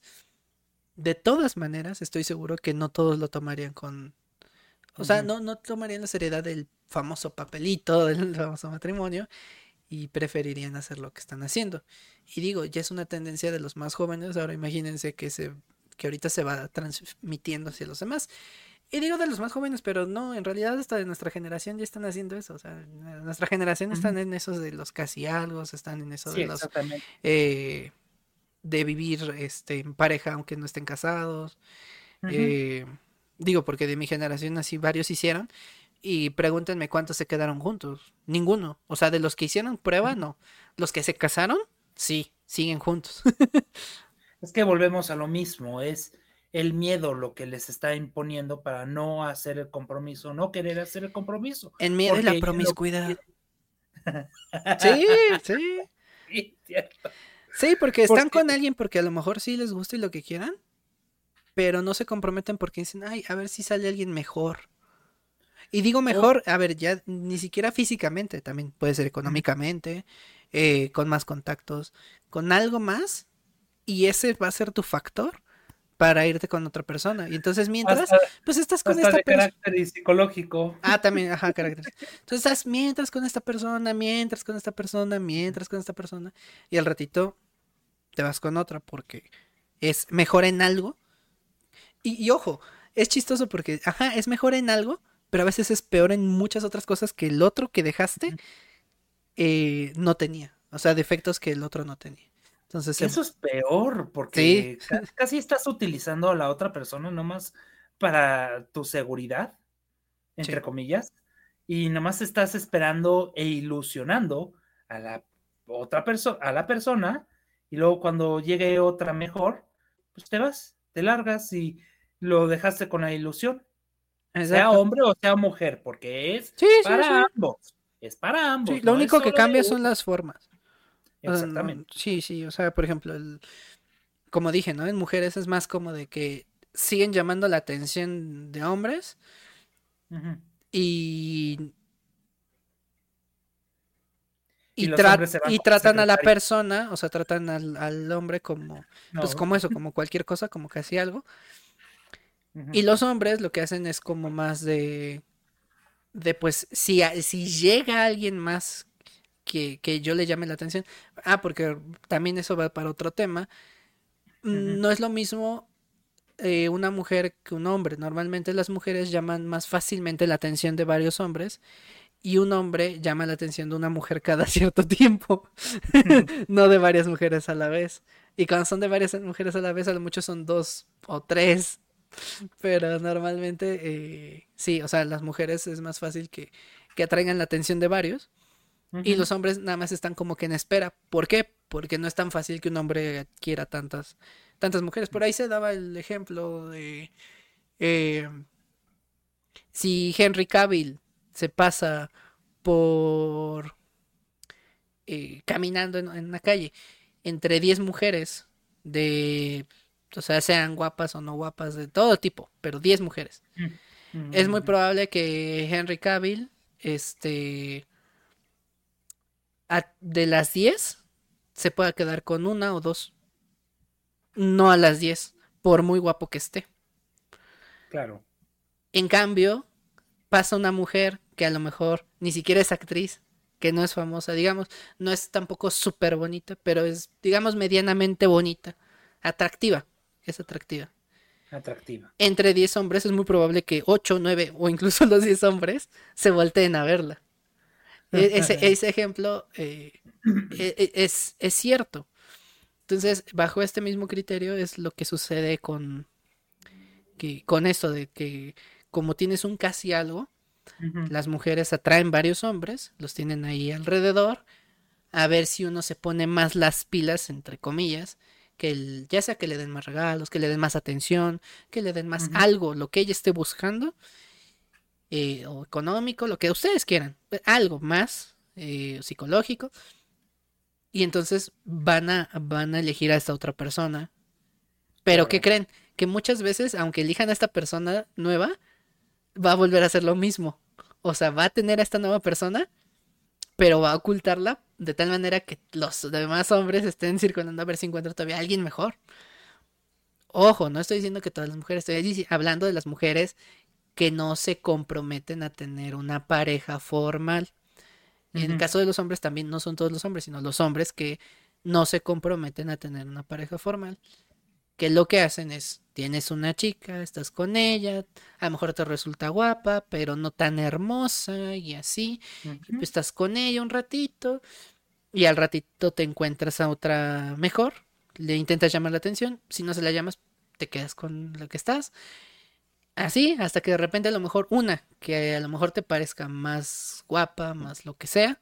de todas maneras estoy seguro que no todos lo tomarían con, o sea, Uh-huh. no, no tomarían la seriedad del famoso papelito, del famoso matrimonio, y preferirían hacer lo que están haciendo. Y digo, ya es una tendencia de los más jóvenes, ahora imagínense que se que ahorita se va transmitiendo hacia los demás. Y digo de los más jóvenes, pero no, en realidad hasta de nuestra generación ya están haciendo eso. O sea, nuestra generación Uh-huh. están en esos de los casi algo, están en eso Sí, de los exactamente. eh, de vivir este, en pareja aunque no estén casados. Uh-huh. Eh, digo, porque de mi generación así varios hicieron. Y pregúntenme cuántos se quedaron juntos. Ninguno. O sea, de los que hicieron prueba, Uh-huh. no. Los que se casaron, sí, siguen juntos. Es que volvemos a lo mismo, es el miedo lo que les está imponiendo para no hacer el compromiso, no querer hacer el compromiso, En medio de la porque ellos lo que promiscuidad. quieren. Sí, sí. Sí, cierto. Sí, porque están Porque, con alguien porque a lo mejor sí les gusta y lo que quieran, pero no se comprometen porque dicen, ay, a ver si sale alguien mejor. Y digo oh, mejor, a ver, ya ni siquiera físicamente, también puede ser económicamente, eh, con más contactos, con algo más, y ese va a ser tu factor para irte con otra persona. Y entonces mientras, hasta, pues estás con hasta esta de persona. carácter y psicológico. Ah, también, ajá, caracteres. Entonces estás mientras con esta persona, mientras con esta persona, mientras con esta persona, y al ratito te vas con otra porque es mejor en algo. Y, y ojo, es chistoso porque, ajá, es mejor en algo, pero a veces es peor en muchas otras cosas que el otro que dejaste eh, no tenía. O sea, defectos que el otro no tenía. Entonces, Que se- eso es peor, sí, porque casi, casi estás utilizando a la otra persona nomás para tu seguridad, sí. entre comillas, y nomás estás esperando e ilusionando a la otra persona, a la persona, y luego cuando llegue otra mejor, pues te vas, te largas y lo dejaste con la ilusión, sea Exacto. hombre o sea mujer, porque es Sí, sí, para sí. ambos, es para Sí, ambos, lo no es único que solo de cambia son uno. las formas. O sea, no- Exactamente. sí, sí, o sea, por ejemplo, el, como dije, ¿no? En mujeres es más como de que siguen llamando la atención de hombres Ujú. y Y Y, los tra- hombres se van y con la tratan a la secretaria. persona, o sea, tratan al, al hombre como, pues No. como eso, como cualquier cosa, como que hacía algo. Ujú, Y los hombres lo que hacen es como más de, de pues, si, a- si llega alguien más que, que yo le llame la atención, ah, porque también eso va para otro tema, ujú, mm, no es lo mismo eh, una mujer que un hombre. Normalmente las mujeres llaman más fácilmente la atención de varios hombres y un hombre llama la atención de una mujer cada cierto tiempo, ujú. no de varias mujeres a la vez. Y cuando son de varias mujeres a la vez, a lo mucho son dos o tres, pero normalmente eh, sí, o sea, las mujeres es más fácil que, que atraigan la atención de varios y Ujú. los hombres nada más están como que en espera. ¿Por qué? Porque no es tan fácil que un hombre adquiera tantas, tantas mujeres. Por ahí se daba el ejemplo de eh, si Henry Cavill se pasa por eh, caminando en, en la calle entre diez mujeres de, o sea, sean guapas o no guapas, de todo tipo, pero diez mujeres. Ujú, Es muy ujú. probable que Henry Cavill, este, a- de las diez se pueda quedar con una o dos, no a las diez por muy guapo que esté. Claro. En cambio, pasa una mujer que a lo mejor ni siquiera es actriz, que no es famosa, digamos, no es tampoco súper bonita, pero es, digamos, medianamente bonita, atractiva, es atractiva. Atractiva. Entre diez hombres es muy probable que ocho, nueve o incluso los diez hombres se volteen a verla. E- Ese, ese ejemplo eh, e- e- es, es cierto. Entonces, bajo este mismo criterio es lo que sucede con, que, con esto de que como tienes un casi algo, Ujú, las mujeres atraen varios hombres, los tienen ahí alrededor, a ver si uno se pone más las pilas, entre comillas, que el, ya sea que le den más regalos, que le den más atención, que le den más ujú. algo, lo que ella esté buscando, eh, o económico, lo que ustedes quieran, algo más eh, psicológico, y entonces van a, van a elegir a esta otra persona. Pero ¿qué Claro. creen? Que muchas veces, aunque elijan a esta persona nueva, va a volver a hacer lo mismo. O sea, va a tener a esta nueva persona, pero va a ocultarla de tal manera que los demás hombres estén circulando a ver si encuentran todavía a alguien mejor. Ojo, no estoy diciendo que todas las mujeres, estoy hablando de las mujeres que no se comprometen a tener una pareja formal. En el Ujú, caso de los hombres también no son todos los hombres, sino los hombres que no se comprometen a tener una pareja formal. Que lo que hacen es, tienes una chica, estás con ella, a lo mejor te resulta guapa, pero no tan hermosa y así, y ujú. pues estás con ella un ratito y al ratito te encuentras a otra mejor, le intentas llamar la atención, si no se la llamas, te quedas con la que estás, así, hasta que de repente a lo mejor una que a lo mejor te parezca más guapa, más lo que sea,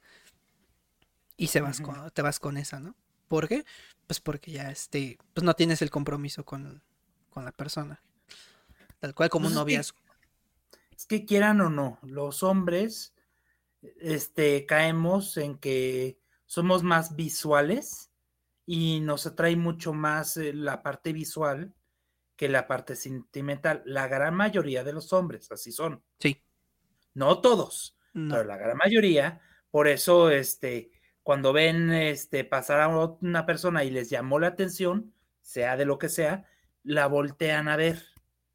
y se vas Ujú. con, te vas con esa, ¿no? ¿Por qué? Pues porque ya este, pues no tienes el compromiso con, con la persona. Tal cual como Pues un es que, noviazgo. es que quieran o no, los hombres, este, caemos en que somos más visuales y nos atrae mucho más eh, la parte visual que la parte sentimental. La gran mayoría de los hombres así son. Sí, No todos, no. pero la gran mayoría. Por eso, este, cuando ven este, pasar a una persona y les llamó la atención, sea de lo que sea, la voltean a ver.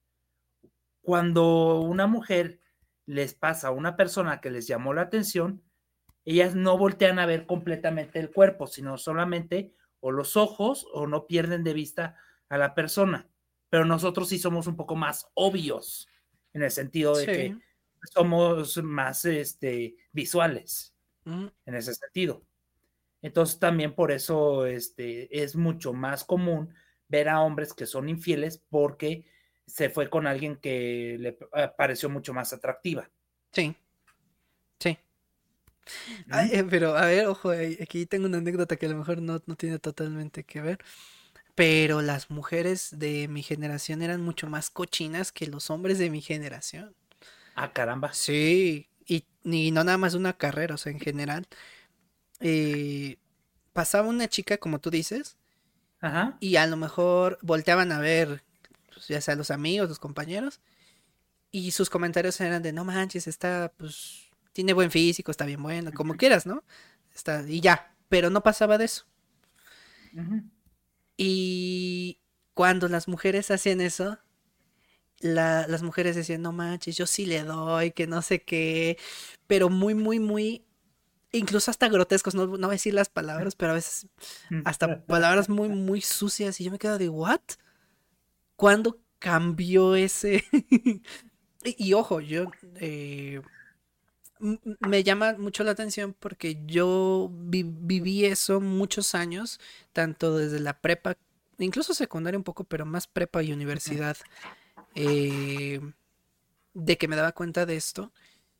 Cuando una mujer les pasa a una persona que les llamó la atención, ellas no voltean a ver completamente el cuerpo, sino solamente o los ojos o no pierden de vista a la persona. Pero nosotros sí somos un poco más obvios en el sentido de Sí. que somos más este, visuales Mm, en ese sentido. Entonces también por eso este, es mucho más común ver a hombres que son infieles porque se fue con alguien que le pareció mucho más atractiva. sí, sí. Ay, ¿Mm? eh, pero a ver, ojo, eh, aquí tengo una anécdota que a lo mejor no, no tiene totalmente que ver. Pero las mujeres de mi generación eran mucho más cochinas que los hombres de mi generación. Ah, caramba. Sí, y, y no nada más una carrera, o sea, en general. Eh, pasaba una chica, como tú dices, Ajá. y a lo mejor volteaban a ver, pues, ya sea los amigos, los compañeros, y sus comentarios eran de, no manches, está, pues, tiene buen físico, está bien bueno, como quieras, ¿no? está, y ya, pero no pasaba de eso. Ujú. Y cuando las mujeres hacían eso, la- las mujeres decían, no manches, yo sí le doy, que no sé qué, pero muy, muy, muy, incluso hasta grotescos, no, no voy a decir las palabras, pero a veces hasta palabras muy, muy sucias, y yo me quedo de, ¿what? ¿Cuándo cambió ese? y, y ojo, yo eh, m- me llama mucho la atención porque yo vi- viví eso muchos años, tanto desde la prepa, incluso secundaria un poco, pero más prepa y universidad, eh, de que me daba cuenta de esto.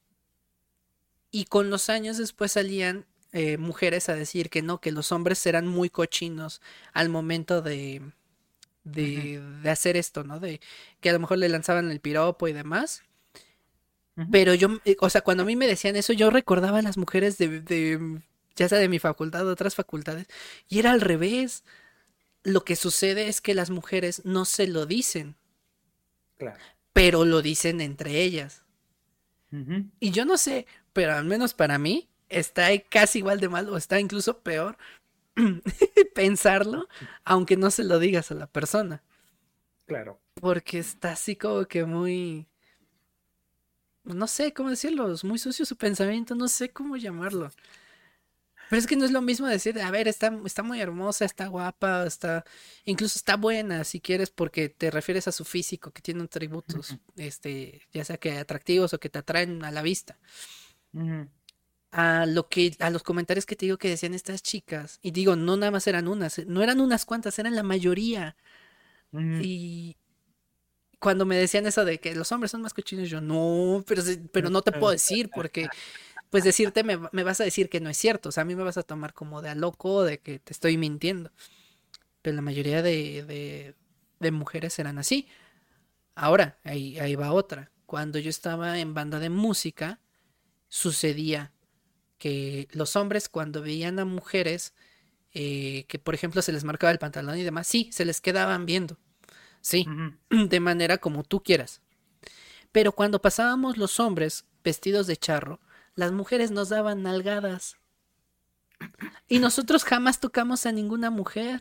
Y con los años después salían eh, mujeres a decir que no, que los hombres eran muy cochinos al momento de, Ujú, de, de hacer esto, ¿no? De que a lo mejor le lanzaban el piropo y demás. ujú. Pero yo, eh, o sea, cuando a mí me decían eso, yo recordaba a las mujeres de, de, ya sea de mi facultad o otras facultades, y era al revés. Lo que sucede es que las mujeres no se lo dicen, Claro. pero lo dicen entre ellas. Ujú. Y yo no sé, pero al menos para mí está casi igual de mal o está incluso peor pensarlo, aunque no se lo digas a la persona, Claro. porque está así como que muy, no sé cómo decirlo, es muy sucio su pensamiento, no sé cómo llamarlo. Pero es que no es lo mismo decir, a ver, está, está muy hermosa, está guapa, está, incluso está buena, si quieres, porque te refieres a su físico, que tiene atributos, Ujú, este, ya sea que atractivos o que te atraen a la vista. ujú, A lo que, a los comentarios que te digo que decían estas chicas, y digo, no nada más eran unas, no eran unas cuantas, eran la mayoría. ujú. Y cuando me decían eso de que los hombres son más cochinos, yo no, pero, sí- pero no te puedo decir, porque pues decirte me, me vas a decir que no es cierto, o sea, a mí me vas a tomar como de a loco, de que te estoy mintiendo. Pero la mayoría de, de, de mujeres eran así. Ahora, ahí, ahí va otra. Cuando yo estaba en banda de música, sucedía que los hombres cuando veían a mujeres eh, que por ejemplo se les marcaba el pantalón y demás, sí, se les quedaban viendo, sí, Ujú. de manera como tú quieras. Pero cuando pasábamos los hombres vestidos de charro, las mujeres nos daban nalgadas y nosotros jamás tocamos a ninguna mujer.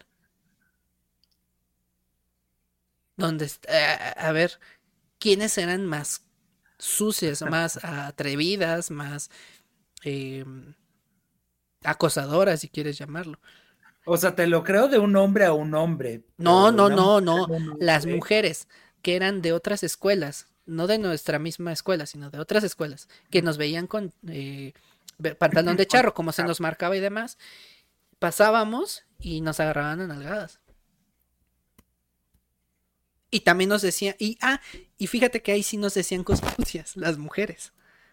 Donde, est- a, a ver, ¿quiénes eran más sucias, más atrevidas, más eh, acosadoras, si quieres llamarlo? O sea, te lo creo de un hombre a un hombre, pero No, de no, una no, mujer no. a un Las hombre. mujeres que eran de otras escuelas, no de nuestra misma escuela, sino de otras escuelas, que nos veían con eh, ve- pantalón de Con- charro, como se nos marcaba y demás, pasábamos y nos agarraban a nalgadas. Y también nos decían, y ah, y fíjate que ahí sí nos decían cosas sucias, las mujeres.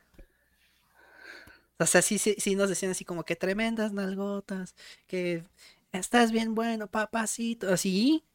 O sea, sí, sí, sí nos decían así como que tremendas nalgotas, que estás bien bueno, papacito, así.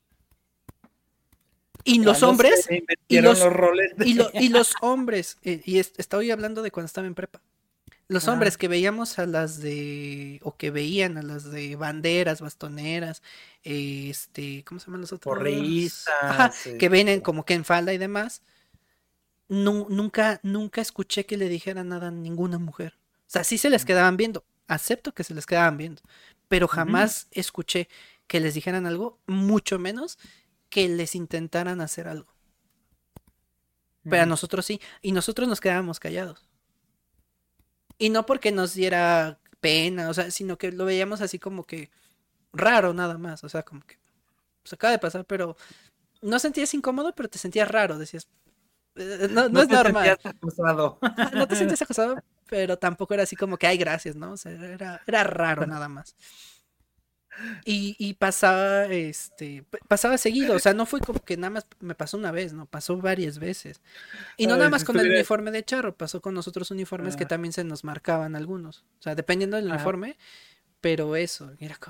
Y Ah, los no sé, hombres, y invirtieron los, los roles y, lo- de... y los hombres, eh, y est- estoy hablando de cuando estaba en prepa. Los hombres Ajá. que veíamos a las de, o que veían a las de banderas, bastoneras, eh, este, ¿cómo se llaman los otros? Ajá, Porristas, que vienen este, como que en falda y demás. Nu- nunca, nunca escuché que le dijeran nada a ninguna mujer. O sea, sí se les quedaban viendo, acepto que se les quedaban viendo, pero ujú, jamás escuché que les dijeran algo, mucho menos que les intentaran hacer algo. Pero a ujú, nosotros sí, y nosotros nos quedábamos callados. Y no porque nos diera pena, o sea, sino que lo veíamos así como que raro nada más, o sea, como que pues acaba de pasar, pero no sentías incómodo, pero te sentías raro, decías, "Eh, no, no no es te normal. sentías acosado. Ajá, no te sentías acosado, pero tampoco era así como que, ay, gracias, ¿no? O sea, era, era raro nada más. Y, y pasaba, este, p- pasaba seguido, o sea, no fue como que nada más me pasó una vez, ¿no? Pasó varias veces. Y no nada Ay, si más con el estuviera... uniforme de charro, pasó con los otros uniformes que ah, también se nos marcaban algunos. O sea, dependiendo del ajá. uniforme, pero eso, y era como,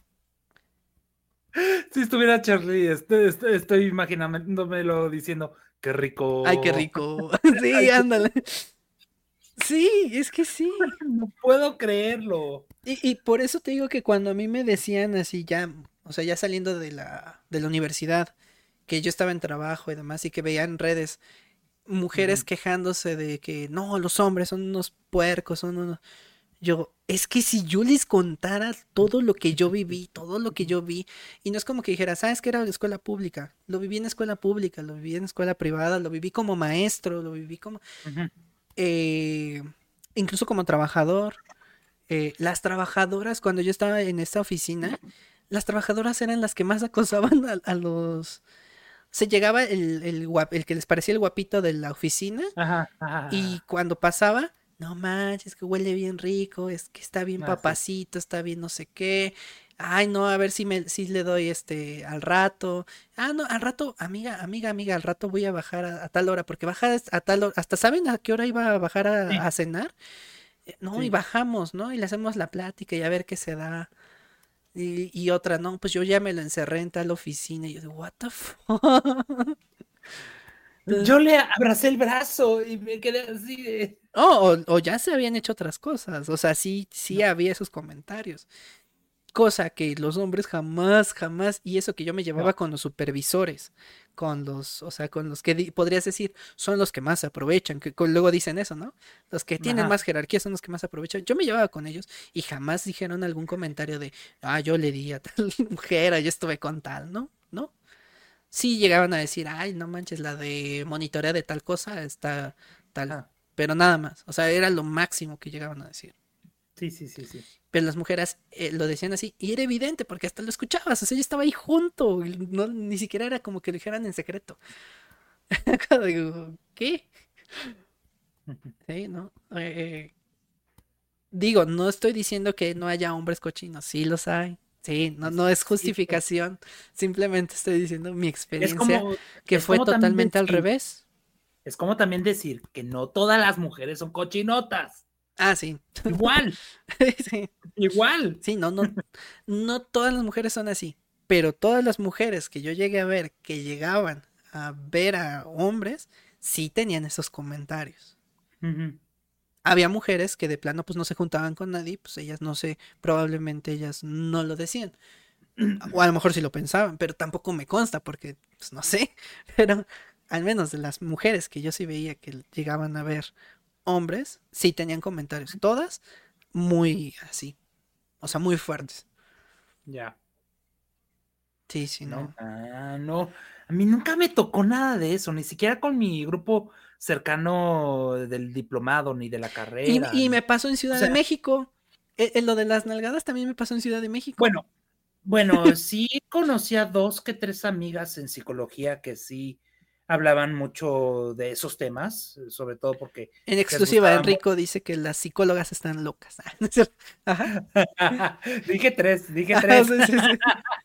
Si estuviera Charlie, estoy, estoy, estoy imaginándomelo diciendo, qué ay, qué rico. rico. Sí, Ay, qué- ándale. Sí, es que sí. no puedo creerlo. Y, y por eso te digo que cuando a mí me decían así ya, o sea, ya saliendo de la, de la universidad, que yo estaba en trabajo y demás, y que veía en redes mujeres Ujú, quejándose de que no, los hombres son unos puercos, son unos... Yo, es que si yo les contara todo lo que yo viví, todo lo que yo vi, y no es como que dijera, ¿sabes que era de escuela pública? Lo viví en escuela pública, lo viví en escuela privada, lo viví como maestro, lo viví como, Ujú. eh, incluso como trabajador. Eh, las trabajadoras, cuando yo estaba en esta oficina, las trabajadoras eran las que más acosaban a, a los... Se llegaba el, el, guap- el que les parecía el guapito de la oficina Ajá, ajá, y ajá. cuando pasaba, no manches, que huele bien rico, es que está bien Ah, sí. papacito, está bien no sé qué. Ay, no, a ver si me si le doy este al rato. Ah, no, al rato, amiga, amiga, amiga, al rato voy a bajar a, a tal hora, porque bajar a tal hora, hasta saben a qué hora iba a bajar a, Sí, a cenar. Eh, No, y sí. bajamos, ¿no? Y le hacemos la plática y a ver qué se da. Y, y otra, no, pues yo ya me lo encerré en tal oficina. Y yo digo, what the fuck. Yo Entonces, le abracé el brazo y me quedé así de... oh, o, o ya se habían hecho otras cosas. O sea, sí, sí No, había esos comentarios. Cosa que los hombres jamás, jamás, y eso que yo me no. llevaba con los supervisores, con los, o sea, con los que di- podrías decir son los que más se aprovechan, que co- luego dicen eso, ¿no? Los que tienen Ajá. más jerarquía son los que más aprovechan. Yo me llevaba con ellos y jamás dijeron algún comentario de, ah, yo le di a tal mujer, o yo estuve con tal, ¿no? ¿No? Sí llegaban a decir, ay, no manches, la de monitorea de tal cosa está tal, Ajá. pero nada más, o sea, era lo máximo que llegaban a decir. Sí, sí, sí, sí. Pero las mujeres eh, lo decían así, y era evidente porque hasta lo escuchabas, o sea, yo estaba ahí junto, y no, ni siquiera era como que lo dijeran en secreto. Acá digo, ¿qué? Ujú. Sí, ¿no? Eh, digo, no estoy diciendo que no haya hombres cochinos, sí los hay. Sí, no, no es Sí, pues, justificación, simplemente estoy diciendo mi es experiencia como, que es fue como también totalmente al decir, revés. es como también decir que no todas las mujeres son cochinotas. Ah, sí. Igual, Sí, igual. sí, no, no, no todas las mujeres son así, pero todas las mujeres que yo llegué a ver que llegaban a ver a hombres, sí tenían esos comentarios. Ujú. Había mujeres que de plano pues no se juntaban con nadie, pues ellas no sé, probablemente ellas no lo decían. O a lo mejor sí lo pensaban, pero tampoco me consta porque pues no sé, pero al menos de las mujeres que yo sí veía que llegaban a ver hombres, sí tenían comentarios, todas muy así, o sea, muy fuertes. Ya. Sí, sí, No, no. ah, no, a mí nunca me tocó nada de eso, ni siquiera con mi grupo cercano del diplomado, ni de la carrera, Y, y ni, me pasó en o Ciudad de sea, México. En, en lo de las nalgadas también me pasó en Ciudad de México. bueno, bueno, sí conocí a dos que tres amigas en psicología que sí hablaban mucho de esos temas, sobre todo porque En les exclusiva, gustaba mucho. Enrico dice que las psicólogas están locas. Ah, ¿no es cierto? Ajá. Dije tres, dije Ajá, tres. sí, sí, sí.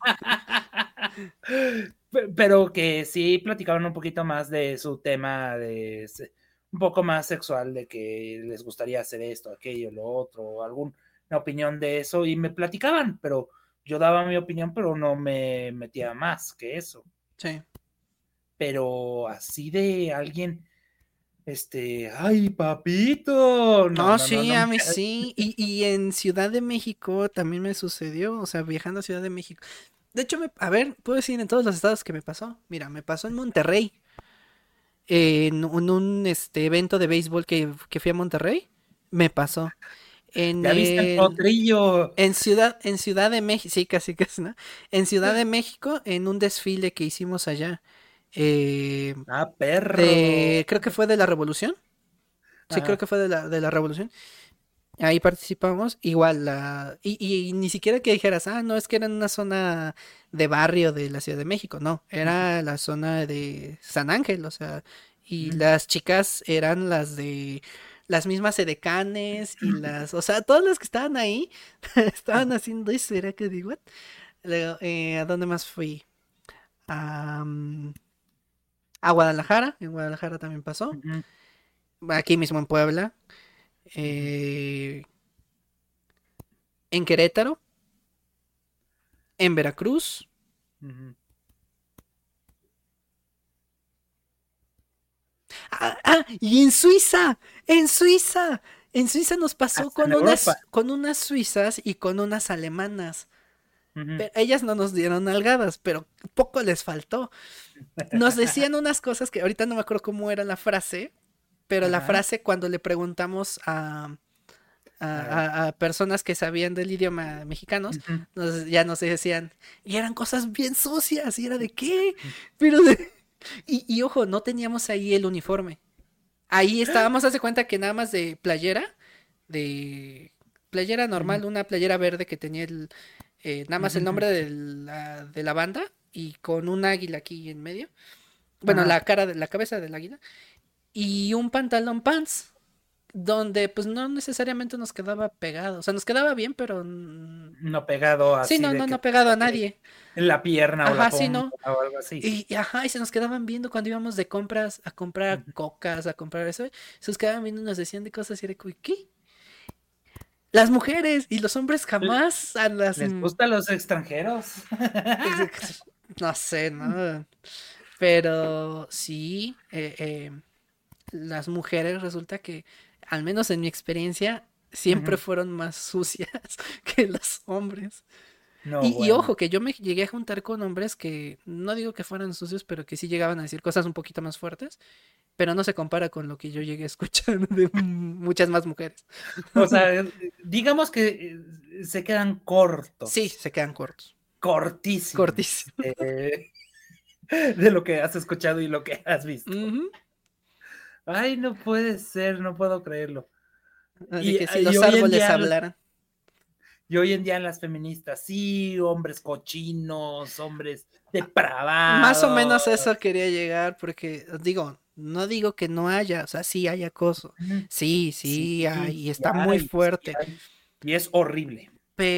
Pe- Pero que sí platicaban un poquito más de su tema, de se- un poco más sexual, de que les gustaría hacer esto, aquello, lo otro, o alguna opinión de eso, y me platicaban, pero yo daba mi opinión, pero no me metía más que eso. Sí. Pero así de alguien, este, ay, papito, no, No, no, no, sí, no. a mí sí. Y, y en Ciudad de México también me sucedió. O sea, viajando a Ciudad de México. De hecho, me- a ver, puedo decir en todos los estados que me pasó. Mira, me pasó en Monterrey. En, un un, este, evento de béisbol que, que fui a Monterrey. Me pasó. En Ya viste el el potrillo. En Ciudad, en Ciudad de México, sí, casi casi, ¿no? En Ciudad de México, en un desfile que hicimos allá, eh, Ah, perro. de, creo que fue de la Revolución, sí, creo Ajá. que fue de la, de la Revolución, ahí participamos, igual, la, y, y ni siquiera que dijeras, ah, no, es que era en una zona de barrio de la Ciudad de México, no, era la zona de San Ángel, o sea, y Ujú. las chicas eran las de las mismas edecanes y las, o sea, todas las que estaban ahí estaban haciendo eso, era que digo, "What?". Luego, eh, ¿a dónde más fui? A, mm, a Guadalajara, en Guadalajara también pasó, Ujú. aquí mismo en Puebla, Ujú. eh, en Querétaro, en Veracruz. Ujú. Ah, ah, y en Suiza, en Suiza, en Suiza nos pasó Hasta en con Europa. unas, con unas suizas y con unas alemanas. Ujú. Pero ellas no nos dieron nalgadas, pero poco les faltó. Nos decían unas cosas que ahorita no me acuerdo cómo era la frase, pero la Ajá. frase cuando le preguntamos a, a, A ver. a- a personas que sabían del idioma mexicanos, Ujú. nos- ya nos decían, y eran cosas bien sucias, y era de qué, pero de... Y, y ojo, no teníamos ahí el uniforme. Ahí estábamos, hace cuenta que nada más de playera, de playera Ujú. normal, una playera verde que tenía el, eh, nada más el Ujú. nombre de la, de la banda y con un águila aquí en medio. Bueno, la Ajá. cara de la cabeza del águila. Y un pantalón pants, donde pues no necesariamente nos quedaba pegado. O sea, nos quedaba bien, pero... mm, No pegado sí, así no, de no, que no te pegado a toque nadie. en la pierna o la Ajá, sí, pompa no. o algo así. Y, y ajá, y se nos quedaban viendo cuando íbamos de compras a comprar Ujú. cocas, a comprar eso. Se nos quedaban viendo y nos decían de cosas y era como, ¿qué? Las mujeres y los hombres jamás a las... ¿Les mm, gustan los extranjeros? no sé, ¿no? Pero sí, eh, eh, las mujeres resulta que, al menos en mi experiencia, siempre Ujú. fueron más sucias que los hombres. No, Y, y bueno. ojo, que yo me llegué a juntar con hombres que no digo que fueran sucios, pero que sí llegaban a decir cosas un poquito más fuertes, pero no se compara con lo que yo llegué a escuchar de muchas más mujeres. O sea, eh, digamos que eh, se quedan Sí, cortos, se quedan cortos, cortísimos, cortísimos. eh, de lo que has escuchado y lo que has visto. Ujú. Ay, no puede ser, no puedo creerlo. Así Y, que si y los hoy en árboles día, hablaran. y hoy en día en las feministas, sí, hombres cochinos, hombres Más o depravados. menos eso quería llegar, porque digo, no digo que no haya, o sea, sí hay acoso. Ujú. Sí, Sí, sí hay, y sí está muy hay, sí fuerte, hay. Y es horrible.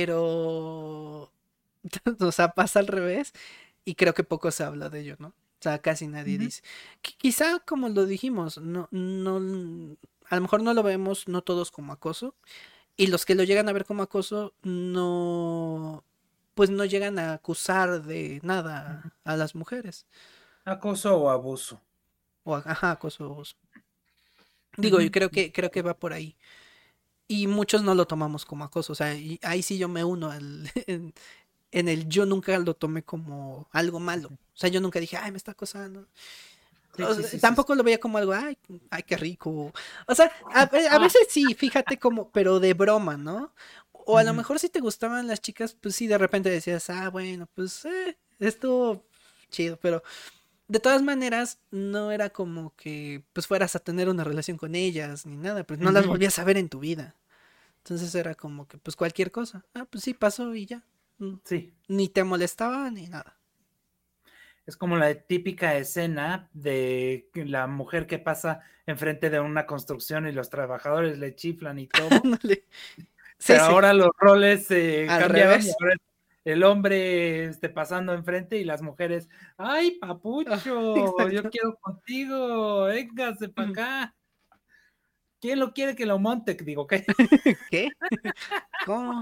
pero, o sea, pasa al revés y creo que poco se habla de ello, ¿no? O sea, casi nadie Ujú. dice. Qui- Quizá, como lo dijimos, no, no, a lo mejor no lo vemos, no todos como acoso, y los que lo llegan a ver como acoso, no, pues no llegan a acusar de Ujú. nada a las mujeres. Acoso o abuso. O, a- ajá, acoso. Digo, yo Ujú. creo que, creo que va por ahí. Y muchos no lo tomamos como acoso. O sea, y ahí sí yo me uno al- en, en el yo nunca lo tomé como algo malo. O sea, yo nunca dije, ay, me está acosando. Sí, O sí, sea, sí, sí, sí. tampoco lo veía como algo, ay, ay, qué rico. O sea, a, a Ah, veces sí, fíjate como, pero de broma, ¿no? O a lo ujú. mejor si te gustaban las chicas, pues sí, de repente decías, ah, bueno, pues eh, esto chido, pero de todas maneras no era como que pues fueras a tener una relación con ellas ni nada, pues no las Ujú. volvías a ver en tu vida. Entonces era como que pues cualquier cosa. Ah, pues sí, pasó y ya. Mm, Sí, ni te molestaba ni nada. es como la típica escena de que la mujer que pasa enfrente de una construcción y los trabajadores le chiflan y todo, Ándale. Sí, pero sí, ahora los roles se al cambiaron y revés. ahora es el hombre este, pasando enfrente y las mujeres, ay, Ah, papucho, yo exacto. quiero contigo, véngase para acá. ¿Quién lo quiere que lo monte? Digo, ¿qué? ¿Qué? ¿Cómo?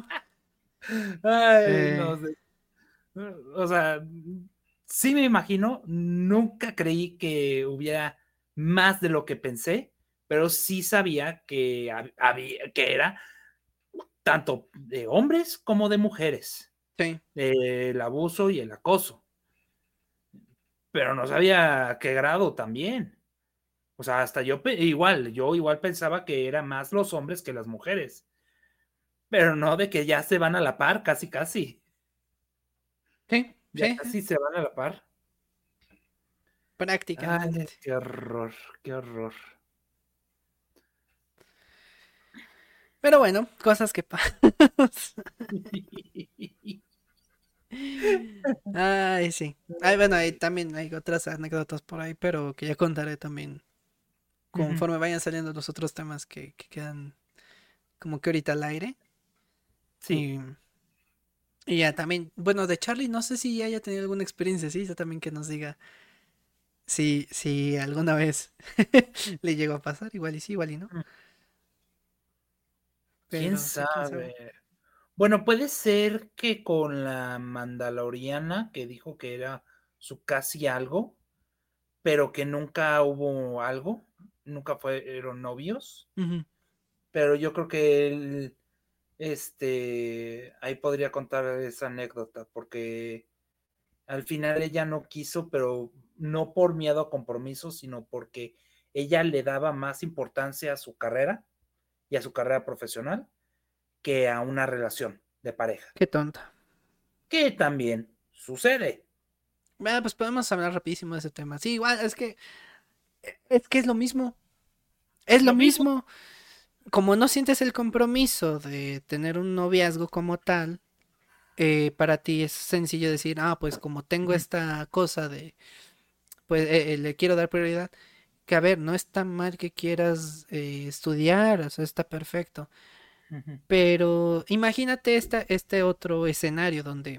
Ay, Eh, no sé. O sea, sí me imagino, nunca creí que hubiera más de lo que pensé, pero sí sabía que había, que era tanto de hombres como de mujeres, sí, el abuso y el acoso, pero no sabía a qué grado también. O sea, hasta yo igual, yo igual pensaba que era más los hombres que las mujeres, pero no de que ya se van a la par, casi, casi, sí, ya sí, casi se van a la par. Ay, prácticamente. qué horror, qué horror. Pero bueno, cosas que pasan. Ay, sí. Ay, bueno, ahí también hay otras anécdotas por ahí, pero que ya contaré también Ujú. conforme vayan saliendo los otros temas que, que quedan como que ahorita al aire. Sí, Y, y ya también, bueno, de Charlie, no sé si haya tenido alguna experiencia así, ya también que nos diga si, si alguna vez le llegó a pasar, igual y sí, igual y no. mm, quién Pero sí, quién sabe. sabe. Bueno, puede ser que con la Mandaloriana, que dijo que era su casi algo, pero que nunca hubo algo, nunca fueron novios, Ujú, pero yo creo que él, este, ahí podría contar esa anécdota, porque al final ella no quiso, pero no por miedo a compromisos, sino porque ella le daba más importancia a su carrera y a su carrera profesional que a una relación de pareja. Qué tonta. Que también sucede. Bueno, pues podemos hablar rapidísimo de ese tema. Sí, igual, es que es que es lo mismo. Es lo, Lo mismo. mismo. Como no sientes el compromiso de tener un noviazgo como tal, eh, para ti es sencillo decir, ah, pues como tengo Ujú, esta cosa de, pues eh, eh, le quiero dar prioridad. Que a ver, no está mal que quieras eh, estudiar, o sea, está perfecto. ujú, Pero imagínate esta, este otro escenario donde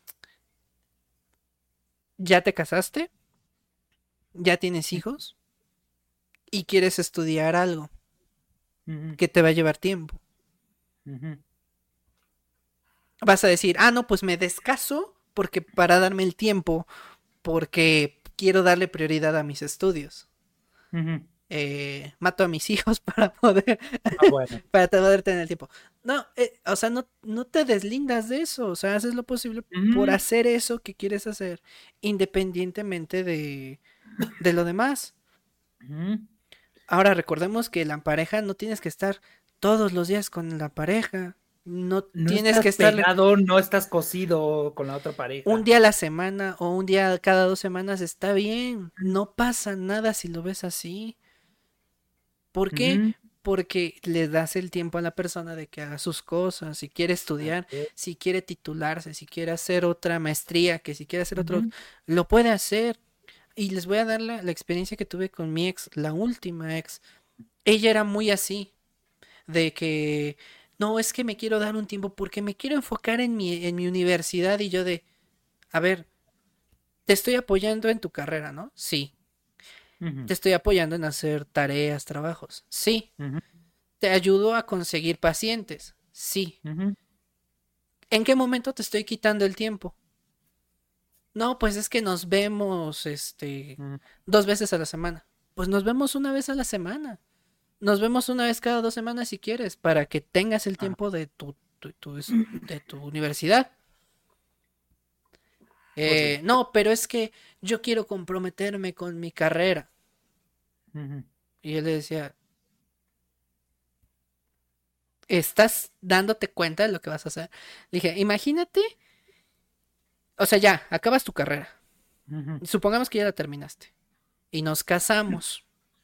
ya te casaste, ya tienes hijos y quieres estudiar algo ujú, que te va a llevar tiempo. ujú, Vas a decir, ah, no, pues me descaso porque para darme el tiempo, porque quiero darle prioridad a mis estudios. ujú. Eh, mato a mis hijos para poder Ah, bueno. para poder tener el tiempo. No, eh, o sea, no, no te deslindas de eso, o sea, haces lo posible por Ujú, hacer eso que quieres hacer, independientemente de, de lo demás. ujú. Ahora recordemos que la pareja no tienes que estar todos los días con la pareja, no No tienes estás que estarle pegado, no estás cosido con la otra un pareja. día a la semana o un día cada dos semanas está bien, no pasa nada si lo ves así. ¿Por qué? Ujú. Porque le das el tiempo a la persona de que haga sus cosas, si quiere Así estudiar, es. si quiere titularse, si quiere hacer otra maestría, que si quiere hacer otro, Ujú, lo puede hacer. Y les voy a dar la, la experiencia que tuve con mi ex, la última ex. Ella era muy así, de que, no, es que me quiero dar un tiempo porque me quiero enfocar en mi, en mi universidad y yo de, a ver, te estoy apoyando en tu carrera, ¿no? Sí. ujú, Te estoy apoyando en hacer tareas, trabajos. Sí. ujú, ¿Te ayudo a conseguir pacientes? Sí. ujú, ¿En qué momento te estoy quitando el tiempo? No, pues es que nos vemos, este, ujú. dos veces a la semana. Pues nos vemos una vez a la semana. Nos vemos una vez cada dos semanas si quieres, para que tengas el Ah, tiempo de tu, tu- tu es- de tu universidad. pues sí. Eh, no, pero es que yo quiero comprometerme con mi carrera. Ujú, Y yo le decía, ¿estás dándote cuenta de lo que vas a hacer? Le dije, imagínate, o sea, ya, acabas tu carrera. ujú. Supongamos que ya la terminaste y nos casamos.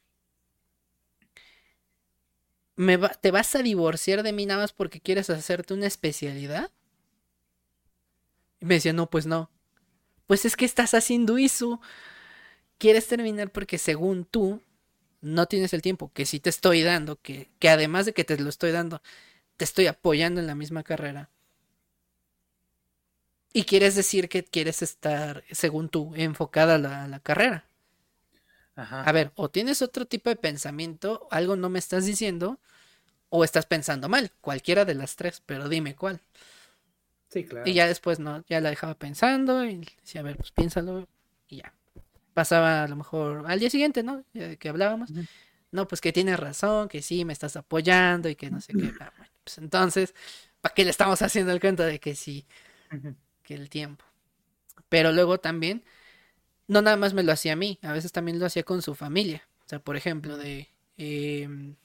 ¿Me va- ¿Te vas a divorciar de mí nada más porque quieres hacerte una especialidad? Y me decía, no, pues no. Pues es que estás haciendo eso. Quieres terminar porque según tú no tienes el tiempo que sí te estoy dando, que, que además de que te lo estoy dando, te estoy apoyando en la misma carrera. Y quieres decir que quieres estar, según tú, enfocada a la, a la carrera. A Ajá. ver, o tienes otro tipo de pensamiento, algo no me estás diciendo, o estás pensando mal, cualquiera de las tres, pero dime cuál. Sí, Y claro. ya después no, ya la dejaba pensando y decía, a ver, pues piénsalo y ya. Pasaba a lo mejor al día siguiente, ¿no? Ya de que hablábamos. Ujú, No, pues que tienes razón, que sí, me estás apoyando y que no sé qué. Ah, bueno, pues entonces, ¿para qué le estamos haciendo el cuento de que sí, ujú, que el tiempo? Pero luego también, no nada más me lo hacía a mí, a veces también lo hacía con su familia. O sea, por ejemplo, ujú, de... eh,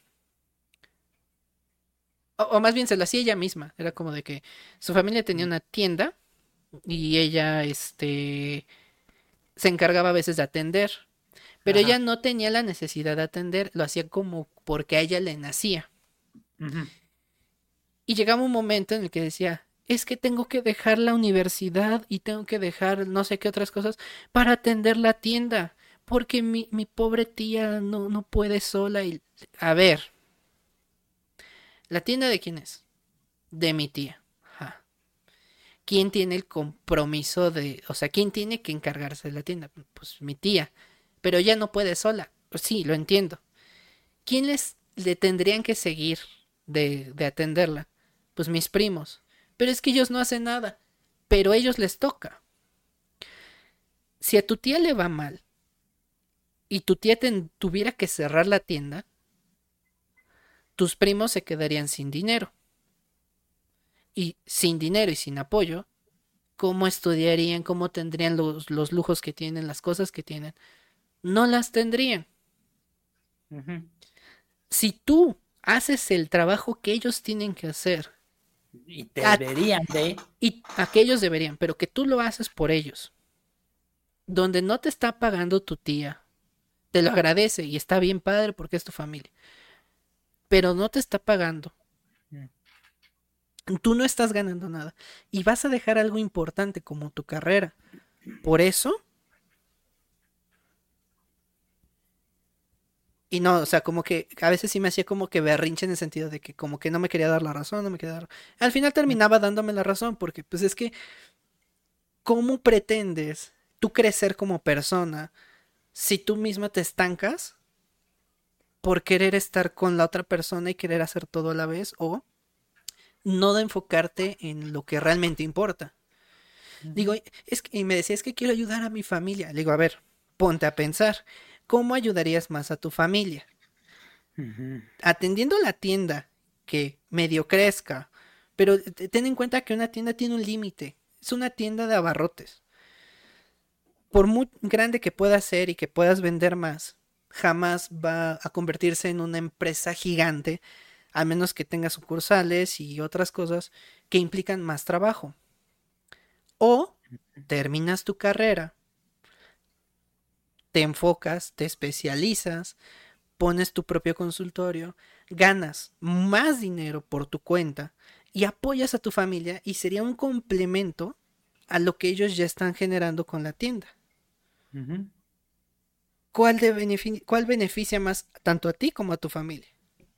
o, o más bien se lo hacía ella misma. Era como de que su familia tenía ujú. una tienda y ella, este, se encargaba a veces de atender. Pero ella Ajá. no tenía la necesidad de atender, lo hacía como porque a ella le nacía. Ujú, Y llegaba un momento en el que decía, es que tengo que dejar la universidad y tengo que dejar no sé qué otras cosas para atender la tienda, porque mi, mi pobre tía no, no puede sola. Y, a ver, ¿la tienda de quién es? De mi tía. Ajá. ¿Quién tiene el compromiso de, o sea, quién tiene que encargarse de la tienda? Pues mi tía. Pero ella no puede sola. Pues sí, lo entiendo. ¿Quién les le tendrían que seguir de, de atenderla? Pues mis primos. Pero es que ellos no hacen nada. Pero a ellos les toca. Si a tu tía le va mal y tu tía ten- tuviera que cerrar la tienda, tus primos se quedarían sin dinero. Y sin dinero y sin apoyo, ¿cómo estudiarían? ¿Cómo tendrían los, los lujos que tienen, las cosas que tienen? No las tendrían. ujú. Si tú haces el trabajo que ellos tienen que hacer Y A- deberían de. y aquellos deberían, pero que tú lo haces por ellos. Donde no te está pagando tu tía, te lo agradece y está bien padre porque es tu familia, pero no te está pagando. Tú no estás ganando nada y vas a dejar algo importante como tu carrera. Por eso, y no, o sea, como que a veces sí me hacía como que berrinche en el sentido de que como que no me quería dar la razón, no me quería dar. Al final terminaba dándome la razón porque pues es que ¿cómo pretendes tú crecer como persona si tú misma te estancas por querer estar con la otra persona y querer hacer todo a la vez o no de enfocarte en lo que realmente importa? Digo, es que, y me decía, es que quiero ayudar a mi familia. Le digo, a ver, ponte a pensar, ¿cómo ayudarías más a tu familia? Ujú. Atendiendo la tienda que medio crezca, pero ten en cuenta que una tienda tiene un límite, es una tienda de abarrotes. Por muy grande que pueda ser y que puedas vender más, jamás va a convertirse en una empresa gigante, a menos que tenga sucursales y otras cosas que implican más trabajo. O terminas tu carrera, te enfocas, te especializas, pones tu propio consultorio, ganas más dinero por tu cuenta y apoyas a tu familia y sería un complemento a lo que ellos ya están generando con la tienda. Ujú. ¿Cuál, de benefic ¿Cuál beneficia más tanto a ti como a tu familia?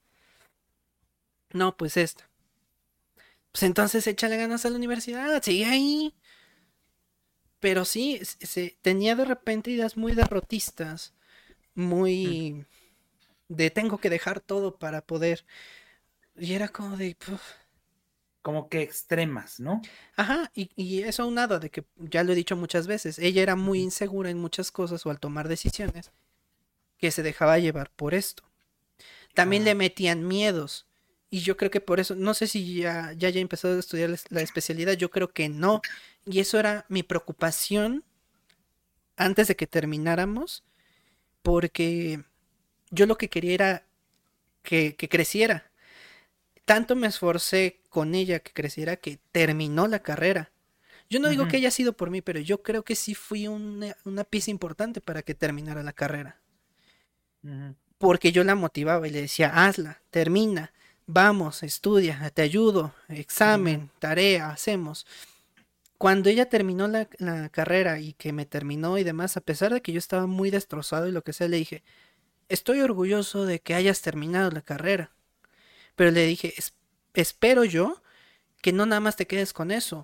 No, pues esta. Pues entonces échale ganas a la universidad, sigue ahí. Pero sí, se, tenía de repente ideas muy derrotistas, muy de tengo que dejar todo para poder. Y era como de, puf. Como que extremas, ¿no? Ajá, y, y eso aunado de que ya lo he dicho muchas veces, ella era muy Ujú. insegura en muchas cosas o al tomar decisiones que se dejaba llevar por esto. También le Ah, metían miedos. Y yo creo que por eso, no sé si ya, ya haya empezado a estudiar la la especialidad, yo creo que no. Y eso era mi preocupación antes de que termináramos, porque yo lo que quería era que, que creciera. Tanto me esforcé con ella que creciera que terminó la carrera. Yo no digo que ujú, haya sido por mí, pero yo creo que sí fui una, una pieza importante para que terminara la carrera. ujú, Porque yo la motivaba y le decía, hazla, termina, vamos, estudia, te ayudo, ujú. examen, tarea, hacemos. Cuando ella terminó la, la carrera y que me terminó y demás, a pesar de que yo estaba muy destrozado y lo que sea, le dije, estoy orgulloso de que hayas terminado la carrera. Pero le dije, "Es- espero yo que no nada más te quedes con eso.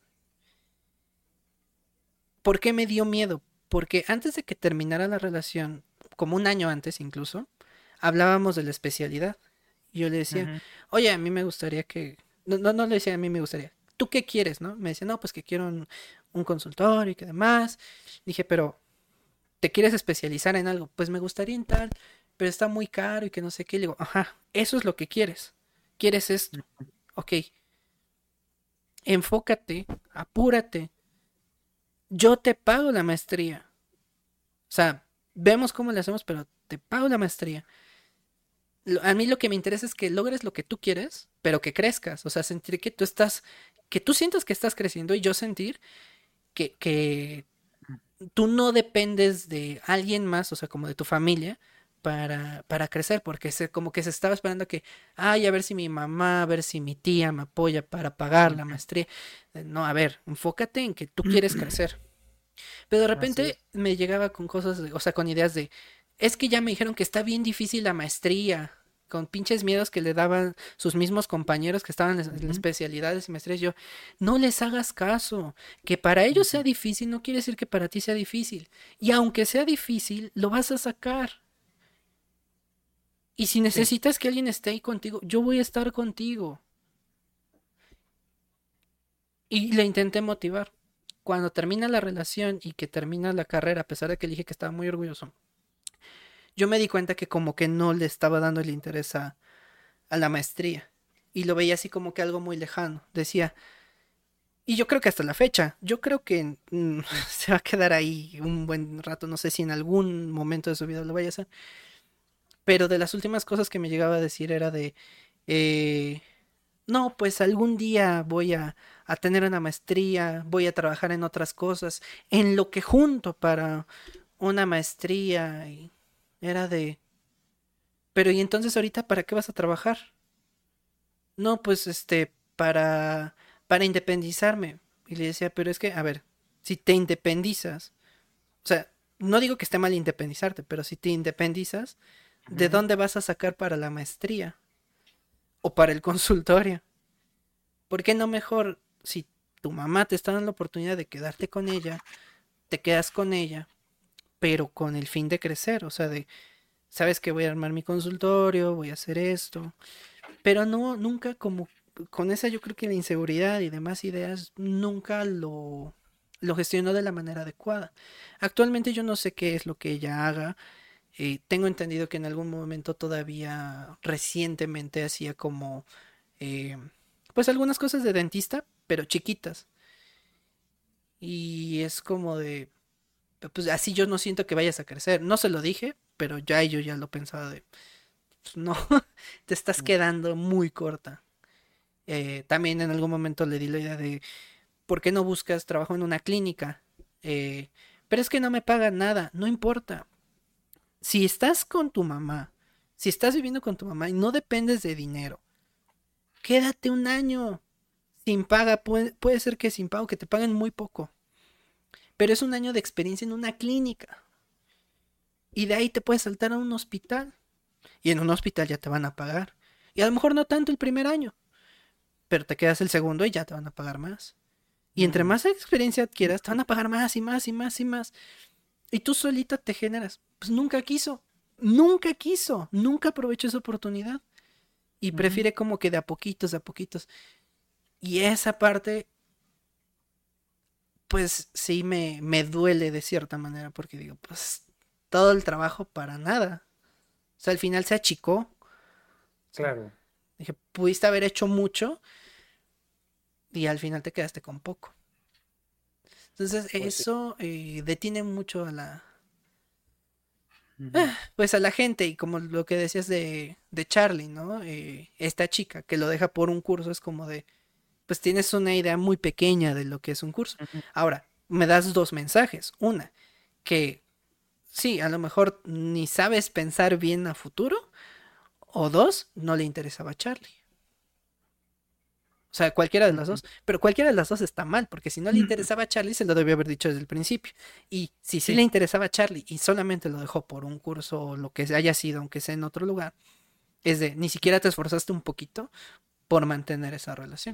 ¿Por qué me dio miedo? Porque antes de que terminara la relación, como un año antes incluso, hablábamos de la especialidad. Y yo le decía, Ujú. oye, a mí me gustaría que... No, no, no le decía a mí me gustaría. ¿Tú qué quieres, no? Me decía, no, pues que quiero un, un consultorio y que demás. Dije, pero ¿te quieres especializar en algo? Pues me gustaría en tal, pero está muy caro y que no sé qué. Le digo, ajá, eso es lo que quieres. ¿Quieres esto? Ok, enfócate, apúrate. Yo te pago la maestría. O sea, vemos cómo le hacemos, pero te pago la maestría. Lo- A mí lo que me interesa es que logres lo que tú quieres, pero que crezcas. O sea, sentir que tú estás, que tú sientas que estás creciendo y yo sentir que, que tú no dependes de alguien más, o sea, como de tu familia, para, para crecer, porque se, como que se estaba esperando que, ay, a ver si mi mamá, a ver si mi tía me apoya para pagar la maestría. Eh, No, a ver, enfócate en que tú quieres crecer. Pero de Así repente es. me llegaba con cosas, de- o sea, con ideas de, es que ya me dijeron que está bien difícil la maestría, con pinches miedos que le daban sus mismos compañeros que estaban en las Ujú, especialidades y maestrías. Yo, no les hagas caso, que para ellos sea ujú. difícil no quiere decir que para ti sea difícil. Y aunque sea difícil, lo vas a sacar. Y si Sí. necesitas que alguien esté ahí contigo, yo voy a estar contigo. Y le intenté motivar. Cuando termina la relación y que termina la carrera, a pesar de que le dije que estaba muy orgulloso, yo me di cuenta que como que no le estaba dando el interés a, a la maestría. Y lo veía así como que algo muy lejano. Decía, y yo creo que hasta la fecha, yo creo que mm, se va a quedar ahí un buen rato, no sé si en algún momento de su vida lo vaya a hacer. Pero de las últimas cosas que me llegaba a decir era de, eh, no, pues algún día voy a, a tener una maestría, voy a trabajar en otras cosas, en lo que junto para una maestría. Y era de, pero ¿y entonces ahorita para qué vas a trabajar? No, pues este, para, para independizarme. Y le decía, pero es que, a ver, si te independizas, o sea, no digo que esté mal independizarte, pero si te independizas, ¿de Ujú. dónde vas a sacar para la maestría o para el consultorio? ¿Por qué no mejor, si tu mamá te está dando la oportunidad de quedarte con ella, te quedas con ella, pero con el fin de crecer? O sea, de, sabes que voy a armar mi consultorio, voy a hacer esto, pero no, nunca como con esa, yo creo que la inseguridad y demás ideas, nunca lo, lo gestionó de la manera adecuada. Actualmente yo no sé qué es lo que ella haga. Eh, tengo entendido que en algún momento todavía recientemente hacía como eh, pues algunas cosas de dentista, pero chiquitas. Y es como de, pues así yo no siento que vayas a crecer. No se lo dije, pero ya yo ya lo pensaba de, pues, no, te estás quedando muy corta. Eh, también en algún momento le di la idea de, ¿por qué no buscas trabajo en una clínica? Eh, pero es que no me pagan nada, no importa. Si estás con tu mamá, si estás viviendo con tu mamá y no dependes de dinero, quédate un año sin paga. Puede, puede ser que sin pago, que te paguen muy poco. Pero es un año de experiencia en una clínica. Y de ahí te puedes saltar a un hospital. Y en un hospital ya te van a pagar. Y a lo mejor no tanto el primer año, pero te quedas el segundo y ya te van a pagar más. Y entre Mm, más experiencia adquieras, te van a pagar más y más y más y más. Y tú solita te generas. Pues nunca quiso. Nunca quiso. Nunca aprovechó esa oportunidad. Y ujú. prefiere como que de a poquitos, de a poquitos. Y esa parte, pues sí me, me duele de cierta manera. Porque digo, pues todo el trabajo para nada. O sea, al final se achicó. O sea, Claro, dije, pudiste haber hecho mucho y al final te quedaste con poco. Entonces, pues sí. eso eh, detiene mucho a la, Ujú, pues a la gente. Y como lo que decías de, de Charlie, ¿no? Eh, esta chica que lo deja por un curso es como de, pues tienes una idea muy pequeña de lo que es un curso. ujú. Ahora, me das dos mensajes. Una, que sí, a lo mejor ni sabes pensar bien a futuro. O dos, no le interesaba a Charlie. O sea, cualquiera de las Ujú. dos. Pero cualquiera de las dos está mal, porque si no le interesaba a Charlie, se lo debió haber dicho desde el principio. Y si sí le Sí, interesaba a Charlie y solamente lo dejó por un curso o lo que haya sido, aunque sea en otro lugar, es de ni siquiera te esforzaste un poquito por mantener esa relación.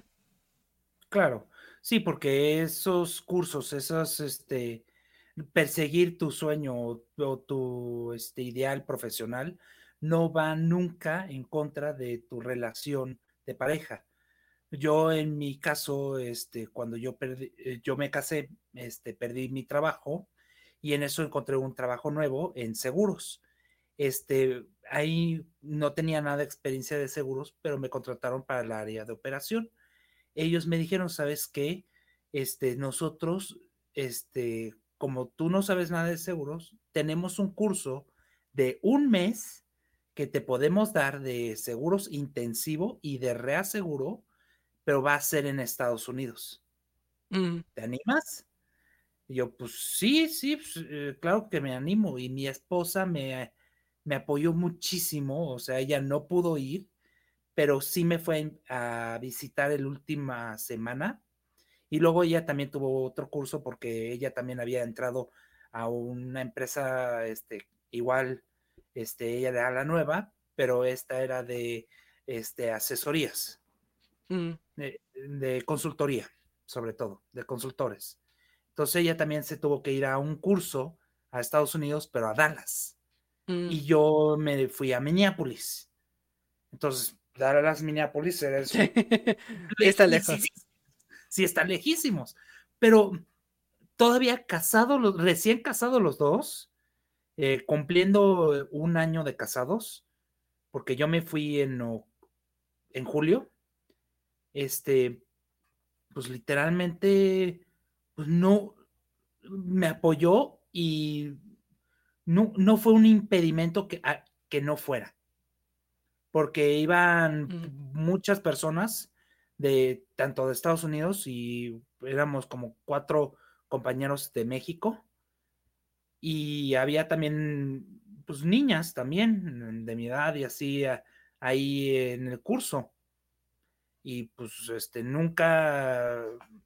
claro. Sí, porque esos cursos, esos, este, perseguir tu sueño o, o tu, este, ideal profesional no va nunca en contra de tu relación de pareja. Yo en mi caso, este, cuando yo perdí, eh, yo me casé, este, perdí mi trabajo y en eso encontré un trabajo nuevo en seguros. Este, ahí no tenía nada de experiencia de seguros, pero me contrataron para el área de operación. Ellos me dijeron, ¿sabes qué? Este, nosotros, este, como tú no sabes nada de seguros, tenemos un curso de un mes que te podemos dar de seguros intensivo y de reaseguro, pero va a ser en Estados Unidos. Mm, ¿Te animas? Y yo, pues sí, sí, pues, eh, claro que me animo. Y mi esposa me, me apoyó muchísimo, o sea, ella no pudo ir, pero sí me fue a visitar el última semana. Y luego ella también tuvo otro curso porque ella también había entrado a una empresa, este, igual, este, ella era la nueva, pero esta era de, este, asesorías, mm, de, de consultoría, sobre todo, de consultores. Entonces ella también se tuvo que ir a un curso a Estados Unidos, pero a Dallas. mm. Y yo me fui a Minneapolis. Entonces, Dallas, Minneapolis era Sí, eso, sí está lejos. lejísimos, sí están lejísimos. Pero todavía casados, los, recién casados los dos, eh, cumpliendo un año de casados, porque yo me fui en, en julio, este, pues literalmente, pues no, me apoyó y no, no fue un impedimento que, a, que no fuera, porque iban Mm, muchas personas, de tanto de Estados Unidos y éramos como cuatro compañeros de México y había también pues niñas también de mi edad y así ahí en el curso y pues este nunca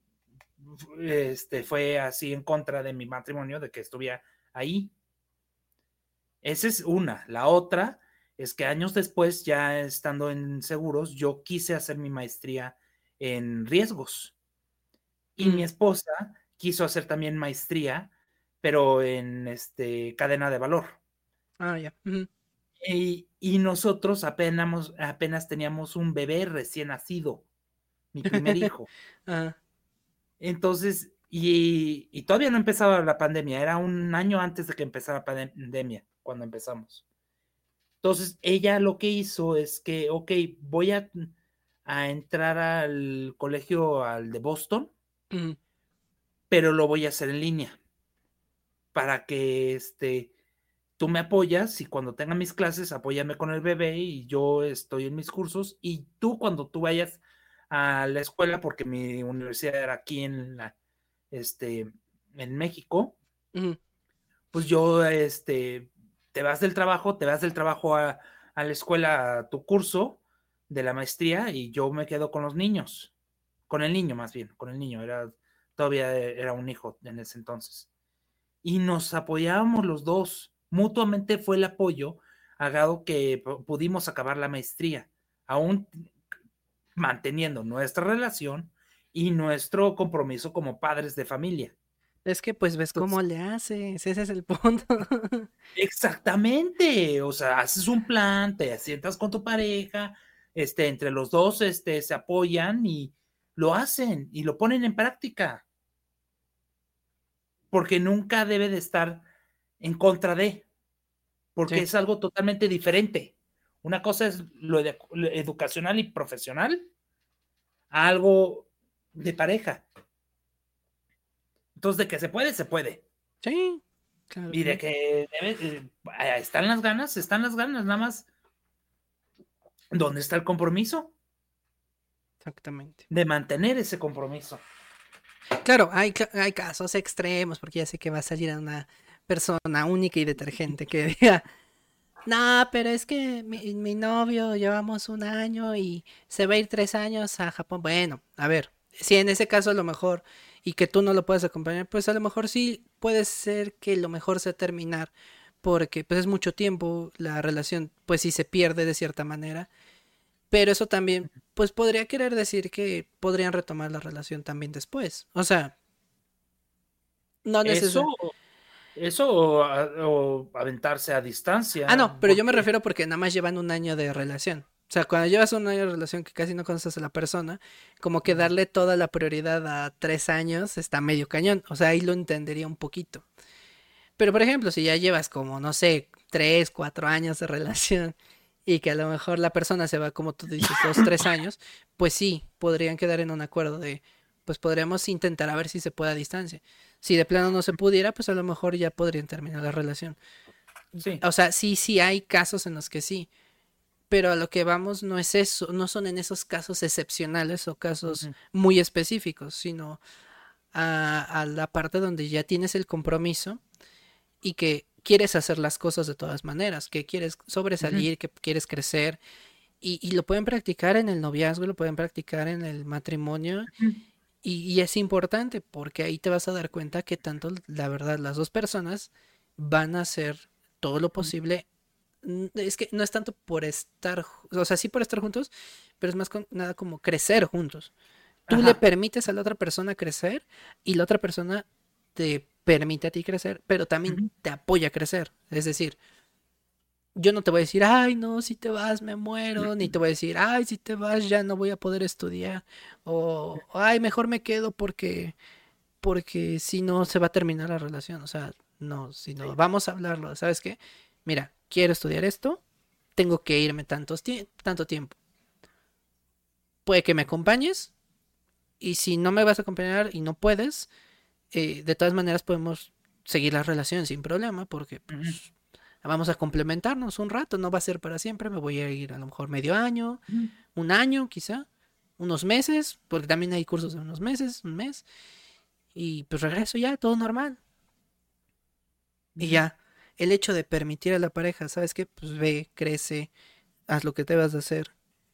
este fue así en contra de mi matrimonio de que estuviera ahí. Esa es una. La otra es que años después, ya estando en seguros, yo quise hacer mi maestría en riesgos y mi Mm. esposa quiso hacer también maestría, pero en este, cadena de valor. Ah, ya. Ujú. Y, y nosotros apenas, apenas teníamos un bebé recién nacido, mi primer hijo. Ah, Entonces, y, y todavía no empezaba la pandemia, era un año antes de que empezara la pandemia, cuando empezamos. Entonces, ella lo que hizo es que, ok, voy a, a entrar al colegio, al de Boston, ujú. pero lo voy a hacer en línea para que este, tú me apoyas y cuando tenga mis clases, apóyame con el bebé y yo estoy en mis cursos y tú cuando tú vayas a la escuela, porque mi universidad era aquí en la, este, en México, Ujú. pues yo, este, te vas del trabajo, te vas del trabajo a, a la escuela, a tu curso de la maestría y yo me quedo con los niños, con el niño más bien, con el niño, era, todavía era un hijo en ese entonces. Y nos apoyábamos los dos, mutuamente fue el apoyo, agado que pudimos acabar la maestría, aún manteniendo nuestra relación y nuestro compromiso como padres de familia. Es que pues ves cómo Entonces, le haces, ese es el punto. exactamente, o sea, haces un plan, te sientas con tu pareja, este, entre los dos, este, se apoyan y lo hacen y lo ponen en práctica, porque nunca debe de estar en contra de, porque Sí, es algo totalmente diferente. Una cosa es lo, de, lo educacional y profesional, algo de pareja. Entonces, de que se puede, se puede. sí, claro Y que de sí. que debe, eh, están las ganas, están las ganas, nada más. ¿Dónde está el compromiso? Exactamente. De mantener ese compromiso. Claro, hay, ca- hay casos extremos, porque ya sé que va a salir una persona única y detergente que diga, no, pero es que mi, mi novio llevamos un año y se va a ir tres años a Japón. Bueno, a ver, si en ese caso a lo mejor y que tú no lo puedes acompañar, pues a lo mejor sí puede ser que lo mejor sea terminar, porque pues es mucho tiempo, la relación pues sí se pierde de cierta manera, pero eso también pues podría querer decir que podrían retomar la relación también después. O sea, no Eso, necesariamente. eso o, o aventarse a Ah, distancia, no, pero yo me porque refiero porque nada más llevan un año de relación. O sea, cuando llevas un año de relación que casi no conoces a la persona, como que darle toda la prioridad a tres años está medio cañón. O sea, ahí lo entendería un poquito. Pero, por ejemplo, si ya llevas como, no sé, tres, cuatro años de relación y que a lo mejor la persona se va, como tú dices, dos, tres años, pues sí, podrían quedar en un acuerdo de, pues podríamos intentar a ver si se puede a distancia. Si de plano no se pudiera, pues a lo mejor ya podrían terminar la relación. sí. O sea, sí, sí hay casos en los que sí, pero a lo que vamos no es eso, no son en esos casos excepcionales o casos Ujú, muy específicos, sino a, a la parte donde ya tienes el compromiso y que quieres hacer las cosas de todas maneras, que quieres ujú, sobresalir, que quieres crecer y, y lo pueden practicar en el noviazgo, lo pueden practicar en el matrimonio ujú, y, y es importante porque ahí te vas a dar cuenta que tanto la verdad las dos personas van a hacer todo lo posible. Es que no es tanto por estar, o sea, sí por estar juntos, pero es más con, nada como crecer juntos. Tú le ajá. permites a la otra persona crecer y la otra persona te permite a ti crecer, pero también Ujú, te apoya a crecer. Es decir, yo no te voy a decir, ay, no, si te vas me muero, ni te voy a decir, ay, si te vas ya no voy a poder estudiar, o, ay, mejor me quedo porque, porque si no se va a terminar la relación. O sea, no, si no, sí, vamos a hablarlo, ¿sabes qué? Mira, quiero estudiar esto, tengo que irme tantos tie- tanto tiempo. Puede que me acompañes y si no me vas a acompañar y no puedes, eh, de todas maneras podemos seguir la relación sin problema porque ujú, pues vamos a complementarnos un rato, no va a ser para siempre, me voy a ir a lo mejor medio año, ujú. un año quizá, unos meses, porque también hay cursos de unos meses, un mes, y pues regreso ya, todo normal. Y Ujú. ya, el hecho de permitir a la pareja, ¿sabes qué? Pues ve, crece, haz lo que debas de hacer.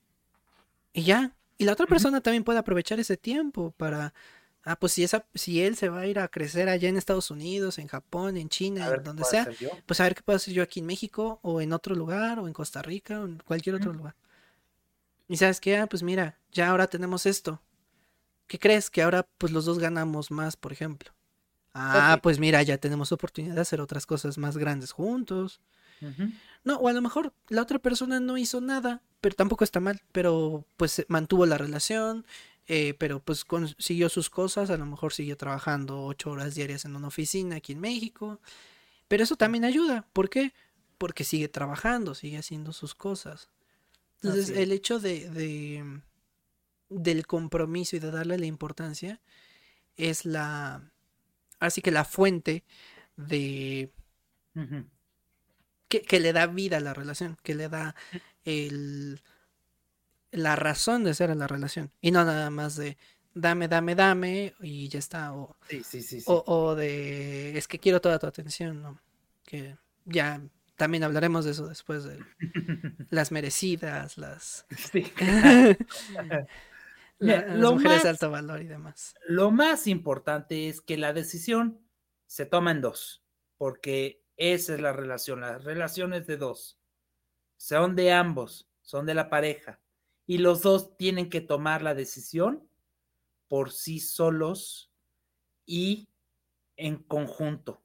Y ya. Y la otra Ujú. persona también puede aprovechar ese tiempo para, ah, pues si esa, si él se va a ir a crecer allá en Estados Unidos, en Japón, en China, A ver en qué donde puedo sea, hacer yo. pues a ver qué puedo hacer yo aquí en México, o en otro lugar, o en Costa Rica, o en cualquier Ujú. otro lugar. Y sabes qué, ah, pues mira, ya ahora tenemos esto. ¿Qué crees? Que ahora pues los dos ganamos más, por ejemplo. Ok. Ah, pues mira, ya tenemos oportunidad de hacer otras cosas más grandes juntos. Ujú. No, o a lo mejor la otra persona no hizo nada, pero tampoco está mal, pero pues eh, mantuvo la relación, eh, pero pues consiguió sus cosas, a lo mejor siguió trabajando ocho horas diarias en una oficina aquí en México, pero eso también ayuda, ¿por qué? Porque sigue trabajando, sigue haciendo sus cosas. Entonces, Así el es. hecho de, de del compromiso y de darle la importancia es la, así que la fuente de Ujú. que, que le da vida a la relación, que le da el la razón de ser en la relación. Y no nada más de dame, dame, dame y ya está. O, Sí, sí, sí, o, sí. o de es que quiero toda tu atención, ¿no? Que ya también hablaremos de eso después de las merecidas, las, Sí, claro. Mira, las lo mujeres de más, alto valor y demás. lo más importante es que la decisión se toma en dos, porque esa es la relación. Las relaciones de dos son de ambos, son de la pareja, y los dos tienen que tomar la decisión por sí solos y en conjunto,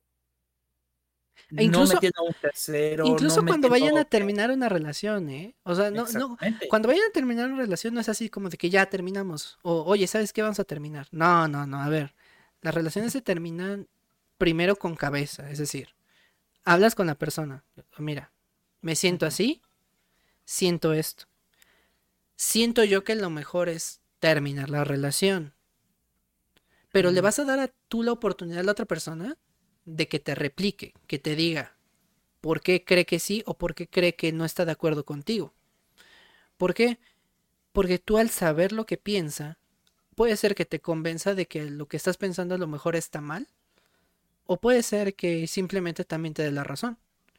E no incluso, metiendo a un tercero, no incluso cuando vayan a metiendo... terminar una relación, ¿eh? O sea, no, no, Exactamente. cuando vayan a terminar una relación no es así como de que ya terminamos. O, oye, ¿sabes qué? Vamos a terminar. No, no, no, a ver. Las relaciones se terminan primero con cabeza, es decir, hablas con la persona. Mira, me siento Ujú, así, siento esto. Siento yo que lo mejor es terminar la relación. Pero le ujú, vas a dar a tú la oportunidad a la otra persona de que te replique, que te diga por qué cree que sí o por qué cree que no está de acuerdo contigo. ¿Por qué? Porque tú al saber lo que piensa, puede ser que te convenza de que lo que estás pensando a lo mejor está mal, o puede ser que simplemente también te dé la razón.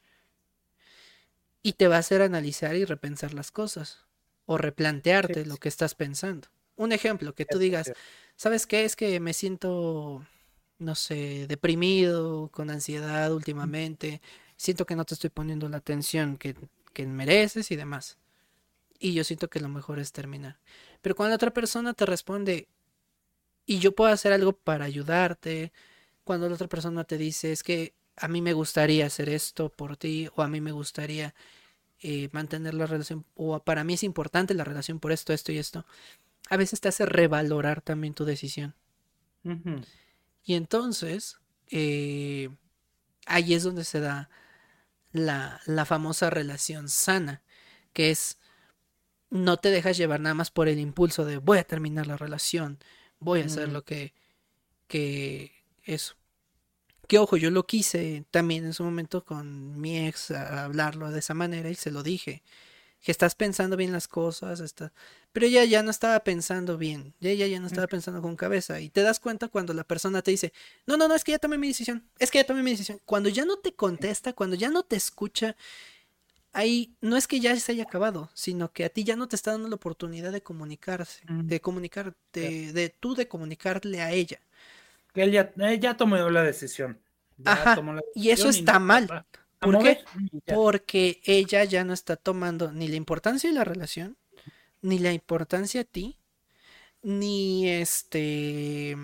Y te va a hacer analizar y repensar las cosas, o sí, replantearte lo sí, que estás pensando. Un ejemplo, que tú eso es digas, cierto. ¿sabes qué? Es que me siento, no sé, deprimido, con ansiedad últimamente, siento que no te estoy poniendo la atención que, que mereces y demás. Y yo siento que lo mejor es terminar. Pero cuando la otra persona te responde, y yo puedo hacer algo para ayudarte, cuando la otra persona te dice, es que a mí me gustaría hacer esto por ti, o a mí me gustaría eh, mantener la relación, o para mí es importante la relación por esto, esto y esto, a veces te hace revalorar también tu decisión. Ujú, Y entonces, eh, ahí es donde se da la, la famosa relación sana, que es no te dejas llevar nada más por el impulso de voy a terminar la relación, voy a hacer ujú, lo que, que eso. Que ojo, yo lo quise también en su momento con mi ex a hablarlo de esa manera y se lo dije. Que estás pensando bien las cosas, está... pero ella ya no estaba pensando bien, ella ya no estaba pensando con cabeza y te das cuenta cuando la persona te dice, no, no, no, es que ya tomé mi decisión, es que ya tomé mi decisión, cuando ya no te contesta, cuando ya no te escucha, ahí no es que ya se haya acabado, sino que a ti ya no te está dando la oportunidad de comunicarse, ujú. de comunicar, de, de tú de comunicarle a ella. Que él ya, él ya tomó la decisión. Ya Ajá, tomó la y eso decisión y no está la mal. va a ¿Por qué? mover. Y ya. Porque ella ya no está tomando ni la importancia de la relación, ni la importancia a ti, ni este,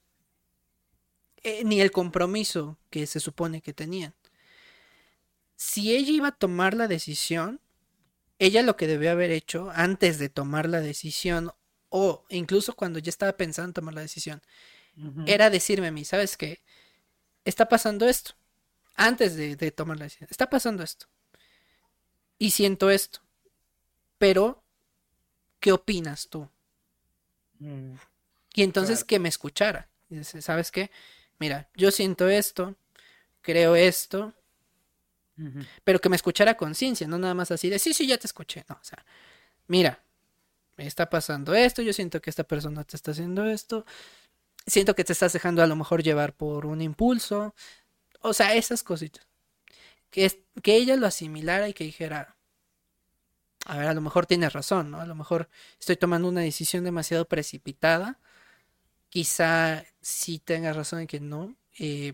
eh, ni el compromiso que se supone que tenían. Si ella iba a tomar la decisión, ella lo que debió haber hecho antes de tomar la decisión, o incluso cuando ya estaba pensando en tomar la decisión, Ujú, era decirme a mí, ¿sabes qué? Está pasando esto. Antes de, de tomar la decisión, está pasando esto. Y siento esto. Pero, ¿qué opinas tú? mm, Y entonces claro. que me escuchara. Y dice, ¿sabes qué? Mira, yo siento esto, creo esto, Ujú, pero que me escuchara a conciencia, no nada más así de, sí, sí, ya te escuché. No, o sea, mira, me está pasando esto, yo siento que esta persona te está haciendo esto, siento que te estás dejando a lo mejor llevar por un impulso, o sea, esas cositas. Que, es, que ella lo asimilara y que dijera, a ver, a lo mejor tienes razón, ¿no? A lo mejor estoy tomando una decisión demasiado precipitada, quizá sí tengas razón en que no, eh,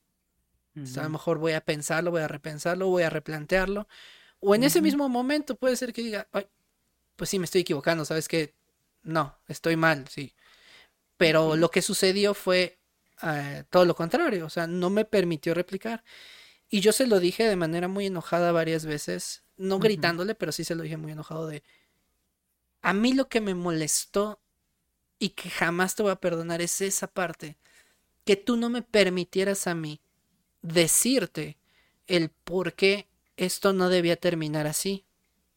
a lo Ujú. mejor voy a pensarlo, voy a repensarlo, voy a replantearlo, o en ese Ujú. mismo momento puede ser que diga, ay, pues sí, me estoy equivocando, ¿sabes qué? No, estoy mal, sí. Pero Y- lo que sucedió fue eh, todo lo contrario, o sea, no me permitió replicar. Y yo se lo dije de manera muy enojada varias veces, no Ujú. gritándole, pero sí se lo dije muy enojado de, a mí lo que me molestó y que jamás te voy a perdonar es esa parte, que tú no me permitieras a mí decirte el por qué esto no debía terminar así.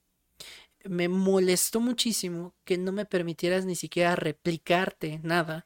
Me molestó muchísimo que no me permitieras ni siquiera replicarte nada,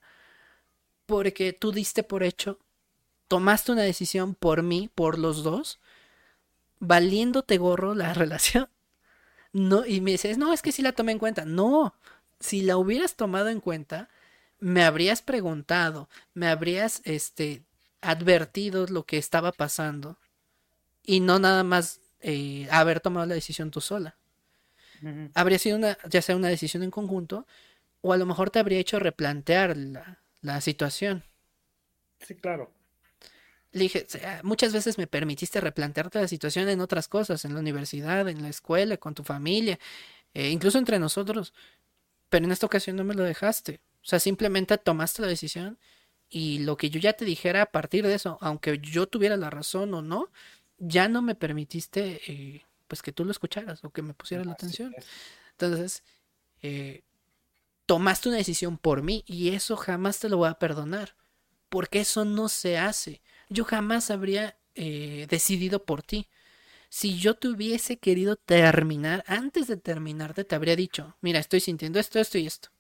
porque tú diste por hecho, tomaste una decisión por mí, por los dos, valiéndote gorro la relación. No, y me dices, no, es que sí la tomé en cuenta. No, si la hubieras tomado en cuenta, me habrías preguntado, me habrías este, advertido lo que estaba pasando y no nada más eh, haber tomado la decisión tú sola. Ujú. Habría sido una, ya sea una decisión en conjunto o a lo mejor te habría hecho replantear la, la situación. Sí, claro. Le dije, "O sea, muchas veces me permitiste replantearte la situación en otras cosas, en la universidad, en la escuela, con tu familia, eh, incluso entre nosotros, pero en esta ocasión no me lo dejaste. O sea, simplemente tomaste la decisión y lo que yo ya te dijera a partir de eso, aunque yo tuviera la razón o no, ya no me permitiste eh, pues que tú lo escucharas o que me pusieras la Así atención. es. Entonces, eh, tomaste una decisión por mí y eso jamás te lo voy a perdonar, porque eso no se hace. Yo jamás habría eh, decidido por ti. Si yo te hubiese querido terminar, antes de terminarte te habría dicho, mira, estoy sintiendo esto, esto y esto.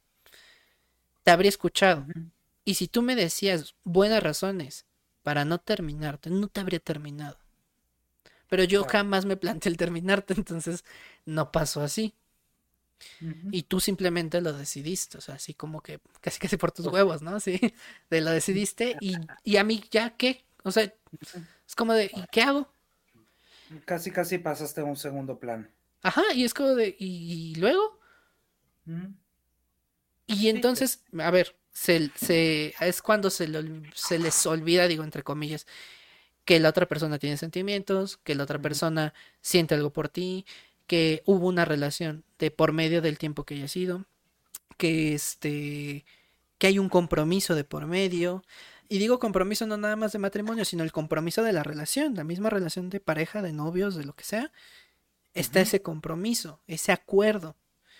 Te habría escuchado. Ujú. Y si tú me decías buenas razones para no terminarte, no te habría terminado. Pero yo Claro. jamás me planteé el terminarte, entonces no pasó así. Ujú. Y tú simplemente lo decidiste, o sea, así como que casi casi por tus Pues, huevos, ¿no? Sí, de lo decidiste y, y a mí ya qué, o sea, ujú. es como de, ¿y qué hago? Casi, casi pasaste a un segundo plano. Ajá, y es como de, ¿y, y luego? Ujú. Y Sí, pues. entonces, a ver, se, se, es cuando se, le- se les olvida, digo, entre comillas, que la otra persona tiene sentimientos, que la otra Ujú. persona siente algo por ti, que hubo una relación de por medio del tiempo que haya sido, que este, que hay un compromiso de por medio. Y digo compromiso no nada más de matrimonio, sino el compromiso de la relación, la misma relación de pareja, de novios, de lo que sea, está Ujú. ese compromiso, ese acuerdo,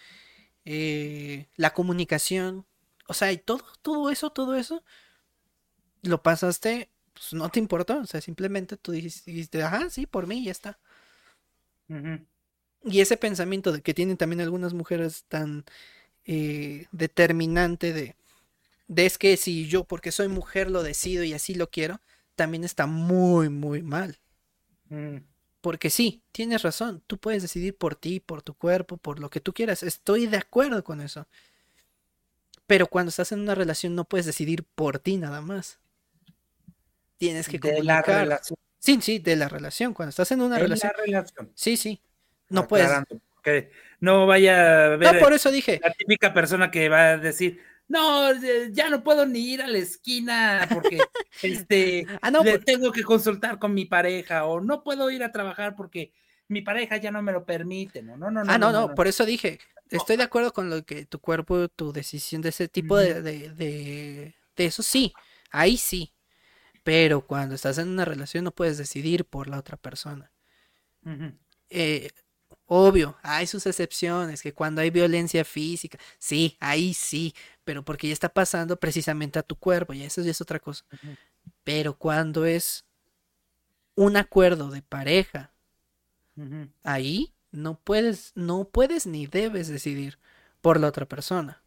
eh, la comunicación, o sea, y todo, todo eso, todo eso, lo pasaste, pues no te importó, o sea, simplemente tú dijiste, dijiste, ajá, sí, por mí, ya está. Ujú. Y ese pensamiento de que tienen también algunas mujeres tan eh, determinante de, de es que si yo, porque soy mujer, lo decido y así lo quiero, también está muy, muy mal. Ujú. Porque sí, tienes razón, tú puedes decidir por ti, por tu cuerpo, por lo que tú quieras, estoy de acuerdo con eso. Pero cuando estás en una relación no puedes decidir por ti nada más. Tienes que De la comunicar. relación. Sí, sí, de la relación. Cuando estás en una En relación, la relación. sí, sí. No puedes. Aclarando. Que no vaya a No, por ver eso dije. la típica persona que va a decir, no, eh, ya no puedo ni ir a la esquina porque este, Ah, no, le por... tengo que consultar con mi pareja o no puedo ir a trabajar porque mi pareja ya no me lo permite. No, no, no, ah, no, no, no, no, no, no. por eso dije. Estoy de acuerdo con lo que tu cuerpo, tu decisión de ese tipo Ujú. de, de, de, de eso, sí. Ahí sí. Pero cuando estás en una relación no puedes decidir por la otra persona. Ujú. Eh, obvio, hay sus excepciones, que cuando hay violencia física, sí, ahí sí, pero porque ya está pasando precisamente a tu cuerpo, y eso ya es otra cosa. Ujú. Pero cuando es un acuerdo de pareja, Ujú. ahí no puedes, no puedes ni debes decidir por la otra persona.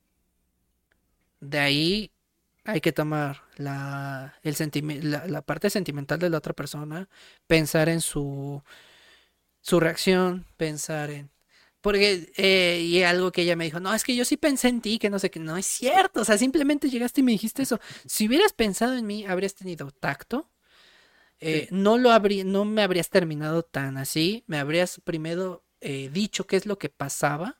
De ahí hay que tomar la, el sentimi- la, la parte sentimental de la otra persona, pensar en su, su reacción, pensar en Porque, eh, y algo que ella me dijo, no, es que yo sí pensé en ti, que no sé qué, no es cierto, o sea, simplemente llegaste y me dijiste eso. Si hubieras pensado en mí, habrías tenido tacto, eh, Sí. no lo habría, no me habrías terminado tan así, me habrías primero eh, dicho qué es lo que pasaba,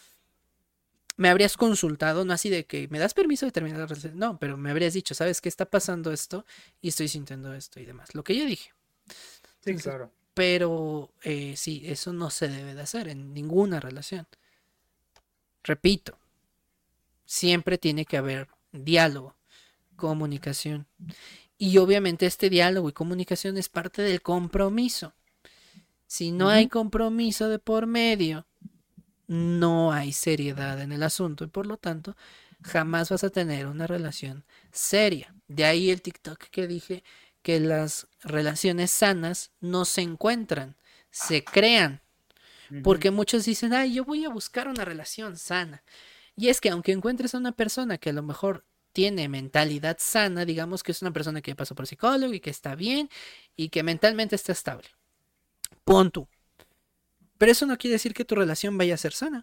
me habrías consultado, no así de que me das permiso de terminar la relación, no, pero me habrías dicho, ¿sabes qué está pasando esto? Y estoy sintiendo esto y demás, lo que yo dije. Sí, Entonces, claro. pero eh, sí, eso no se debe de hacer en ninguna relación. Repito, siempre tiene que haber diálogo, comunicación. Y obviamente este diálogo y comunicación es parte del compromiso. Si no hay Ujú. compromiso de por medio, no hay seriedad en el asunto y por lo tanto jamás vas a tener una relación seria. De ahí el TikTok que dije que las relaciones sanas no se encuentran, se crean. Ujú. Porque muchos dicen, ay, yo voy a buscar una relación sana. Y es que aunque encuentres a una persona que a lo mejor tiene mentalidad sana, digamos que es una persona que pasó por psicólogo y que está bien y que mentalmente está estable, pon tú. Pero eso no quiere decir que tu relación vaya a ser sana.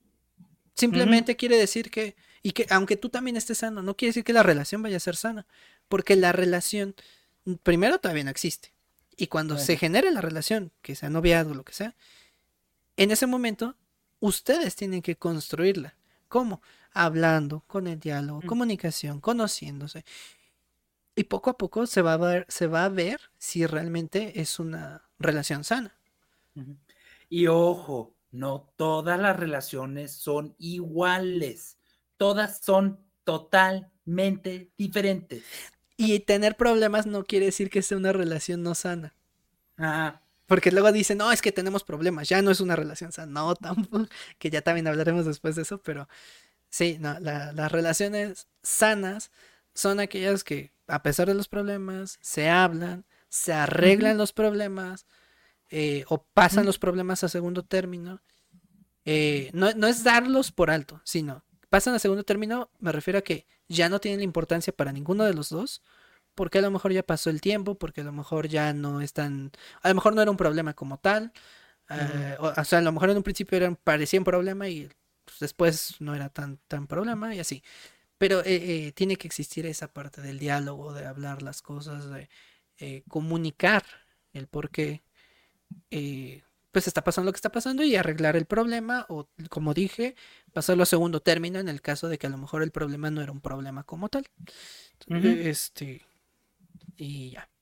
Ujú. Simplemente quiere decir que, y que aunque tú también estés sano, no quiere decir que la relación vaya a ser sana. Porque la relación, primero, todavía no existe. Y cuando se Bueno. genere la relación, que sea noviazgo o lo que sea, en ese momento, ustedes tienen que construirla. ¿Cómo? Hablando, con el diálogo, Mm. comunicación, conociéndose. Y poco a poco se va a ver, se va a ver si realmente es una relación sana. Ujú. Y ojo, no todas las relaciones son iguales. Todas son totalmente diferentes. Y tener problemas no quiere decir que sea una relación no sana. Ajá. Porque luego dicen, no, es que tenemos problemas, ya no es una relación sana. No, tampoco, que ya también hablaremos después de eso, pero sí, no, la- las relaciones sanas son aquellas que, a pesar de los problemas, se hablan, se Ujú. arreglan los problemas eh, o pasan Ujú. los problemas a segundo término. Eh, no, no es darlos por alto, sino pasan a segundo término, me refiero a que ya no tienen importancia para ninguno de los dos, porque a lo mejor ya pasó el tiempo, porque a lo mejor ya no están, a lo mejor no era un problema como tal, Ujú. eh, o, o sea, a lo mejor en un principio era, parecía un problema y pues, después no era tan, tan problema y así. Pero eh, eh, tiene que existir esa parte del diálogo, de hablar las cosas, de eh, comunicar el por qué eh, pues está pasando lo que está pasando y arreglar el problema o, como dije, pasarlo a segundo término en el caso de que a lo mejor el problema no era un problema como tal. Ujú. Este, y ya.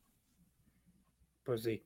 Pues sí.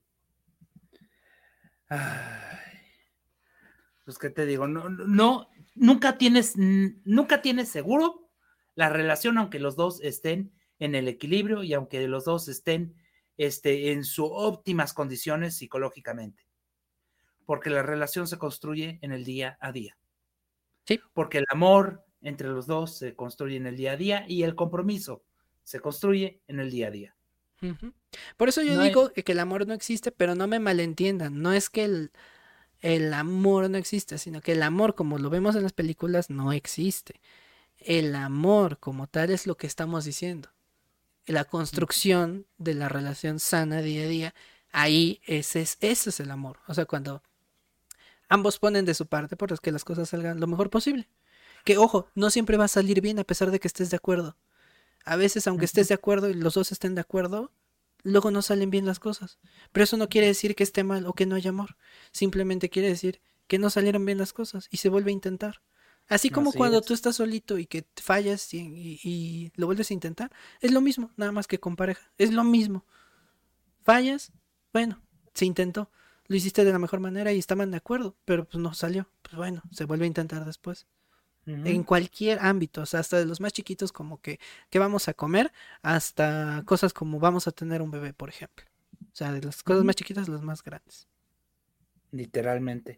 Ay, pues qué te digo, no, no, no, nunca tienes, n- nunca tienes seguro la relación, aunque los dos estén en el equilibrio y aunque los dos estén este, en sus óptimas condiciones psicológicamente, porque la relación se construye en el día a día, Sí. porque el amor entre los dos se construye en el día a día y el compromiso se construye en el día a día. Ujú. Por eso yo No hay, digo que el amor no existe, pero no me malentiendan. No es que el, el amor no existe, sino que el amor, como lo vemos en las películas, no existe. El amor como tal es lo que estamos diciendo. La construcción de la relación sana día a día, ahí ese es, ese es el amor. O sea, cuando ambos ponen de su parte por que las cosas salgan lo mejor posible. Que ojo, no siempre va a salir bien a pesar de que estés de acuerdo. A veces, aunque estés de acuerdo y los dos estén de acuerdo, luego no salen bien las cosas. Pero eso no quiere decir que esté mal o que no haya amor. Simplemente quiere decir que no salieron bien las cosas y se vuelve a intentar. Así como así cuando tú es. estás solito y que fallas y, y- y lo vuelves a intentar, es lo mismo, nada más que con pareja. Es lo mismo. Fallas, bueno, se intentó. Lo hiciste de la mejor manera y estaban de acuerdo, pero pues no salió. Pues bueno, se vuelve a intentar después. En Ujú. cualquier ámbito, o sea, hasta de los más chiquitos como que, que vamos a comer, hasta cosas como vamos a tener un bebé, por ejemplo. O sea, de las cosas Ujú. más chiquitas a las más grandes. Literalmente,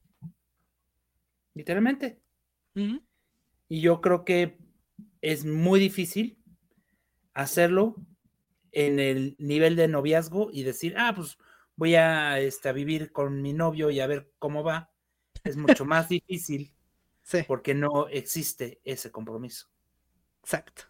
literalmente. Ujú. Y yo creo que es muy difícil hacerlo en el nivel de noviazgo y decir, ah, pues voy a, este, a vivir con mi novio y a ver cómo va. Es mucho más difícil Sí, porque no existe ese compromiso. exacto.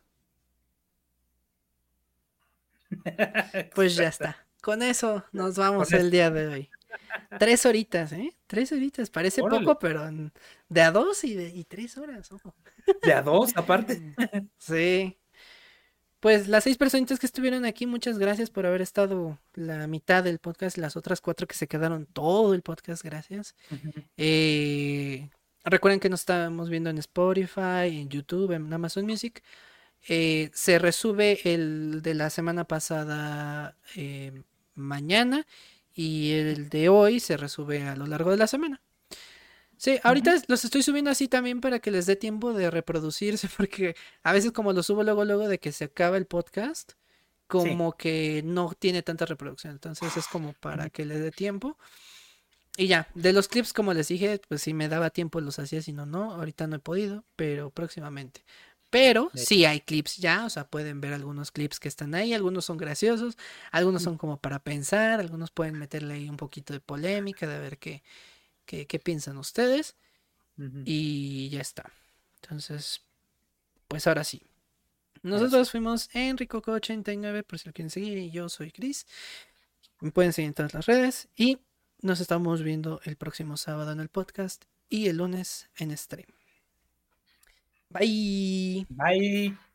Pues ya Exacto. está. Con eso nos vamos Con el esto, día de hoy. Tres horitas, ¿eh? Tres horitas. Parece Órale, poco, pero en- de a dos y, de, y tres horas. Ojo. de a dos aparte. Sí. Pues las seis personitas que estuvieron aquí, muchas gracias por haber estado la mitad del podcast. Las otras cuatro que se quedaron todo el podcast, gracias. Ujú. Eh, recuerden que nos estamos viendo en Spotify, en YouTube, en Amazon Music. Eh, se resube el de la semana pasada eh, mañana y el de hoy se resube a lo largo de la semana. Sí, ahorita Ujú. es- los estoy subiendo así también para que les dé tiempo de reproducirse, porque a veces como lo subo luego, luego de que se acaba el podcast, Sí. como que no tiene tanta reproducción, entonces es como para que le dé tiempo. Y ya, de los clips, como les dije, pues si me daba tiempo los hacía, si no, no, ahorita no he podido, pero próximamente. Pero Eh, sí hay clips ya, o sea, pueden ver algunos clips que están ahí, algunos son graciosos, algunos son como para pensar, algunos pueden meterle ahí un poquito de polémica, de ver qué, qué, qué piensan ustedes. ujú. Y ya está. Entonces, pues ahora sí. Ahora sí. Nosotros fuimos Enricoco ochenta y nueve, por si lo quieren seguir, y yo soy Chris. Me pueden seguir en todas las redes y nos estamos viendo el próximo sábado en el podcast y el lunes en stream. Bye. Bye.